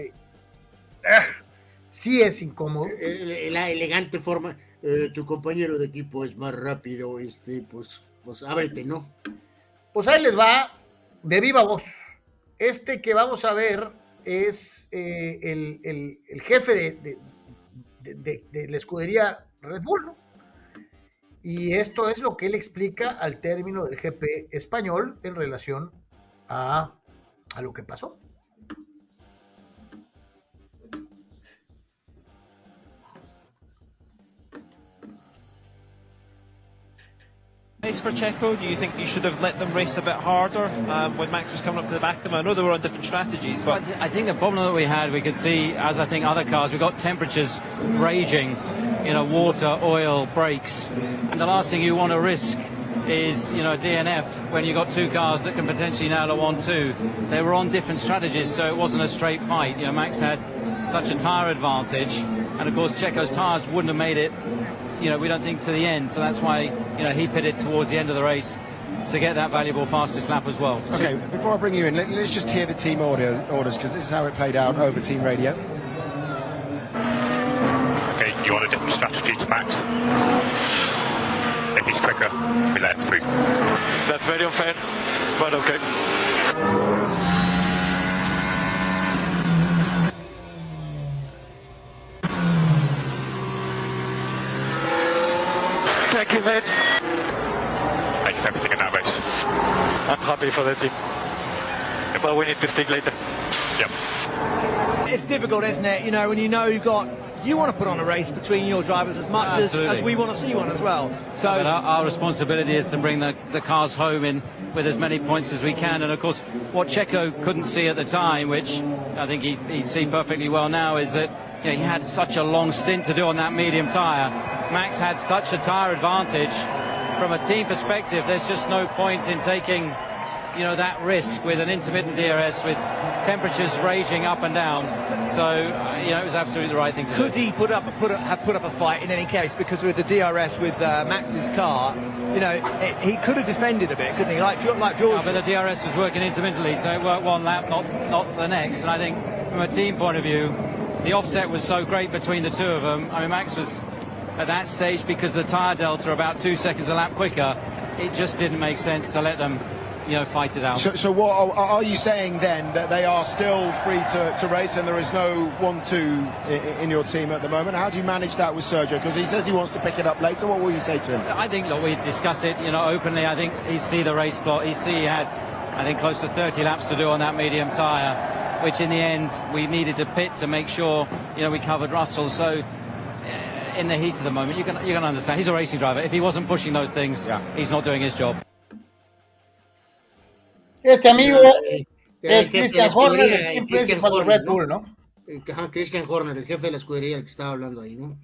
Sí es incómodo. La elegante forma, tu compañero de equipo es más rápido, pues ábrete, ¿no? Pues ahí les va, de viva voz. Que vamos a ver es el jefe de la escudería Red Bull, ¿no? Y esto es lo que él explica al término del GP español en relación a lo que pasó. Race for Checo, do you think you should have let them race a bit harder when Max was coming up to the back of them? I know they were on different strategies, but... I think the problem that we had, we could see, as I think other cars, we got temperatures raging, water, oil, brakes, and the last thing you want to risk is, you know, a DNF when you've got two cars that can potentially nail a 1-2. They were on different strategies, so it wasn't a straight fight. You know, Max had such a tyre advantage, and of course Checo's tyres wouldn't have made it, you know, we don't think, to the end, so that's why, you know, he pitted towards the end of the race to get that valuable fastest lap as well. Okay, before I bring you in, let's just hear the team orders, because this is how it played out over team radio. Okay, you want a different strategy to Max? If he's quicker, we let him through. That's very unfair, but okay. Thank you, mate. Thank you for everything in that race. I'm happy for the team, but we need to speak later. Yep. It's difficult, isn't it? You know, when you know you want to put on a race between your drivers as much as we want to see one as well. So our responsibility is to bring the cars home in with as many points as we can. And of course, what Checo couldn't see at the time, which I think he'd see perfectly well now, is that, you know, he had such a long stint to do on that medium tyre. Max had such a tyre advantage. From a team perspective, there's just no point in taking, you know, that risk with an intermittent DRS, with temperatures raging up and down. So, you know, it was absolutely the right thing to do. Could he have put up a fight in any case? Because with the DRS with Max's car, you know, he could have defended a bit, couldn't he? Like George. No, but the DRS was working intermittently, so it worked one lap, not the next. And I think from a team point of view, the offset was so great between the two of them. I mean, Max was at that stage, because the tyre delta about 2 seconds a lap quicker, it just didn't make sense to let them, you know, fight it out. So what are you saying then, that they are still free to race and there is no 1-2 in your team at the moment? How do you manage that with Sergio? Because he says he wants to pick it up later. What will you say to him? I think, look, we discuss it, you know, openly. I think he see the race plot. He had, I think, close to 30 laps to do on that medium tyre, which in the end we needed to pit to make sure, you know, we covered Russell. So in the heat of the moment, you can understand. He's a racing driver. If he wasn't pushing those things, he's not doing his job. Este amigo es Christian Horner, el principal de Red Bull, ¿no? Christian Horner, el jefe de la escudería, el que estaba hablando ahí, ¿no?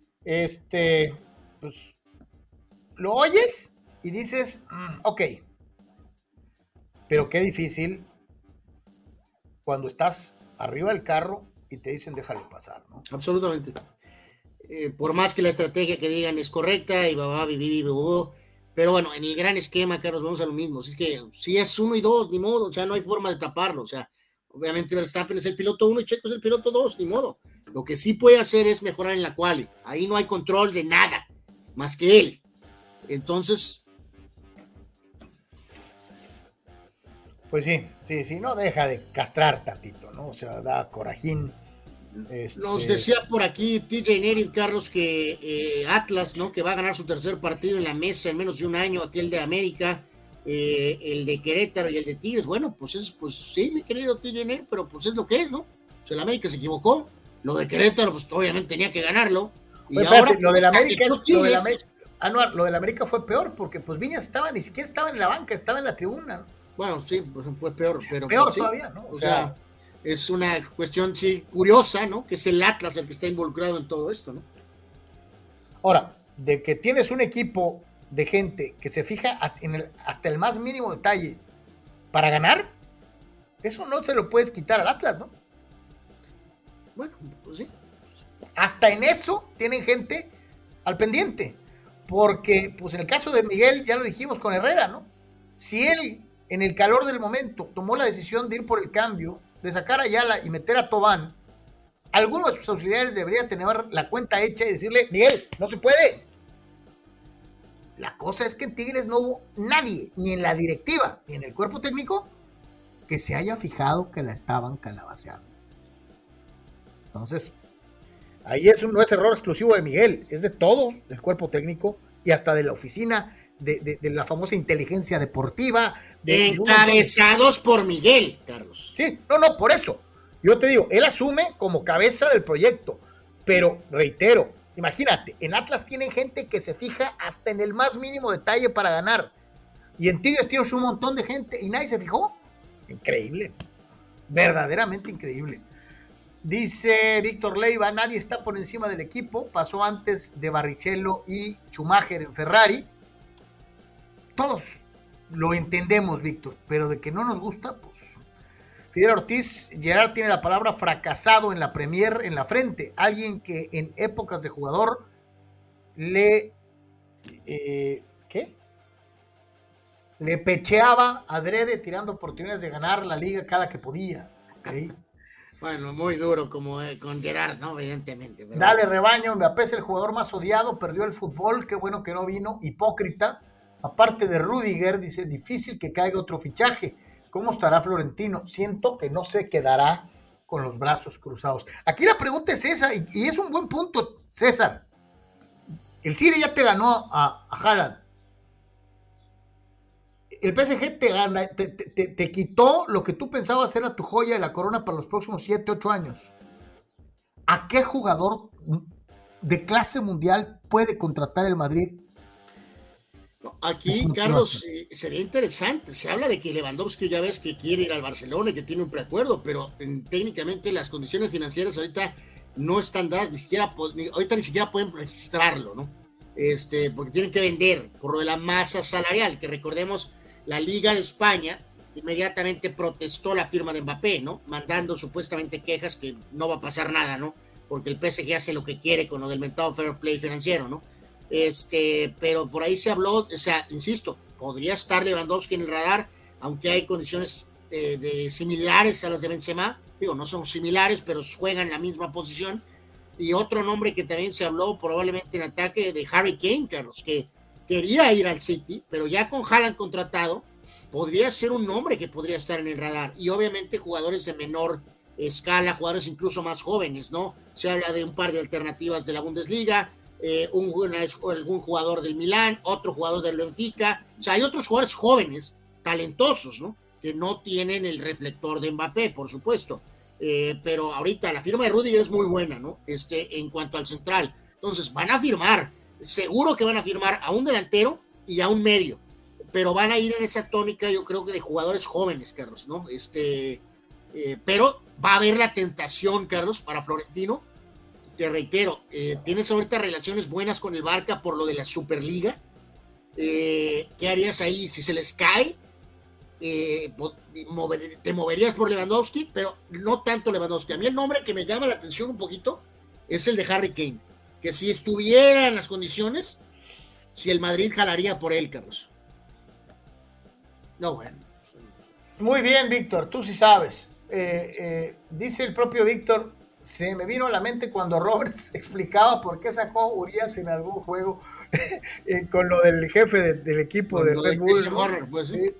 Pues, lo oyes y dices, ok, pero qué difícil cuando estás arriba del carro y te dicen déjale pasar, ¿no? Absolutamente. Por más que la estrategia que digan es correcta y pero bueno, en el gran esquema, Carlos, vamos a lo mismo. Es que si es 1 y 2, ni modo, o sea, no hay forma de taparlo. O sea, obviamente Verstappen es el piloto 1 y Checo es el piloto 2, ni modo. Lo que sí puede hacer es mejorar en la quali. Ahí no hay control de nada, más que él. Entonces, pues sí, no deja de castrar tantito, ¿no? O sea, da corajín. Nos decía por aquí TJ Nery, Carlos, que Atlas, ¿no? Que va a ganar su tercer partido en la mesa en menos de un año, aquel de América, el de Querétaro y el de Tigres. Bueno, pues sí, mi querido TJ Nery, pero pues es lo que es, ¿no? O sea, el América se equivocó. Lo de Querétaro, pues obviamente tenía que ganarlo. Y pues, ahora, lo del América lo del América fue peor, porque pues Viñas ni siquiera estaba en la banca, estaba en la tribuna, ¿no? Bueno, sí, pues fue peor, pero peor pues, todavía, ¿no? O sea, es una cuestión, sí, curiosa, ¿no? Que es el Atlas el que está involucrado en todo esto, ¿no? Ahora, de que tienes un equipo de gente que se fija hasta el más mínimo detalle para ganar, eso no se lo puedes quitar al Atlas, ¿no? Bueno, pues sí. Hasta en eso tienen gente al pendiente, porque pues en el caso de Miguel, ya lo dijimos con Herrera, ¿no? Si él, en el calor del momento, tomó la decisión de ir por el cambio, de sacar a Ayala y meter a Tobán, alguno de sus auxiliares debería tener la cuenta hecha y decirle, Miguel, no se puede. La cosa es que en Tigres no hubo nadie, ni en la directiva, ni en el cuerpo técnico, que se haya fijado que la estaban calabaceando. Entonces, ahí no es error exclusivo de Miguel, es de todo el cuerpo técnico y hasta de la oficina de la famosa inteligencia deportiva. Encabezados por Miguel, Carlos. Sí, no, por eso. Yo te digo, él asume como cabeza del proyecto, pero reitero, imagínate, en Atlas tienen gente que se fija hasta en el más mínimo detalle para ganar, y en Tigres tienes un montón de gente y nadie se fijó. Increíble, verdaderamente increíble. Dice Víctor Leiva, nadie está por encima del equipo, pasó antes de Barrichello y Schumacher en Ferrari. todos lo entendemos, Víctor, pero de que no nos gusta, pues. Fidel Ortiz, Gerard tiene la palabra fracasado en la Premier en la frente. Alguien que en épocas de jugador le le pecheaba adrede tirando oportunidades de ganar la liga cada que podía. ¿Okay? Bueno, muy duro como con Gerard, ¿no? Evidentemente. Pero... Dale, rebaño, Mbappé es el jugador más odiado, perdió el fútbol, qué bueno que no vino, hipócrita. Aparte de Rudiger, dice, difícil que caiga otro fichaje. ¿Cómo estará Florentino? Siento que no se quedará con los brazos cruzados. Aquí la pregunta es esa, y es un buen punto, César. El City ya te ganó a Haaland. El PSG te quitó lo que tú pensabas era tu joya de la corona para los próximos 7, 8 años. ¿A qué jugador de clase mundial puede contratar el Madrid? Aquí, Carlos, sería interesante. Se habla de que Lewandowski ya ves que quiere ir al Barcelona y que tiene un preacuerdo, pero técnicamente las condiciones financieras ahorita no están dadas, ahorita ni siquiera pueden registrarlo, ¿no? Porque tienen que vender por lo de la masa salarial, que recordemos, la Liga de España inmediatamente protestó la firma de Mbappé, ¿no? Mandando supuestamente quejas que no va a pasar nada, ¿no? Porque el PSG hace lo que quiere con lo del mentado fair play financiero, ¿no? Pero por ahí se habló, o sea, insisto, podría estar Lewandowski en el radar, aunque hay condiciones similares a las de Benzema, digo, no son similares, pero juegan en la misma posición. Y otro nombre que también se habló probablemente en ataque de Harry Kane, Carlos, que quería ir al City, pero ya con Haaland contratado, podría ser un nombre que podría estar en el radar. Y obviamente jugadores de menor escala, jugadores incluso más jóvenes, ¿no? Se habla de un par de alternativas de la Bundesliga, algún jugador del Milán, otro jugador del Benfica. O sea, hay otros jugadores jóvenes, talentosos, ¿no? Que no tienen el reflector de Mbappé, por supuesto. Pero ahorita la firma de Rudiger es muy buena, ¿no? En cuanto al central. Entonces, van a firmar, seguro que van a firmar a un delantero y a un medio, pero van a ir en esa tónica, yo creo que de jugadores jóvenes, Carlos, ¿no? Pero va a haber la tentación, Carlos, para Florentino. Te reitero, tienes ahorita relaciones buenas con el Barca por lo de la Superliga. ¿Qué harías ahí? Si se les cae, te moverías por Lewandowski, pero no tanto Lewandowski. A mí el nombre que me llama la atención un poquito es el de Harry Kane, que si estuviera en las condiciones, si el Madrid jalaría por él, Carlos. No, bueno. Muy bien, Víctor, tú sí sabes. Dice el propio Víctor, se me vino a la mente cuando Roberts explicaba por qué sacó Urias en algún juego con lo del jefe del equipo de Red Bull, ¿no? Horror, pues, sí.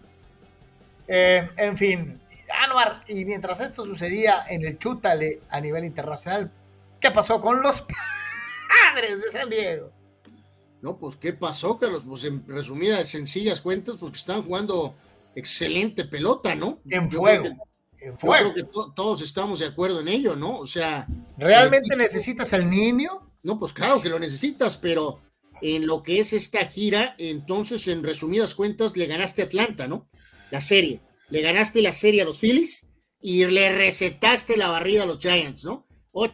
En fin, Anuar, y mientras esto sucedía en el chútale a nivel internacional, ¿qué pasó con los Padres de San Diego? No, pues, ¿qué pasó, Carlos? Pues, en resumidas, sencillas cuentas, pues que estaban jugando excelente pelota, ¿no? En fuego. Yo creo que todos estamos de acuerdo en ello, ¿no? O sea... ¿Realmente necesitas al niño? No, pues claro que lo necesitas, pero en lo que es esta gira, entonces, en resumidas cuentas, le ganaste a Atlanta, ¿no? La serie. Le ganaste la serie a los Phillies y le recetaste la barrida a los Giants, ¿no?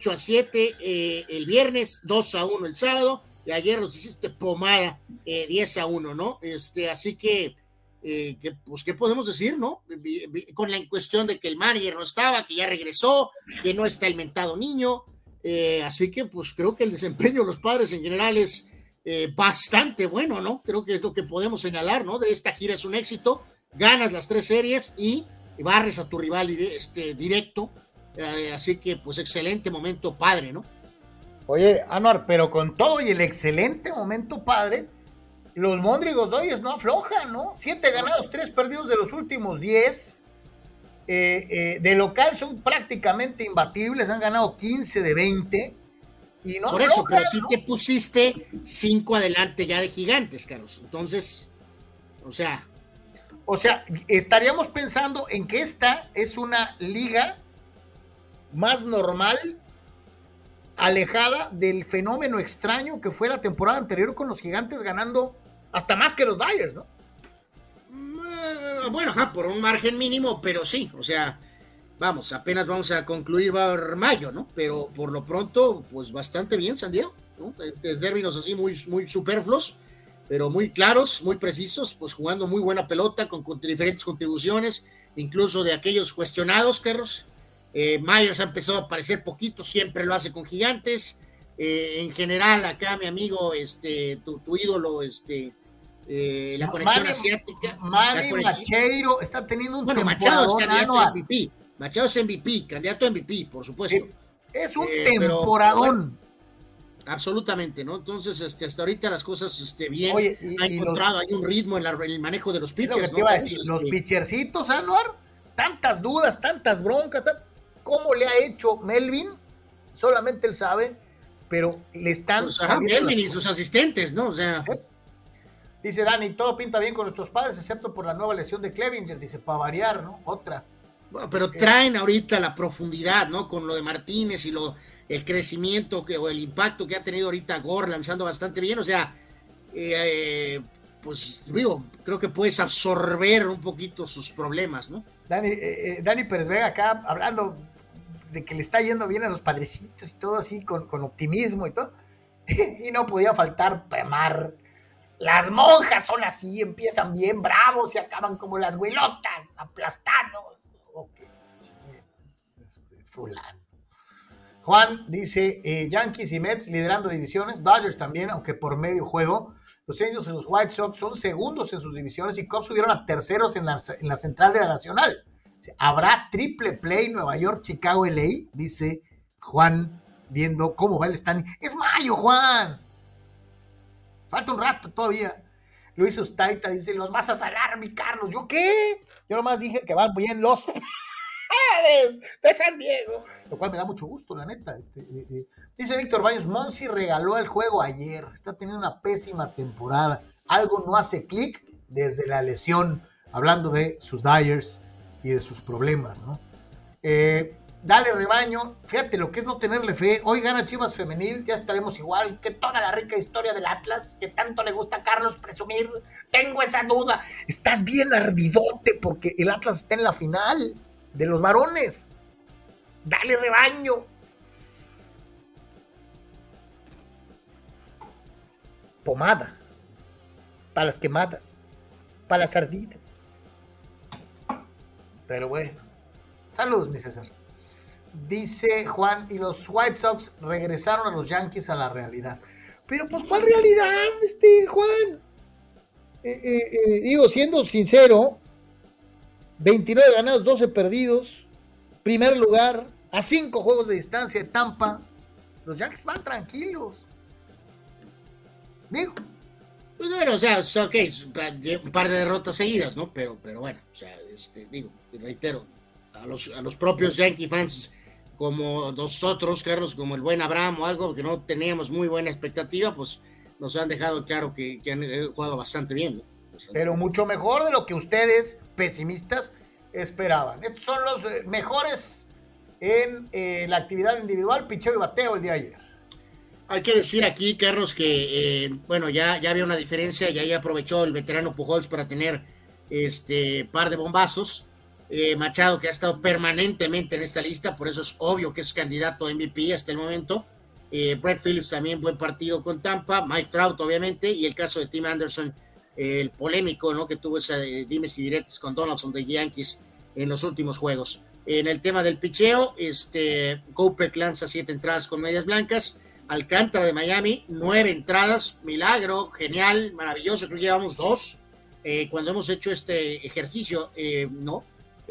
8-7 el viernes, 2-1 el sábado, y ayer los hiciste pomada 10-1, ¿no? Así que, pues, ¿qué podemos decir, no? Con la cuestión de que el manager no estaba, que ya regresó, que no está el mentado niño, así que, pues, creo que el desempeño de los Padres en general es bastante bueno, ¿no? Creo que es lo que podemos señalar, ¿no? De esta gira es un éxito. Ganas las 3 series y barres a tu rival directo, así que pues excelente momento padre, ¿no? Oye, Anuar, pero con todo y el excelente momento padre, los Mondrigos Dodgers no aflojan, ¿no? 7 ganados, 3 perdidos de los últimos 10, de local son prácticamente imbatibles, han ganado 15 de 20, y no por aflojan, eso, pero sí, ¿no? te pusiste 5 adelante ya de Gigantes, Carlos, entonces, o sea, estaríamos pensando en que esta es una liga más normal, alejada del fenómeno extraño que fue la temporada anterior con los Gigantes ganando hasta más que los Dodgers, ¿no? Bueno, por un margen mínimo, pero sí, o sea, vamos, apenas vamos a concluir mayo, ¿no? Pero por lo pronto, pues bastante bien San Diego, ¿no? En términos así muy, muy superfluos. pero muy claros, muy precisos, pues jugando muy buena pelota, con diferentes contribuciones, incluso de aquellos cuestionados, Carlos. Myers ha empezado a aparecer poquito, siempre lo hace con Gigantes. En general, acá mi amigo, tu ídolo, la conexión asiática. Manny Macheiro está teniendo un temporada. Machado es candidato a MVP. Machado es MVP, candidato a MVP, por supuesto. Es un temporadón. Absolutamente, ¿no? Entonces, hasta ahorita las cosas bien. Oye, hay un ritmo en el manejo de los pitchers, ¿no? Los pitchercitos, Anuar, tantas dudas, tantas broncas, ¿cómo le ha hecho Melvin? Solamente él sabe, pero le están Melvin y sus asistentes, ¿no? O sea. Dice Dani, todo pinta bien con nuestros padres, excepto por la nueva lesión de Clevinger, dice, para variar, ¿no? Otra. Bueno, pero traen ahorita la profundidad, ¿no? Con lo de Martínez y el crecimiento o el impacto que ha tenido ahorita Gore lanzando bastante bien, o sea, pues digo, creo que puedes absorber un poquito sus problemas, ¿no? Dani Pérez Vega acá hablando de que le está yendo bien a los padrecitos y todo así, con optimismo y todo, y no podía faltar Pemar. Las monjas son así, empiezan bien bravos y acaban como las güelotas, aplastados. Okay. Fulano. Juan dice, Yankees y Mets liderando divisiones, Dodgers también, aunque por medio juego. Los Angels y los White Sox son segundos en sus divisiones y Cubs subieron a terceros en la central de la Nacional. Habrá triple play Nueva York, Chicago, LA, dice Juan, viendo cómo va el standing. Es mayo, Juan. Falta un rato todavía. Luis Ustaita dice, los vas a salar, mi Carlos. ¿Yo qué? Yo nomás dije que van bien los de San Diego, lo cual me da mucho gusto, la neta. Dice Víctor Baños, Monsi regaló el juego ayer, está teniendo una pésima temporada, algo no hace clic desde la lesión, hablando de sus Dyers y de sus problemas, ¿no? Dale rebaño, fíjate lo que es no tenerle fe, hoy gana Chivas femenil, ya estaremos igual que toda la rica historia del Atlas, que tanto le gusta a Carlos presumir, tengo esa duda, estás bien ardidote porque el Atlas está en la final de los varones. Dale rebaño. Pomada para las quemadas, para las ardidas. Pero bueno, saludos, mi César. Dice Juan, y los White Sox regresaron a los Yankees a la realidad. Pero pues, ¿cuál realidad, Juan? Digo, siendo sincero, 29 ganados, 12 perdidos, primer lugar, a 5 juegos de distancia de Tampa. Los Yankees van tranquilos. Digo. Pues bueno, o sea, ok, un par de derrotas seguidas, ¿no? Pero bueno, o sea, digo, reitero, a los propios Yankee fans, como nosotros, Carlos, como el buen Abraham o algo, que no teníamos muy buena expectativa, pues nos han dejado claro que han jugado bastante bien, ¿no? Pero mucho mejor de lo que ustedes, pesimistas, esperaban. Estos son los mejores en la actividad individual, picheo y bateo el día de ayer. Hay que decir aquí, Carlos, que bueno, ya había una diferencia, ya aprovechó el veterano Pujols para tener par de bombazos. Machado, que ha estado permanentemente en esta lista, por eso es obvio que es candidato a MVP hasta el momento. Brett Phillips también buen partido con Tampa, Mike Trout obviamente, y el caso de Tim Anderson, el polémico, ¿no? Que tuvo esa dimes y diretes con Donaldson de Yankees en los últimos juegos. En el tema del picheo, Kopech lanza 7 entradas con medias blancas. Alcántara de Miami, 9 entradas, milagro, genial, maravilloso, creo que llevamos 2 cuando hemos hecho este ejercicio, ¿no?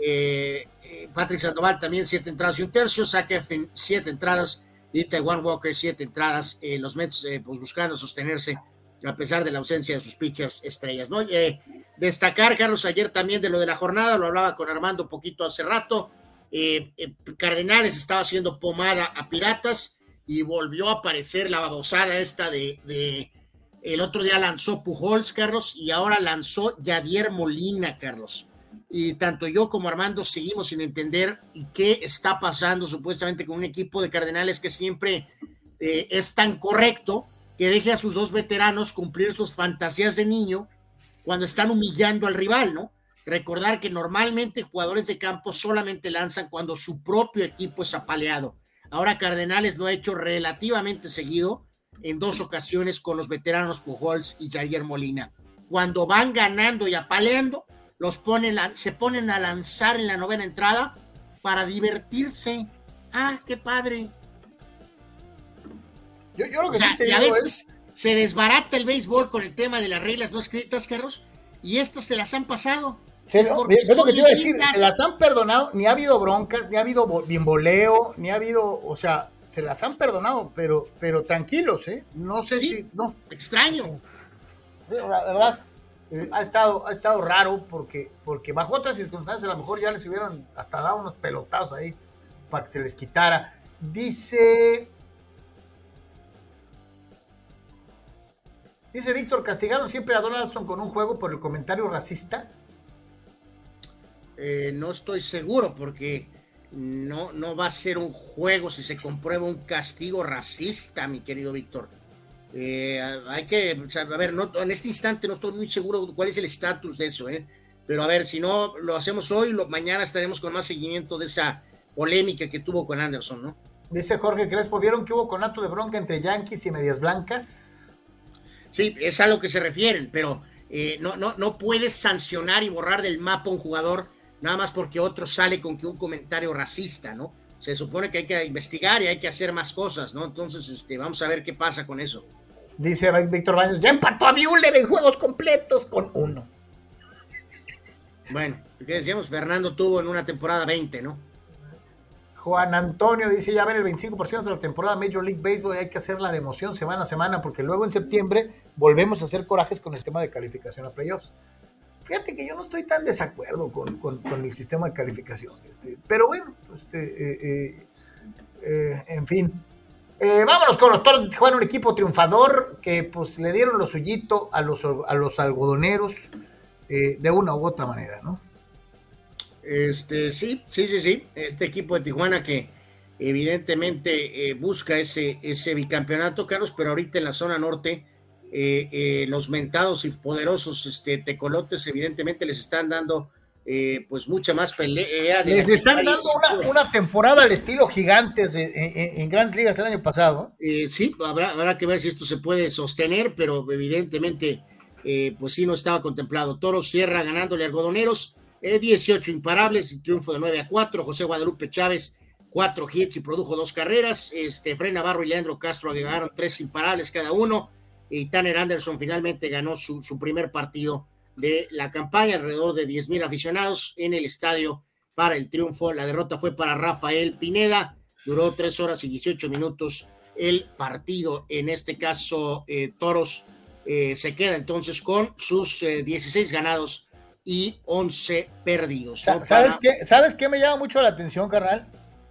Patrick Sandoval también 7 entradas y un tercio, Zach Eflin 7 entradas y Taijuan Walker 7 entradas, los Mets pues buscando sostenerse a pesar de la ausencia de sus pitchers estrellas, ¿no? Destacar, Carlos, ayer también de lo de la jornada, lo hablaba con Armando un poquito hace rato, Cardenales estaba haciendo pomada a Piratas y volvió a aparecer la babosada esta de el otro día lanzó Pujols, Carlos, y ahora lanzó Yadier Molina, Carlos. Y tanto yo como Armando seguimos sin entender qué está pasando supuestamente con un equipo de Cardenales que siempre es tan correcto que deje a sus 2 veteranos cumplir sus fantasías de niño cuando están humillando al rival, ¿no? Recordar que normalmente jugadores de campo solamente lanzan cuando su propio equipo es apaleado. Ahora Cardenales lo ha hecho relativamente seguido en 2 ocasiones con los veteranos Pujols y Yadier Molina. Cuando van ganando y apaleando, se ponen a lanzar en la 9ª entrada para divertirse. ¡Ah, qué padre! Yo lo que sí te y a digo veces se desbarata el béisbol con el tema de las reglas no escritas, Carlos, y estas se las han pasado. Es lo que te iba a decir, se las han perdonado, ni ha habido broncas, ni ha habido bimboleo, ni ha habido, o sea, se las han perdonado, pero tranquilos, no sé si, no. Extraño. La verdad, ha estado raro porque bajo otras circunstancias a lo mejor ya les hubieran hasta dado unos pelotazos ahí para que se les quitara. Dice Víctor, ¿castigaron siempre a Donaldson con un juego por el comentario racista? No estoy seguro porque no va a ser un juego si se comprueba un castigo racista, mi querido Víctor. Hay que, o sea, a ver, en este instante no estoy muy seguro cuál es el estatus de eso, pero a ver, si no lo hacemos hoy, mañana estaremos con más seguimiento de esa polémica que tuvo con Anderson, ¿no? Dice Jorge Crespo, ¿vieron que hubo conato de bronca entre Yankees y Medias Blancas? Sí, es a lo que se refieren, pero no puedes sancionar y borrar del mapa un jugador nada más porque otro sale con que un comentario racista, ¿no? Se supone que hay que investigar y hay que hacer más cosas, ¿no? Entonces, vamos a ver qué pasa con eso. Dice Víctor Baños, ya empató a Buehler en juegos completos con 1. Bueno, ¿qué decíamos? Fernando tuvo en una temporada 20, ¿no? Juan Antonio dice, ya ven el 25% de la temporada Major League Baseball y hay que hacerla de emoción semana a semana porque luego en septiembre volvemos a hacer corajes con el sistema de calificación a playoffs. Fíjate que yo no estoy tan desacuerdo con el sistema de calificación, pero bueno, en fin. Vámonos con los Toros de Tijuana, un equipo triunfador que pues le dieron lo suyito a los algodoneros de una u otra manera, ¿no? Sí. Este equipo de Tijuana que evidentemente busca ese bicampeonato, Carlos, pero ahorita en la zona norte los mentados y poderosos tecolotes evidentemente les están dando pues mucha más pelea. Les están dando una temporada al estilo Gigantes en Grandes Ligas el año pasado. Sí, habrá que ver si esto se puede sostener, pero evidentemente pues sí no estaba contemplado. Toros cierra ganándole a Algodoneros 18 imparables y triunfo de 9-4. José Guadalupe Chávez 4 hits y produjo 2 carreras. Efraín Navarro y Leandro Castro agregaron 3 imparables cada uno. Y Tanner Anderson finalmente ganó su primer partido de la campaña, alrededor de 10,000 aficionados en el estadio para el triunfo. La derrota fue para Rafael Pineda, duró 3 horas y 18 minutos el partido. En este caso, Toros se queda entonces con sus 16 ganados y 11 perdidos. ¿Sabes qué me llama mucho la atención, carnal?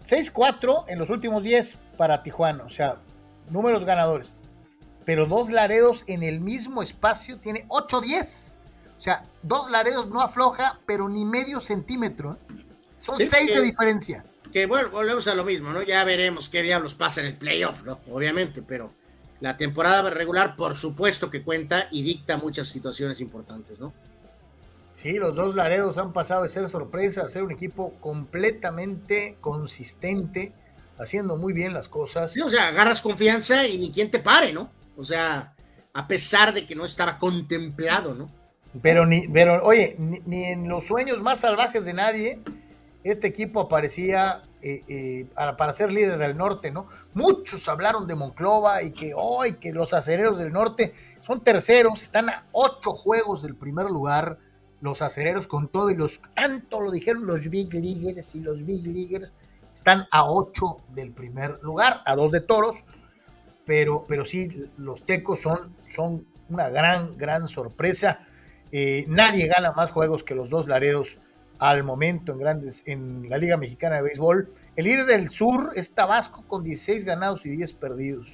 6-4 en los últimos 10 para Tijuana, o sea, números ganadores. Pero 2 Laredos en el mismo espacio tiene 8-10. O sea, 2 Laredos no afloja, pero ni medio centímetro. Son 6 de diferencia. Que bueno, volvemos a lo mismo, ¿no? Ya veremos qué diablos pasa en el playoff, ¿no? Obviamente, pero la temporada regular, por supuesto que cuenta y dicta muchas situaciones importantes, ¿no? Sí, los 2 Laredos han pasado de ser sorpresa a ser un equipo completamente consistente, haciendo muy bien las cosas. Sí, o sea, agarras confianza y ni quien te pare, ¿no? O sea, a pesar de que no estaba contemplado, ¿no? Pero oye, ni en los sueños más salvajes de nadie, este equipo aparecía para ser líder del norte, ¿no? Muchos hablaron de Monclova y que los acereros del norte son terceros, están a 8 juegos del primer lugar, los acereros con todo, y tanto lo dijeron los Big Leaguers, y los Big Leaguers están a 8 del primer lugar, a 2 de Toros. Pero sí, los tecos son una gran sorpresa. Nadie gana más juegos que los 2 Laredos al momento en la Liga Mexicana de Béisbol. El líder del sur es Tabasco con 16 ganados y 10 perdidos.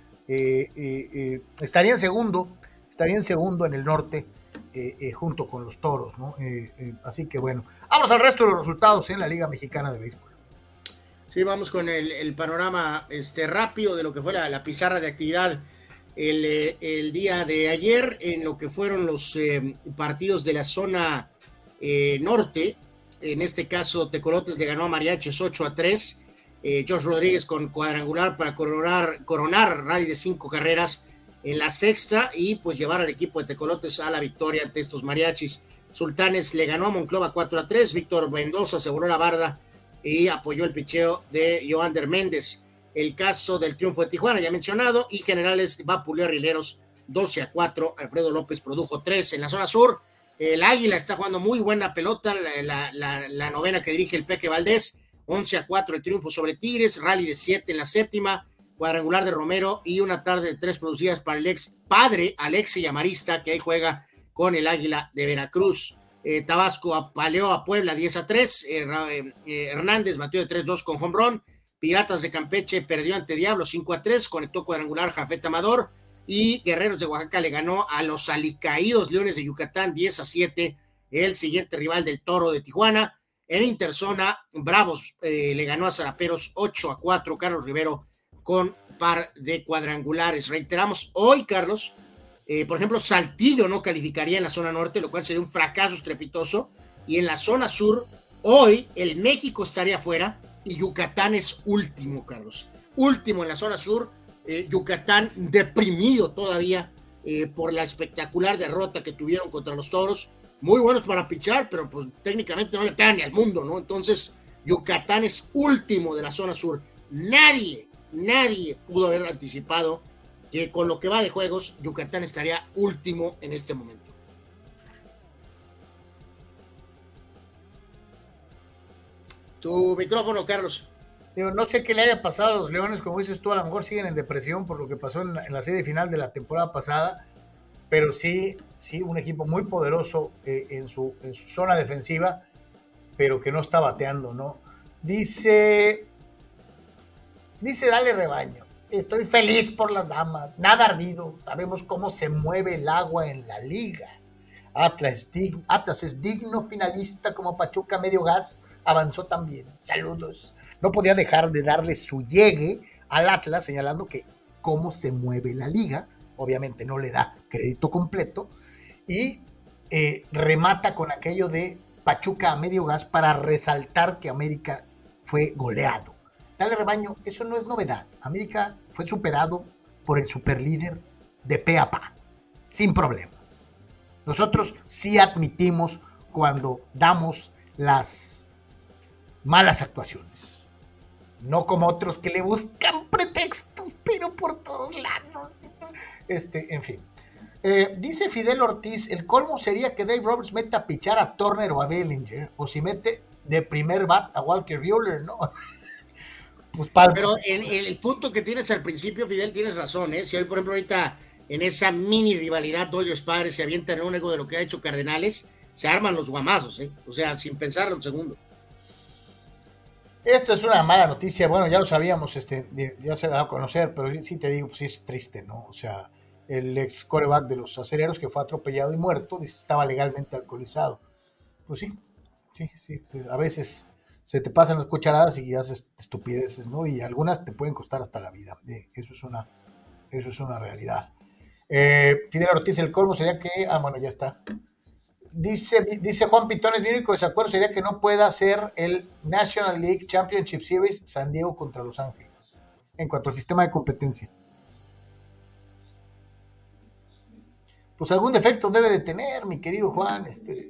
Estaría en segundo en el norte junto con los Toros, ¿no? Así que bueno, vamos al resto de los resultados en la Liga Mexicana de Béisbol. Sí, vamos con el panorama rápido de lo que fue la pizarra de actividad el día de ayer en lo que fueron los partidos de la zona norte. En este caso, Tecolotes le ganó a Mariachis 8-3. Josh Rodríguez con cuadrangular para coronar rally de 5 carreras en la sexta y pues llevar al equipo de Tecolotes a la victoria ante estos mariachis. Sultanes le ganó a Monclova 4-3, Víctor Mendoza aseguró la barda y apoyó el picheo de Joander Méndez. El caso del triunfo de Tijuana ya mencionado, y Generales vapuleó a Rieleros 12-4, Alfredo López produjo 3. En la zona sur, el Águila está jugando muy buena pelota, la novena que dirige el Peque Valdés, 11-4 el triunfo sobre Tigres, rally de 7 en la séptima, cuadrangular de Romero y una tarde de 3 producidas para el ex padre Alexi Amarista, que ahí juega con el Águila de Veracruz. Tabasco apaleó a Puebla 10-3, Hernández batió de 3-2 con home run. Piratas de Campeche perdió ante Diablos 5-3, conectó cuadrangular Jafet Amador, y Guerreros de Oaxaca le ganó a los alicaídos Leones de Yucatán 10-7, el siguiente rival del Toro de Tijuana. En interzona, Bravos le ganó a Zaraperos 8-4, Carlos Rivero con par de cuadrangulares. Reiteramos, hoy, Carlos, por ejemplo, Saltillo no calificaría en la zona norte, lo cual sería un fracaso estrepitoso, y en la zona sur, hoy, el México estaría fuera, y Yucatán es último, Carlos. Último en la zona sur, Yucatán deprimido todavía por la espectacular derrota que tuvieron contra los Toros. Muy buenos para pichar, pero pues técnicamente no le pegan ni al mundo, ¿no? Entonces, Yucatán es último de la zona sur. Nadie pudo haber anticipado que con lo que va de juegos, Yucatán estaría último en este momento. Tu micrófono, Carlos. Digo, no sé qué le haya pasado a los Leones, como dices tú, a lo mejor siguen en depresión por lo que pasó en la serie final de la temporada pasada, pero sí, un equipo muy poderoso en su zona defensiva, pero que no está bateando, ¿no? Dice Dale Rebaño, estoy feliz por las damas, nada ardido, sabemos cómo se mueve el agua en la liga. Atlas es digno finalista como Pachuca medio gas, avanzó también. Saludos. No podía dejar de darle su llegue al Atlas, señalando que cómo se mueve la liga. Obviamente no le da crédito completo. Y remata con aquello de Pachuca a medio gas para resaltar que América fue goleado. Dale Rebaño, eso no es novedad. América fue superado por el superlíder de pe a pa, sin problemas. Nosotros sí admitimos cuando damos las malas actuaciones, no como otros que le buscan pretextos, pero por todos lados. En fin. Dice Fidel Ortiz, el colmo sería que Dave Roberts meta a pichar a Turner o a Bellinger, o si mete de primer bat a Walker Buehler, ¿no? Pues pero en el punto que tienes al principio, Fidel, tienes razón, ¿eh? Si hoy, por ejemplo, ahorita en esa mini rivalidad Dodgers Padres se avientan en un ego de lo que ha hecho Cardenales, se arman los guamazos, ¿eh? O sea, sin pensarlo un segundo. Esto es una mala noticia, bueno, ya lo sabíamos, ya se ha dado a conocer, pero sí te digo, pues sí es triste, ¿no? O sea, el ex quarterback de los Acereros que fue atropellado y muerto, dice, estaba legalmente alcoholizado. Pues sí, a veces se te pasan las cucharadas y haces estupideces, ¿no? Y algunas te pueden costar hasta la vida. Eso es una realidad. Fidel Ortiz, el colmo sería que... bueno, ya está. Dice Juan Pitones, mi único desacuerdo sería que no pueda ser el National League Championship Series San Diego contra Los Ángeles, en cuanto al sistema de competencia. Pues algún defecto debe de tener, mi querido Juan,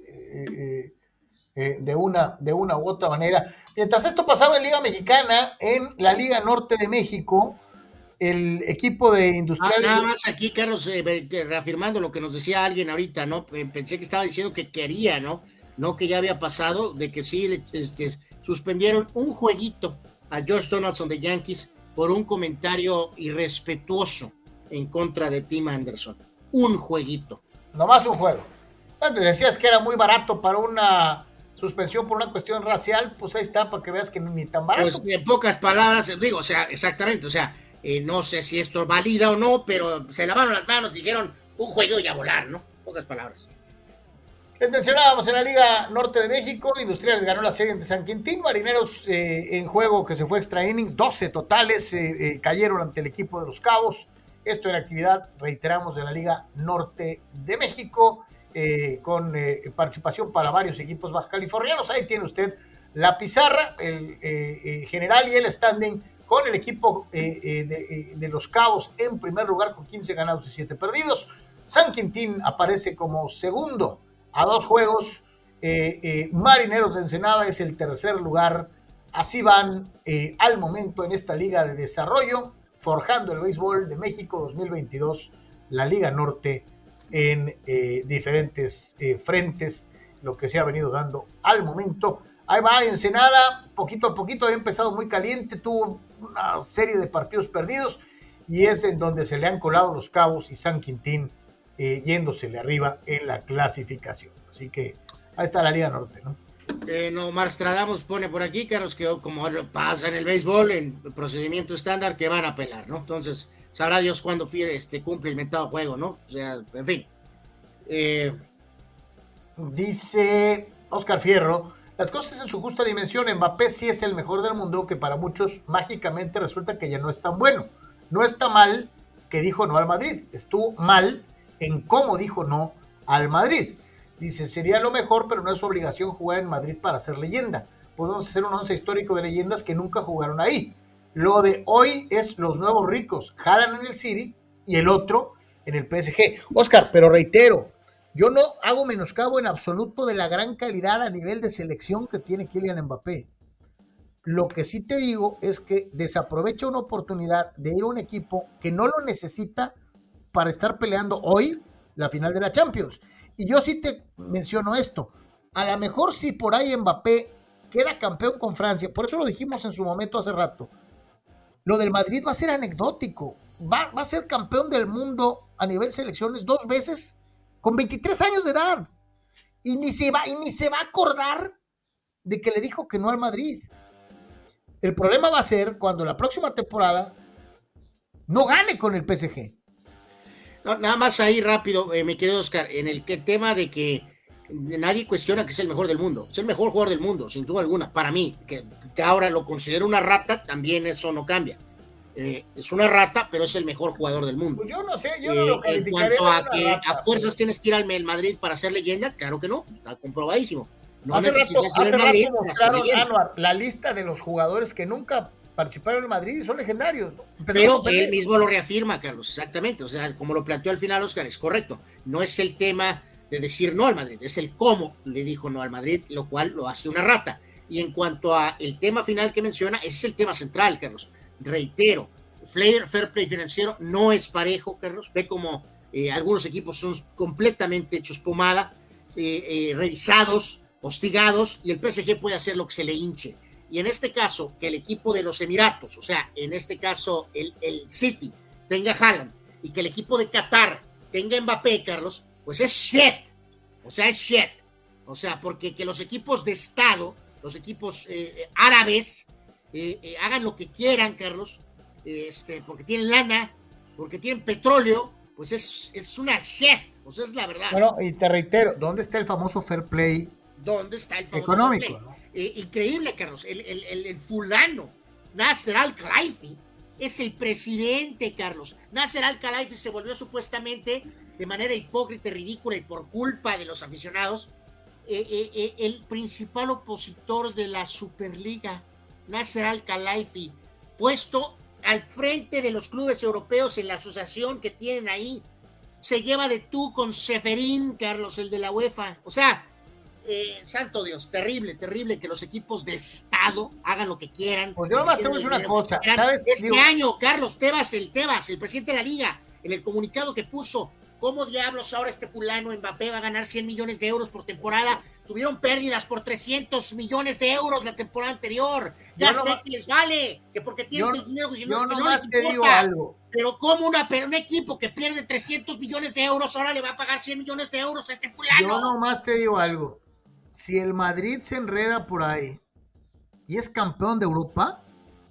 de una u otra manera. Mientras esto pasaba en Liga Mexicana, en la Liga Norte de México, el equipo de Industriales... nada más aquí, Carlos, reafirmando lo que nos decía alguien ahorita, ¿no? Pensé que estaba diciendo que quería, ¿no? No que ya había pasado, de que sí suspendieron un jueguito a Josh Donaldson de Yankees por un comentario irrespetuoso en contra de Tim Anderson. Un jueguito. Nomás un juego. Antes decías que era muy barato para una suspensión por una cuestión racial, pues ahí está, para que veas que ni tan barato. Pues en pocas palabras, digo, o sea, exactamente, o sea, no sé si esto valida o no, pero se lavaron las manos y dijeron un juego y a volar, ¿no? Pocas palabras. Les mencionábamos en la Liga Norte de México, Industriales ganó la serie de San Quintín, Marineros en juego que se fue extra innings, 12 totales, cayeron ante el equipo de Los Cabos. Esto en actividad, reiteramos, de la Liga Norte de México, con participación para varios equipos bajacalifornianos. Ahí tiene usted la pizarra, el general y el standing con el equipo de Los Cabos en primer lugar con 15 ganados y 7 perdidos. San Quintín aparece como segundo a 2 juegos. Marineros de Ensenada es el tercer lugar. Así van al momento en esta Liga de Desarrollo, forjando el béisbol de México 2022, la Liga Norte en diferentes frentes, lo que se ha venido dando al momento. Ahí va Ensenada, poquito a poquito, había empezado muy caliente, tuvo una serie de partidos perdidos y es en donde se le han colado Los Cabos y San Quintín yéndosele arriba en la clasificación. Así que ahí está la Liga Norte, ¿no? Marstradamus pone por aquí, Carlos, que como pasa en el béisbol, en procedimiento estándar, que van a apelar, ¿no? Entonces, sabrá Dios cuándo cumple el mentado juego, ¿no? O sea, en fin. Dice Oscar Fierro, las cosas en su justa dimensión, Mbappé sí es el mejor del mundo, que para muchos mágicamente resulta que ya no es tan bueno. No está mal que dijo no al Madrid, estuvo mal en cómo dijo no al Madrid. Dice, sería lo mejor, pero no es su obligación jugar en Madrid para ser leyenda. Podemos hacer un once histórico de leyendas que nunca jugaron ahí. Lo de hoy es los nuevos ricos. Haaland en el City y el otro en el PSG. Oscar, pero reitero, yo no hago menoscabo en absoluto de la gran calidad a nivel de selección que tiene Kylian Mbappé. Lo que sí te digo es que desaprovecha una oportunidad de ir a un equipo que no lo necesita para estar peleando hoy la final de la Champions. Y yo sí te menciono esto, a lo mejor si por ahí Mbappé queda campeón con Francia, por eso lo dijimos en su momento hace rato, lo del Madrid va a ser anecdótico, va a ser campeón del mundo a nivel selecciones 2 veces con 23 años de edad y ni se va a acordar de que le dijo que no al Madrid. El problema va a ser cuando la próxima temporada no gane con el PSG. No, nada más ahí rápido, mi querido Oscar, en el tema de que nadie cuestiona que es el mejor del mundo. Es el mejor jugador del mundo, sin duda alguna. Para mí, que ahora lo considero una rata, también eso no cambia. Es una rata, pero es el mejor jugador del mundo. Pues yo no sé, yo no lo calificaré. En cuanto a que a fuerzas tienes que ir al Madrid para ser leyenda, claro que no, está comprobadísimo. No hace rato mostraron, Anuar, la lista de los jugadores que nunca participaron en el Madrid y son legendarios, ¿no? Pero él mismo lo reafirma, Carlos, exactamente. O sea, como lo planteó al final Oscar, es correcto. No es el tema de decir no al Madrid, es el cómo le dijo no al Madrid, lo cual lo hace una rata. Y en cuanto a el tema final que menciona, ese es el tema central, Carlos. Reitero, fair play financiero no es parejo, Carlos. Ve como algunos equipos son completamente hechos pomada, revisados, hostigados, y el PSG puede hacer lo que se le hinche. Y en este caso, que el equipo de los Emiratos, o sea, en este caso el City, tenga Haaland, y que el equipo de Qatar tenga Mbappé, Carlos, pues es shit. O sea, es shit. O sea, porque que los equipos de Estado, los equipos árabes, hagan lo que quieran, Carlos, porque tienen lana, porque tienen petróleo, pues es una shit. O sea, es la verdad. Bueno, y te reitero, ¿dónde está el famoso fair play? ¿Dónde está el famoso económico, fair play? ¿no? Increíble, Carlos. El fulano, Nasser Al-Khelaifi, es el presidente, Carlos. Nasser Al-Khelaifi se volvió supuestamente, de manera hipócrita, ridícula y por culpa de los aficionados, el principal opositor de la Superliga. Nasser Al-Khelaifi, puesto al frente de los clubes europeos en la asociación que tienen ahí. Se lleva de tú con Seferín, Carlos, el de la UEFA. O sea, santo Dios, terrible que los equipos de Estado hagan lo que quieran. Pues yo nomás te voy a decir una cosa, ¿sabes? Este año, Carlos Tebas, el presidente de la liga, en el comunicado que puso, ¿cómo diablos ahora este fulano Mbappé va a ganar 100 millones de euros por temporada? Tuvieron pérdidas por 300 millones de euros la temporada anterior. Ya sé que les vale, que porque tienen el dinero que no les importa. Digo algo. Pero como un equipo que pierde 300 millones de euros ahora le va a pagar 100 millones de euros a este fulano. Yo nomás te digo algo. Si el Madrid se enreda por ahí y es campeón de Europa,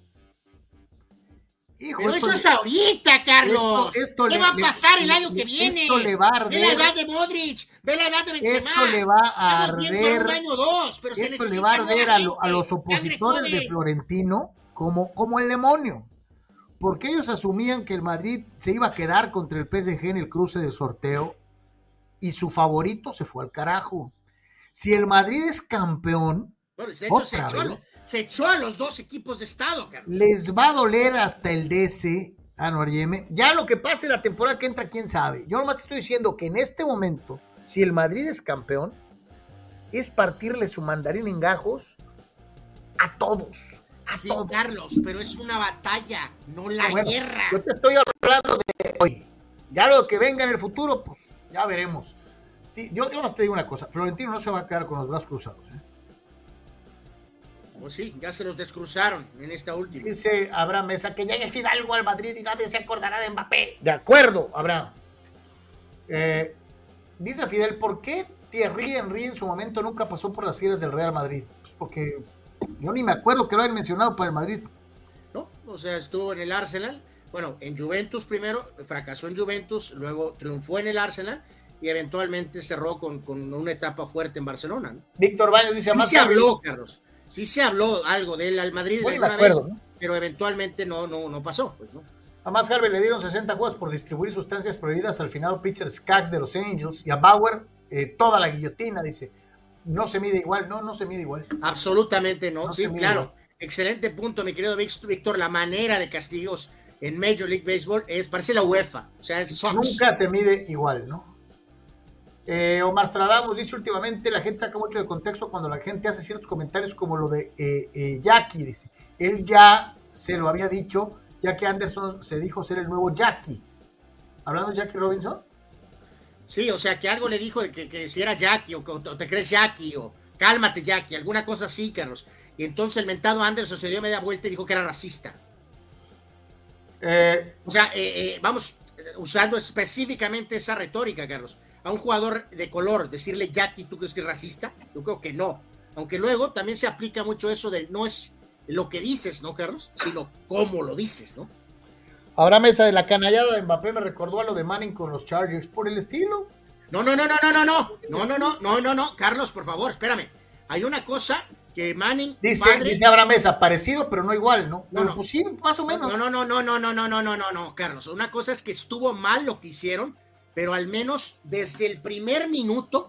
hijo, pero eso es ahorita, Carlos. ¿Qué va a pasar el año que viene? Esto le va a arder. Ve la edad de Modric, ve la edad de Benzema. Esto le va a arder. Un año o dos, pero esto le va a arder a los opositores de Florentino como el demonio. Porque ellos asumían que el Madrid se iba a quedar contra el PSG en el cruce del sorteo y su favorito se fue al carajo. Si el Madrid es campeón, Bueno, de hecho, se echó a los dos equipos de estado, Carlos. Les va a doler hasta el DC a Norieme. Ya lo que pase la temporada que entra, quién sabe. Yo nomás estoy diciendo que en este momento, si el Madrid es campeón, es partirle su mandarín en gajos a todos. Sí, Carlos, pero es una batalla, no la guerra. Yo te estoy hablando de hoy. Ya lo que venga en el futuro, pues ya veremos. Yo más te digo una cosa, Florentino no se va a quedar con los brazos cruzados. Pues sí, ya se los descruzaron en esta última. Dice Abraham Mesa que llegue Fidalgo al Madrid y nadie se acordará de Mbappé. De acuerdo, Abraham. Dice Fidel, ¿por qué Thierry Henry en su momento nunca pasó por las filas del Real Madrid? Pues porque yo ni me acuerdo que lo hayan mencionado para el Madrid. No, o sea, estuvo en el Arsenal, bueno, en Juventus primero, fracasó en Juventus, luego triunfó en el Arsenal y eventualmente cerró con una etapa fuerte en Barcelona, ¿no? Víctor Baños dice... Sí se habló, Carlos, sí se habló algo de él al Madrid alguna vez, ¿no? Pero eventualmente no pasó, pues, ¿no? A Matt Harvey le dieron 60 juegos por distribuir sustancias prohibidas al finado pitcher Skaggs de los Angels y a Bauer toda la guillotina, dice. No se mide igual, no se mide igual. Absolutamente no, sí, claro. Igual. Excelente punto, mi querido Víctor. La manera de castigos en Major League Baseball parece la UEFA. O sea, nunca se mide igual, ¿no? Omar Stradamus dice últimamente la gente saca mucho de contexto cuando la gente hace ciertos comentarios como lo de Jackie, dice. Él ya se lo había dicho, ya que Anderson se dijo ser el nuevo Jackie. ¿Hablando de Jackie Robinson? Sí, o sea, que algo le dijo de que si era Jackie, o te crees Jackie, o cálmate Jackie, alguna cosa así, Carlos. Y entonces el mentado Anderson se dio media vuelta y dijo que era racista. O sea, vamos usando específicamente esa retórica, Carlos. A un jugador de color, decirle Jackie, ¿tú crees que es racista? Yo creo que no. Aunque luego también se aplica mucho eso de no es lo que dices, ¿no, Carlos? Sino cómo lo dices, ¿no? Ahora Mesa de la canallada de Mbappé me recordó a lo de Manning con los Chargers por el estilo. No, Carlos, por favor, espérame. Hay una cosa que Manning dice Abraham Mesa, parecido pero no igual, ¿no? No, pues sí, más o menos. No, Carlos. Una cosa es que estuvo mal lo que hicieron, pero al menos desde el primer minuto,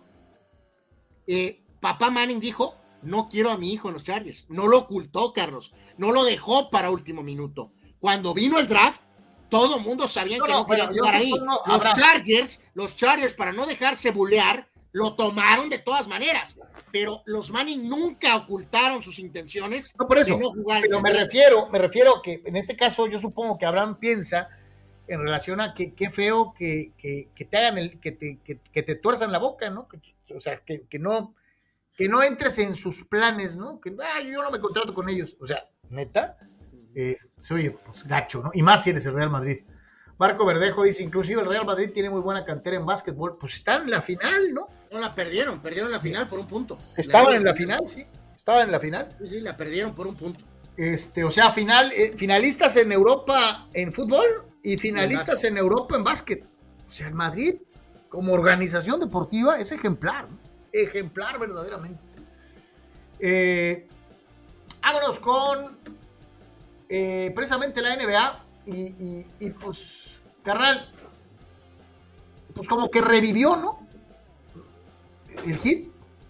papá Manning dijo, no quiero a mi hijo en los Chargers. No lo ocultó, Carlos. No lo dejó para último minuto. Cuando vino el draft, todo el mundo sabía que no quería jugar ahí. Los Chargers, para no dejarse bulear, lo tomaron de todas maneras. Pero los Manning nunca ocultaron sus intenciones de no jugar. Pero me refiero que en este caso yo supongo que Abraham piensa en relación a que qué feo que te hagan que te tuerzan la boca, ¿no? O sea, que no entres en sus planes, ¿no? Que yo no me contrato con ellos. O sea, neta, se oye pues gacho, ¿no? Y más si eres el Real Madrid. Marco Verdejo dice, inclusive el Real Madrid tiene muy buena cantera en básquetbol. Pues están en la final, ¿no? No la perdieron la final por un punto. Estaban en la final, sí. Estaban en la final. Sí, la perdieron por un punto. O sea, finalistas en Europa en fútbol y finalistas en Europa en básquet. O sea, el Madrid, como organización deportiva, es ejemplar, ¿no? Ejemplar verdaderamente. Vámonos con precisamente la NBA y pues, carnal, pues como que revivió, ¿no? El Heat.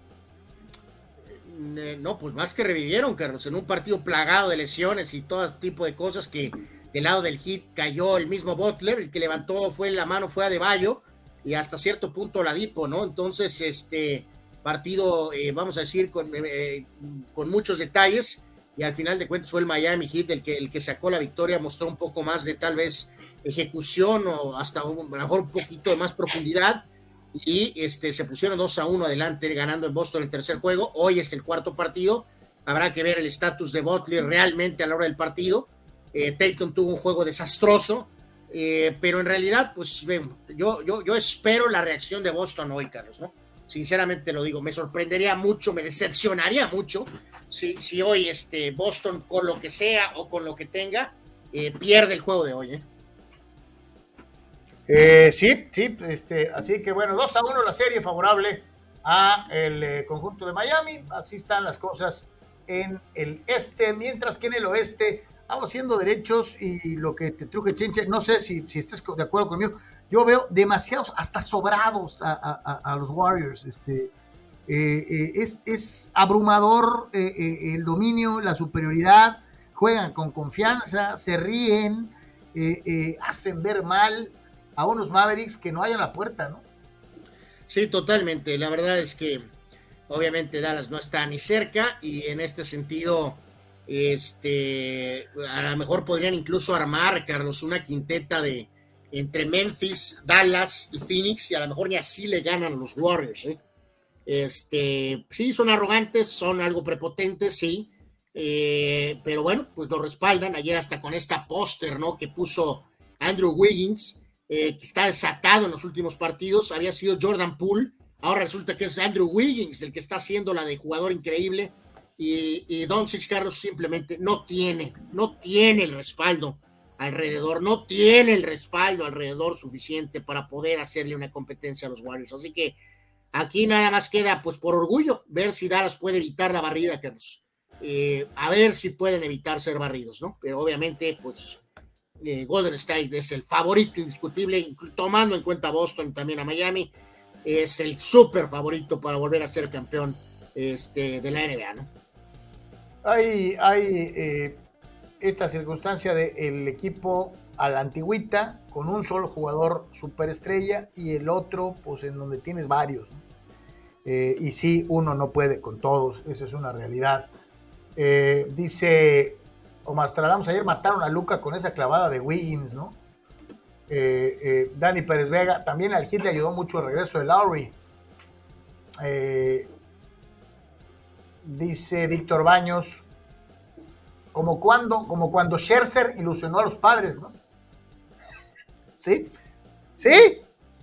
No, pues más que revivieron, Carlos, en un partido plagado de lesiones y todo tipo de cosas que del lado del Heat cayó el mismo Butler, el que levantó la mano fue Adebayo y hasta cierto punto Oladipo, ¿no? Entonces, partido, vamos a decir, con muchos detalles y al final de cuentas fue el Miami Heat el que sacó la victoria, mostró un poco más de tal vez ejecución o hasta a lo mejor un poquito de más profundidad y se pusieron 2-1 adelante ganando en Boston el tercer juego. Hoy es el cuarto partido, habrá que ver el estatus de Butler realmente a la hora del partido. Tatum tuvo un juego desastroso, pero en realidad pues yo espero la reacción de Boston hoy, Carlos, ¿no? Sinceramente lo digo, me sorprendería mucho, me decepcionaría mucho si hoy Boston con lo que sea o con lo que tenga pierde el juego de hoy, Sí, así que bueno, 2-1 la serie favorable a el conjunto de Miami. Así están las cosas en el este, mientras que en el oeste vamos siendo derechos y lo que te truje Chenche, no sé si estés de acuerdo conmigo, yo veo demasiados, hasta sobrados a los Warriors, Es abrumador el dominio, la superioridad, juegan con confianza, se ríen, hacen ver mal a unos Mavericks que no hay en la puerta, ¿no? Sí, totalmente. La verdad es que obviamente Dallas no está ni cerca y en este sentido, a lo mejor podrían incluso armar, Carlos, una quinteta de entre Memphis, Dallas y Phoenix y a lo mejor ni así le ganan a los Warriors, sí, son arrogantes, son algo prepotentes, sí, pero bueno, pues lo respaldan. Ayer hasta con esta póster, ¿no?, que puso Andrew Wiggins, que está desatado en los últimos partidos. Había sido Jordan Poole, ahora resulta que es Andrew Wiggins el que está haciendo la de jugador increíble, y Doncic, Carlos, simplemente no tiene el respaldo alrededor, no tiene el respaldo alrededor suficiente para poder hacerle una competencia a los Warriors. Así que aquí nada más queda, pues por orgullo, ver si Dallas puede evitar la barrida, Carlos. A ver si pueden evitar ser barridos, ¿no? Pero obviamente, pues Golden State es el favorito indiscutible, tomando en cuenta a Boston y también a Miami, es el súper favorito para volver a ser campeón de la NBA, ¿no? Hay esta circunstancia del equipo a la antigüita, con un solo jugador superestrella y el otro, pues en donde tienes varios, ¿no? Y sí, uno no puede con todos, eso es una realidad. Dice Omar Stradamus, ayer mataron a Luka con esa clavada de Wiggins, ¿no? Dani Pérez Vega, también al Heat le ayudó mucho el regreso de Lowry. Dice Víctor Baños, como cuando Scherzer ilusionó a los Padres, ¿no? ¿Sí? ¿Sí?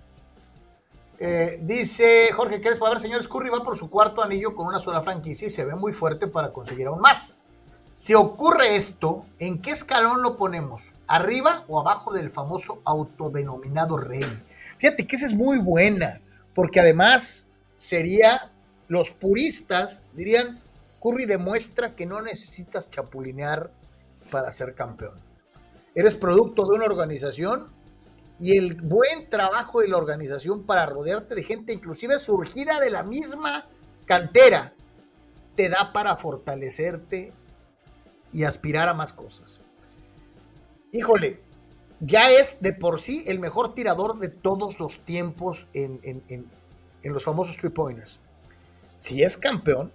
Dice Jorge Crespo, a ver, señores, Curry va por su cuarto anillo con una sola franquicia y se ve muy fuerte para conseguir aún más. Si ocurre esto, ¿en qué escalón lo ponemos? ¿Arriba o abajo del famoso autodenominado rey? Fíjate que esa es muy buena, porque además sería, los puristas dirían, Curry demuestra que no necesitas chapulinear para ser campeón. Eres producto de una organización y el buen trabajo de la organización para rodearte de gente inclusive surgida de la misma cantera te da para fortalecerte y aspirar a más cosas. Híjole, ya es de por sí el mejor tirador de todos los tiempos en los famosos 3-pointers. Si es campeón,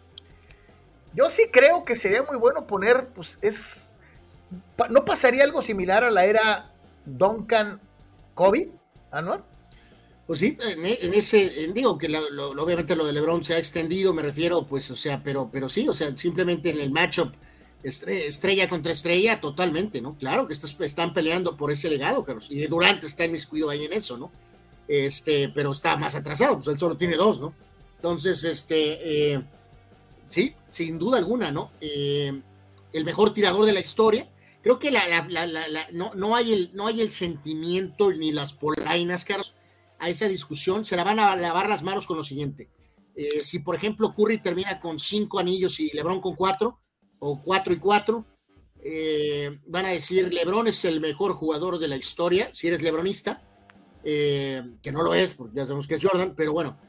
yo sí creo que sería muy bueno poner, pues ¿no pasaría algo similar a la era Duncan Kobe, Anuar? Pues sí, digo que obviamente lo de LeBron se ha extendido, me refiero, pues, o sea, pero sí, o sea, simplemente en el matchup estrella contra estrella, totalmente, ¿no? Claro que están peleando por ese legado, Carlos, y Durant está inmiscuido ahí en eso, ¿no? Pero está más atrasado, pues él solo tiene 2, ¿no? Entonces, sí, sin duda alguna, ¿no? El mejor tirador de la historia. Creo que no hay el sentimiento ni las polainas, Carlos, a esa discusión. Se la van a lavar las manos con lo siguiente. Si, por ejemplo, Curry termina con 5 anillos y LeBron con 4, o 4 y 4, van a decir, LeBron es el mejor jugador de la historia, si eres lebronista, que no lo es, porque ya sabemos que es Jordan, pero bueno,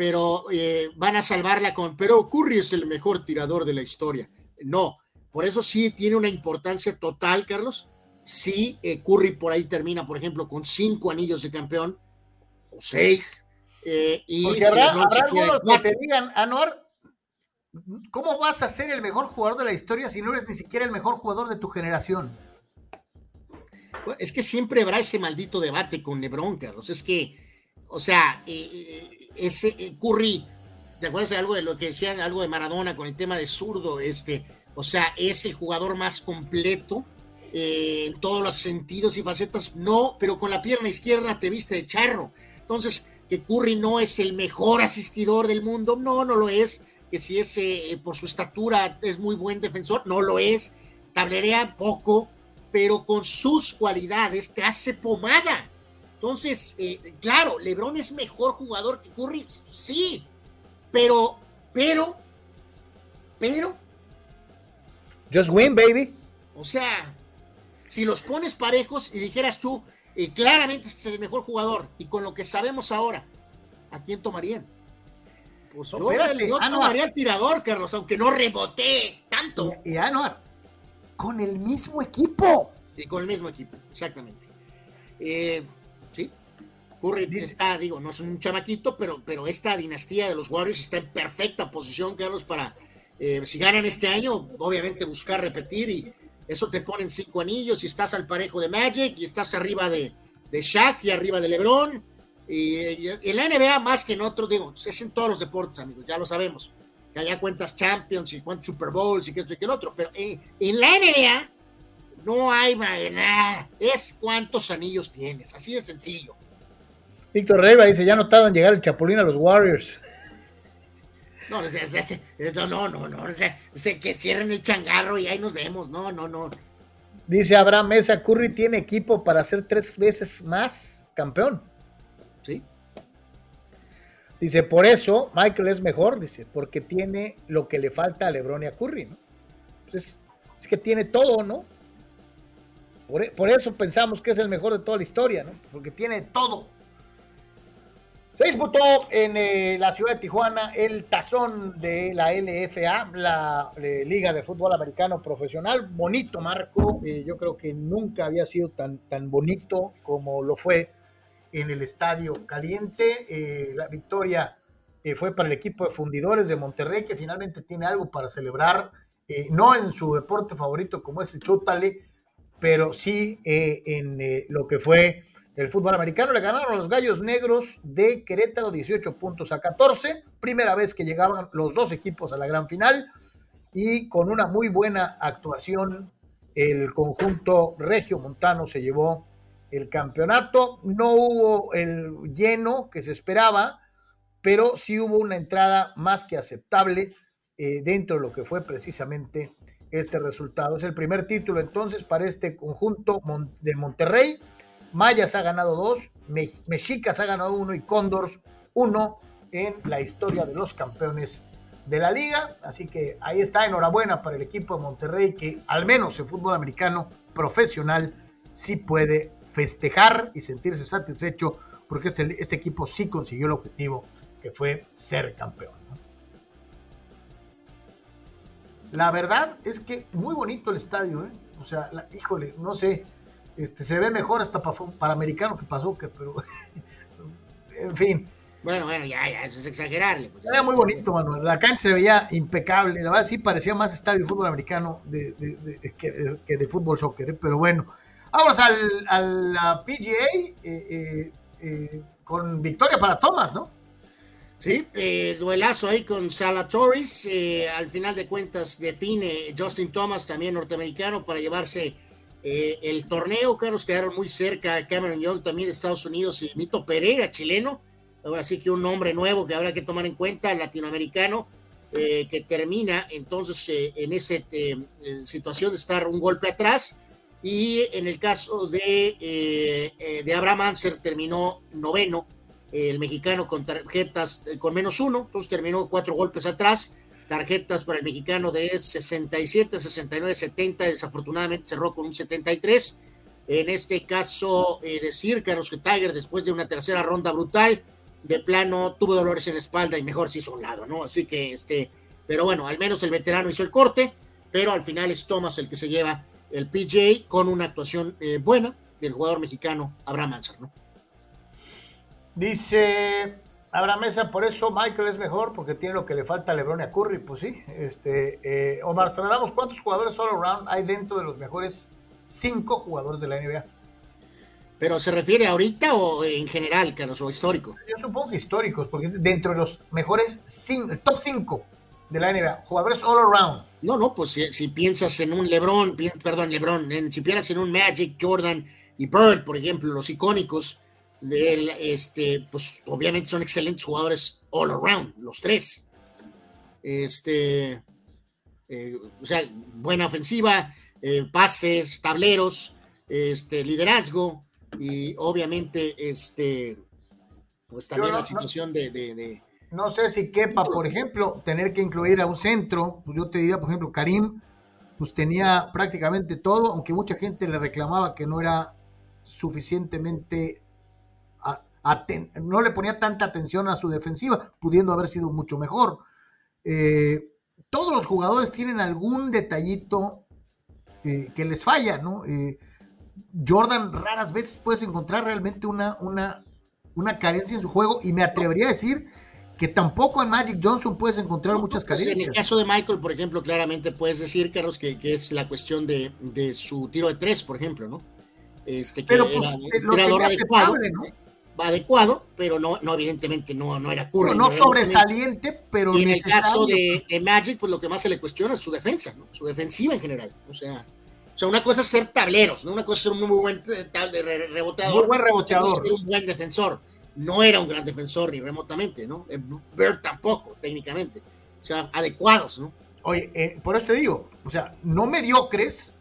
van a salvarla pero Curry es el mejor tirador de la historia. No, por eso sí tiene una importancia total, Carlos. Si Curry por ahí termina, por ejemplo, con 5 anillos de campeón, o 6, y porque habrá algunos que te digan, Anuar, ¿cómo vas a ser el mejor jugador de la historia si no eres ni siquiera el mejor jugador de tu generación? Es que siempre habrá ese maldito debate con LeBron, Carlos. Es que, o sea, ese Curry, ¿te acuerdas de algo de lo que decían, algo de Maradona con el tema de zurdo? O sea, es el jugador más completo en todos los sentidos y facetas. No, pero con la pierna izquierda te viste de charro. Entonces, que Curry no es el mejor asistidor del mundo, no lo es. Que si es por su estatura es muy buen defensor, no lo es, tablerea poco, pero con sus cualidades te hace pomada. Entonces, claro, LeBron es mejor jugador que Curry, sí, pero just win, baby. O sea, si los pones parejos y dijeras tú, claramente este es el mejor jugador, y con lo que sabemos ahora, ¿a quién tomarían? Pues No, yo espérate, yo Anuar. tomaría el tirador, Carlos, aunque no reboté tanto. Y Anuar, con el mismo equipo. Y con el mismo equipo, exactamente. Sí, Curry está, digo, no es un chamaquito, pero esta dinastía de los Warriors está en perfecta posición, Carlos, para, si ganan este año, obviamente buscar repetir, y eso te ponen 5 anillos, y estás al parejo de Magic, y estás arriba de Shaq, y arriba de LeBron, y en la NBA más que en otros, digo, es en todos los deportes, amigos, ya lo sabemos, que allá cuentas Champions, y cuántos Super Bowls, y que esto y que el otro, pero en la NBA no hay nada, es cuántos anillos tienes, así de sencillo. Víctor Reiva dice, ya no tardan en llegar el Chapulín a los Warriors. No, que cierren el changarro y ahí nos vemos, no. Dice Abraham Mesa, Curry tiene equipo para ser 3 veces más campeón. Sí. Dice, por eso Michael es mejor, dice, porque tiene lo que le falta a LeBron y a Curry, ¿no? Pues es que tiene todo, ¿no? Por eso pensamos que es el mejor de toda la historia, ¿no? Porque tiene todo. Se disputó en la ciudad de Tijuana el tazón de la LFA, la Liga de Fútbol Americano Profesional. Bonito marco, yo creo que nunca había sido tan bonito como lo fue en el Estadio Caliente. La victoria fue para el equipo de Fundidores de Monterrey, que finalmente tiene algo para celebrar, no en su deporte favorito como es el chútale, pero sí en lo que fue el fútbol americano. Le ganaron a los Gallos Negros de Querétaro 18-14, primera vez que llegaban los dos equipos a la gran final, y con una muy buena actuación el conjunto regiomontano se llevó el campeonato. No hubo el lleno que se esperaba, pero sí hubo una entrada más que aceptable dentro de lo que fue precisamente este resultado. Es el primer título entonces para este conjunto de Monterrey. Mayas ha ganado 2, Mexicas ha ganado 1 y Cóndors 1 en la historia de los campeones de la liga. Así que ahí está, enhorabuena para el equipo de Monterrey, que al menos en fútbol americano profesional sí puede festejar y sentirse satisfecho, porque este equipo sí consiguió el objetivo, que fue ser campeón, ¿no? La verdad es que muy bonito el estadio, ¿eh? O sea, híjole, no sé, se ve mejor hasta para americano que pasó, pero en fin. Bueno, ya, eso es exagerarle. Pues, se veía muy bonito, Manuel. La cancha se veía impecable. La verdad sí parecía más estadio de fútbol americano que de fútbol soccer, ¿eh? Pero bueno, vamos a la PGA con victoria para Thomas, ¿no? Sí, duelazo ahí con Zalatoris. Al final de cuentas define Justin Thomas, también norteamericano, para llevarse el torneo. Carlos, quedaron muy cerca Cameron Young, también de Estados Unidos, y Mito Pereira, chileno. Ahora sí que un nombre nuevo que habrá que tomar en cuenta, latinoamericano, que termina entonces en esa situación de estar un golpe atrás. Y en el caso de Abraham Ancer, terminó noveno, el mexicano con tarjetas con -1, entonces terminó 4 golpes atrás. Tarjetas para el mexicano de 67, 69, 70, desafortunadamente cerró con un 73. En este caso, decir, Carlos, que Tiger, después de una tercera ronda brutal, de plano tuvo dolores en la espalda y mejor se hizo a un lado, ¿no? Así que, pero bueno, al menos el veterano hizo el corte, pero al final es Thomas el que se lleva el PGA con una actuación buena del jugador mexicano Abraham Ancer, ¿no? Dice Abraham Mesa, por eso Michael es mejor, porque tiene lo que le falta a LeBron y a Curry. Pues sí, Omar Stradamus, ¿cuántos jugadores all around hay dentro de los mejores 5 jugadores de la NBA? ¿Pero se refiere ahorita o en general, Carlos, o histórico? Yo supongo que históricos, porque es dentro de los mejores el top 5 de la NBA, jugadores all around. No, pues si piensas en un LeBron, si piensas en un Magic, Jordan y Bird, por ejemplo, los icónicos, pues obviamente son excelentes jugadores all around, los tres. O sea, buena ofensiva, pases, tableros, liderazgo, y obviamente pues también la situación de no sé si quepa, por ejemplo, tener que incluir a un centro. Pues yo te diría, por ejemplo, Karim, pues tenía prácticamente todo, aunque mucha gente le reclamaba que no era suficientemente no le ponía tanta atención a su defensiva, pudiendo haber sido mucho mejor. Todos los jugadores tienen algún detallito que les falla, ¿no? Jordan raras veces puedes encontrar realmente una carencia en su juego, y me atrevería a decir que tampoco en Magic Johnson puedes encontrar muchas carencias. En el caso de Michael, por ejemplo, claramente puedes decir, Carlos, que es la cuestión de su tiro de 3, por ejemplo, ¿no? Pero pues, lo tirador adecuado, ¿no? Adecuado, pero no evidentemente no era Curry. No sobresaliente, pero y en el caso de Magic, pues lo que más se le cuestiona es su defensa, ¿no? Su defensiva en general. O sea, una cosa es ser tableros, ¿no? Una cosa es ser un muy buen reboteador. Muy buen reboteador. Ser un buen defensor. No era un gran defensor ni remotamente, ¿no? Bird tampoco, técnicamente. O sea, adecuados, ¿no? Oye, por eso te digo, o sea, no mediocres,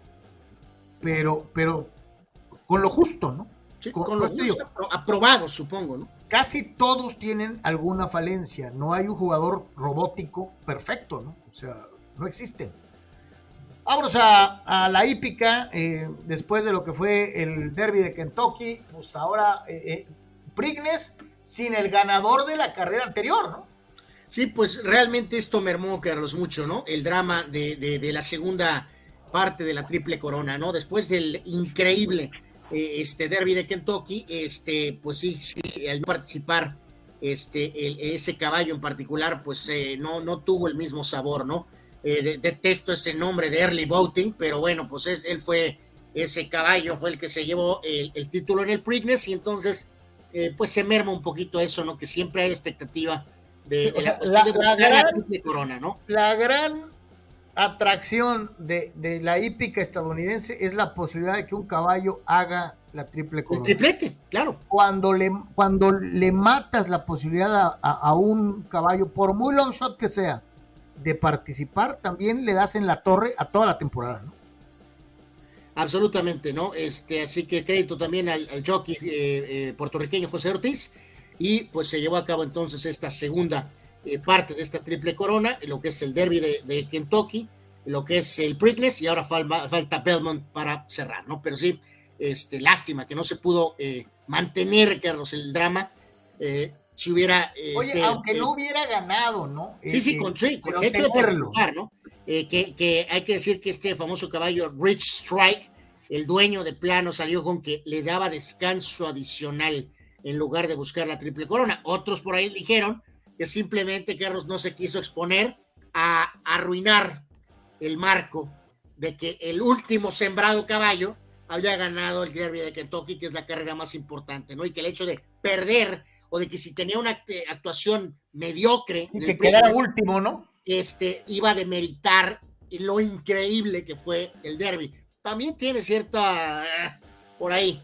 pero con lo justo, ¿no? Sí, con lo justo, aprobados, supongo, ¿no? Casi todos tienen alguna falencia. No hay un jugador robótico perfecto, ¿no? O sea, no existen. Vámonos a la hípica, después de lo que fue el derby de Kentucky, pues ahora Prignes sin el ganador de la carrera anterior, ¿no? Sí, pues realmente esto mermó, Carlos, mucho, ¿no? El drama de la segunda parte de la triple corona, ¿no? Después del increíble derby de Kentucky, pues sí, al no participar ese caballo en particular, pues no tuvo el mismo sabor, ¿no? Detesto ese nombre de early voting, pero bueno, pues ese caballo fue el que se llevó el título en el Preakness, y entonces pues se merma un poquito eso, ¿no? Que siempre hay expectativa de la cuestión de buscar la triple corona, ¿no? La gran atracción de la hípica estadounidense es la posibilidad de que un caballo haga la triple corona. El triplete, claro. Cuando le matas la posibilidad a un caballo, por muy long shot que sea, de participar, también le das en la torre a toda la temporada, ¿no? Absolutamente, ¿no? Así que crédito también al jockey puertorriqueño José Ortiz, y pues se llevó a cabo entonces esta segunda parte de esta triple corona, lo que es el derby de Kentucky, lo que es el Preakness, y ahora falta Belmont para cerrar, ¿no? Pero sí, lástima que no se pudo mantener, Carlos, el drama. Si hubiera... Oye, aunque no hubiera ganado, ¿no? Sí, con el hecho de participar, ¿no? Que hay que decir que este famoso caballo Rich Strike, el dueño de plano salió con que le daba descanso adicional en lugar de buscar la triple corona. Otros por ahí dijeron que simplemente Carlos no se quiso exponer a arruinar el marco de que el último sembrado caballo había ganado el derby de Kentucky, que es la carrera más importante, ¿no? Y que el hecho de perder, o de que si tenía una actuación mediocre, y que quedara último, ¿no? Iba a demeritar lo increíble que fue el derby. También tiene cierta por ahí.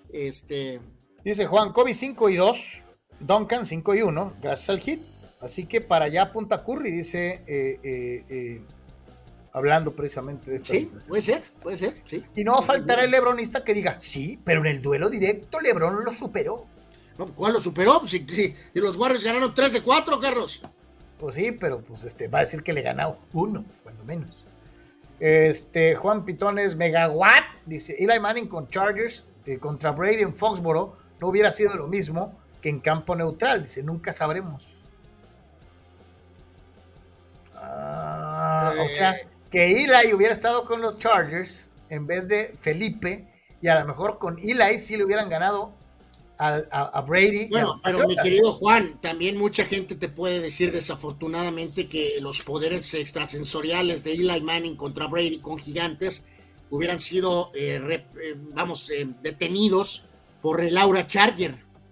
Dice Juan, Kobe 5-2, Duncan 5-1, gracias al hit. Así que para allá apunta Curry, dice, hablando precisamente de esto. Sí, puede ser, sí. Y no faltará el lebronista que diga, sí, pero en el duelo directo LeBron lo superó. No, ¿cuál lo superó? Pues sí, y los Warriors ganaron 3 de 4, Carlos. Pues sí, pero pues va a decir que le ganó 1, cuando menos. Juan Pitones, Megawatt, dice, Eli Manning con Chargers contra Brady en Foxborough no hubiera sido lo mismo que en campo neutral, dice, nunca sabremos. O sea, que Eli hubiera estado con los Chargers en vez de Felipe, y a lo mejor con Eli sí le hubieran ganado a Brady. Bueno, pero mi querido Juan, también mucha gente te puede decir desafortunadamente que los poderes extrasensoriales de Eli Manning contra Brady con gigantes hubieran sido detenidos por el Aura Charger.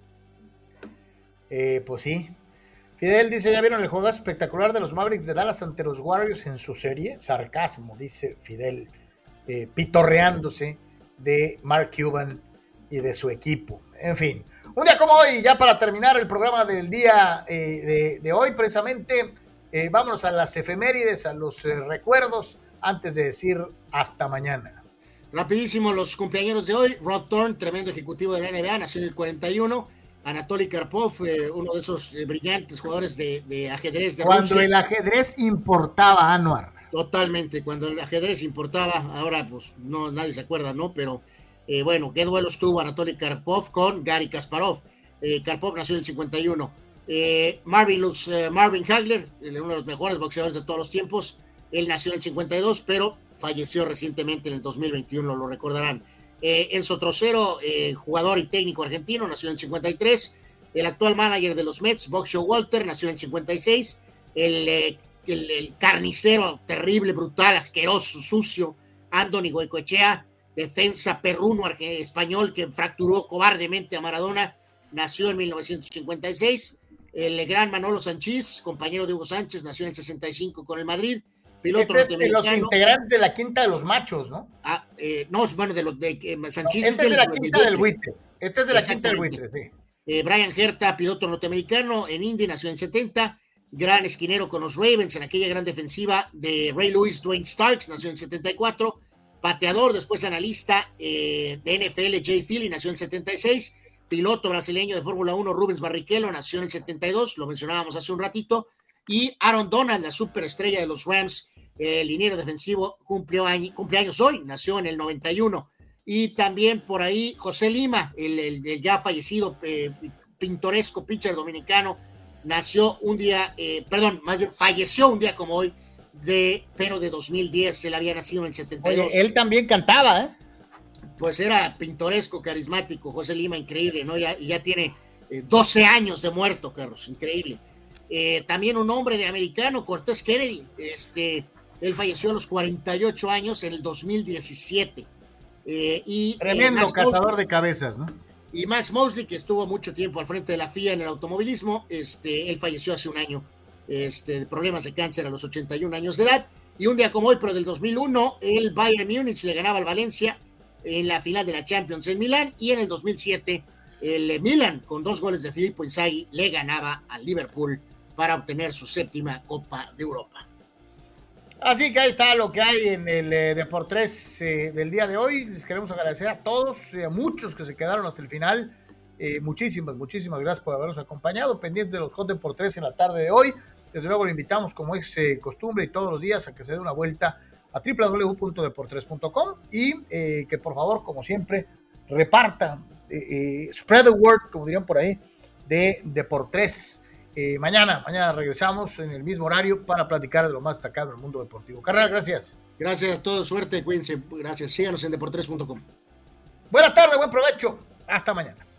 Pues sí. Fidel dice, ¿ya vieron el juego espectacular de los Mavericks de Dallas ante los Warriors en su serie? Sarcasmo, dice Fidel, pitorreándose de Mark Cuban y de su equipo. En fin, un día como hoy, ya para terminar el programa del día de hoy, precisamente, vámonos a las efemérides, a los recuerdos, antes de decir hasta mañana. Rapidísimo, los cumpleaños de hoy. Rod Thorne, tremendo ejecutivo de la NBA, nació en el 41. Anatoly Karpov, uno de esos brillantes jugadores de ajedrez de Cuando Rusia. el ajedrez importaba, Anuar. Totalmente, cuando el ajedrez importaba, ahora pues no, nadie se acuerda, ¿no? Pero Bueno, qué duelos tuvo Anatoly Karpov con Gary Kasparov. Karpov nació en el 51. Marvin Hagler, uno de los mejores boxeadores de todos los tiempos, él nació en el 52, pero falleció recientemente en el 2021, lo recordarán. Enzo Trocero, jugador y técnico argentino, nació en el 53. El actual manager de los Mets, Buck Showalter, nació en el 56. El carnicero terrible, brutal, asqueroso, sucio, Andoni Goicoechea, defensa perruno español que fracturó cobardemente a Maradona, nació en 1956. El gran Manolo Sanchís, compañero de Hugo Sánchez, nació en el 65 con el Madrid. Piloto este es de los integrantes de la Quinta de los Machos, ¿no? No, bueno, Sanchís no, este es de la Quinta del Buitre. Este es de la Quinta del Buitre, sí. Brian Herta, piloto norteamericano, en Indy, nació en el 70. Gran esquinero con los Ravens en aquella gran defensiva de Ray Lewis. Dwayne Starks, nació en el 74. Pateador, después analista de NFL, Jay Philly, nació en el 76. Piloto brasileño de Fórmula 1, Rubens Barrichello, nació en el 72, lo mencionábamos hace un ratito. Y Aaron Donald, la superestrella de los Rams, liniero defensivo, cumpleaños hoy, nació en el 91. Y también por ahí José Lima, el ya fallecido pintoresco pitcher dominicano, nació un día, más bien falleció un día como hoy, pero de 2010, él había nacido en el 72. Oye, él también cantaba, ¿eh? Pues era pintoresco, carismático, José Lima, increíble, ¿no? Ya tiene 12 años de muerto, Carlos, increíble. También un hombre de americano, Cortés Kennedy, él falleció a los 48 años en el 2017. Tremendo cazador de cabezas, ¿no? Y Max Mosley, que estuvo mucho tiempo al frente de la FIA en el automovilismo, él falleció hace un año de problemas de cáncer a los 81 años de edad. Y un día como hoy, pero del 2001, el Bayern Múnich le ganaba al Valencia en la final de la Champions en Milán, y en el 2007 el Milan, con 2 goles de Filippo Inzaghi, le ganaba al Liverpool para obtener su 7ª Copa de Europa. Así que ahí está lo que hay en el Deportes del día de hoy. Les queremos agradecer a todos, a muchos que se quedaron hasta el final. Muchísimas gracias por habernos acompañado, pendientes de los Hot Deportes en la tarde de hoy. Desde luego lo invitamos, como es costumbre y todos los días, a que se dé una vuelta a www.deportres.com y que por favor, como siempre, repartan, spread the word, como dirían por ahí, de Deportes. Mañana regresamos en el mismo horario para platicar de lo más destacado del mundo deportivo. Carrera, gracias. Gracias a todos, suerte, cuídense, gracias. Síganos en deportres.com. Buena tarde, buen provecho. Hasta mañana.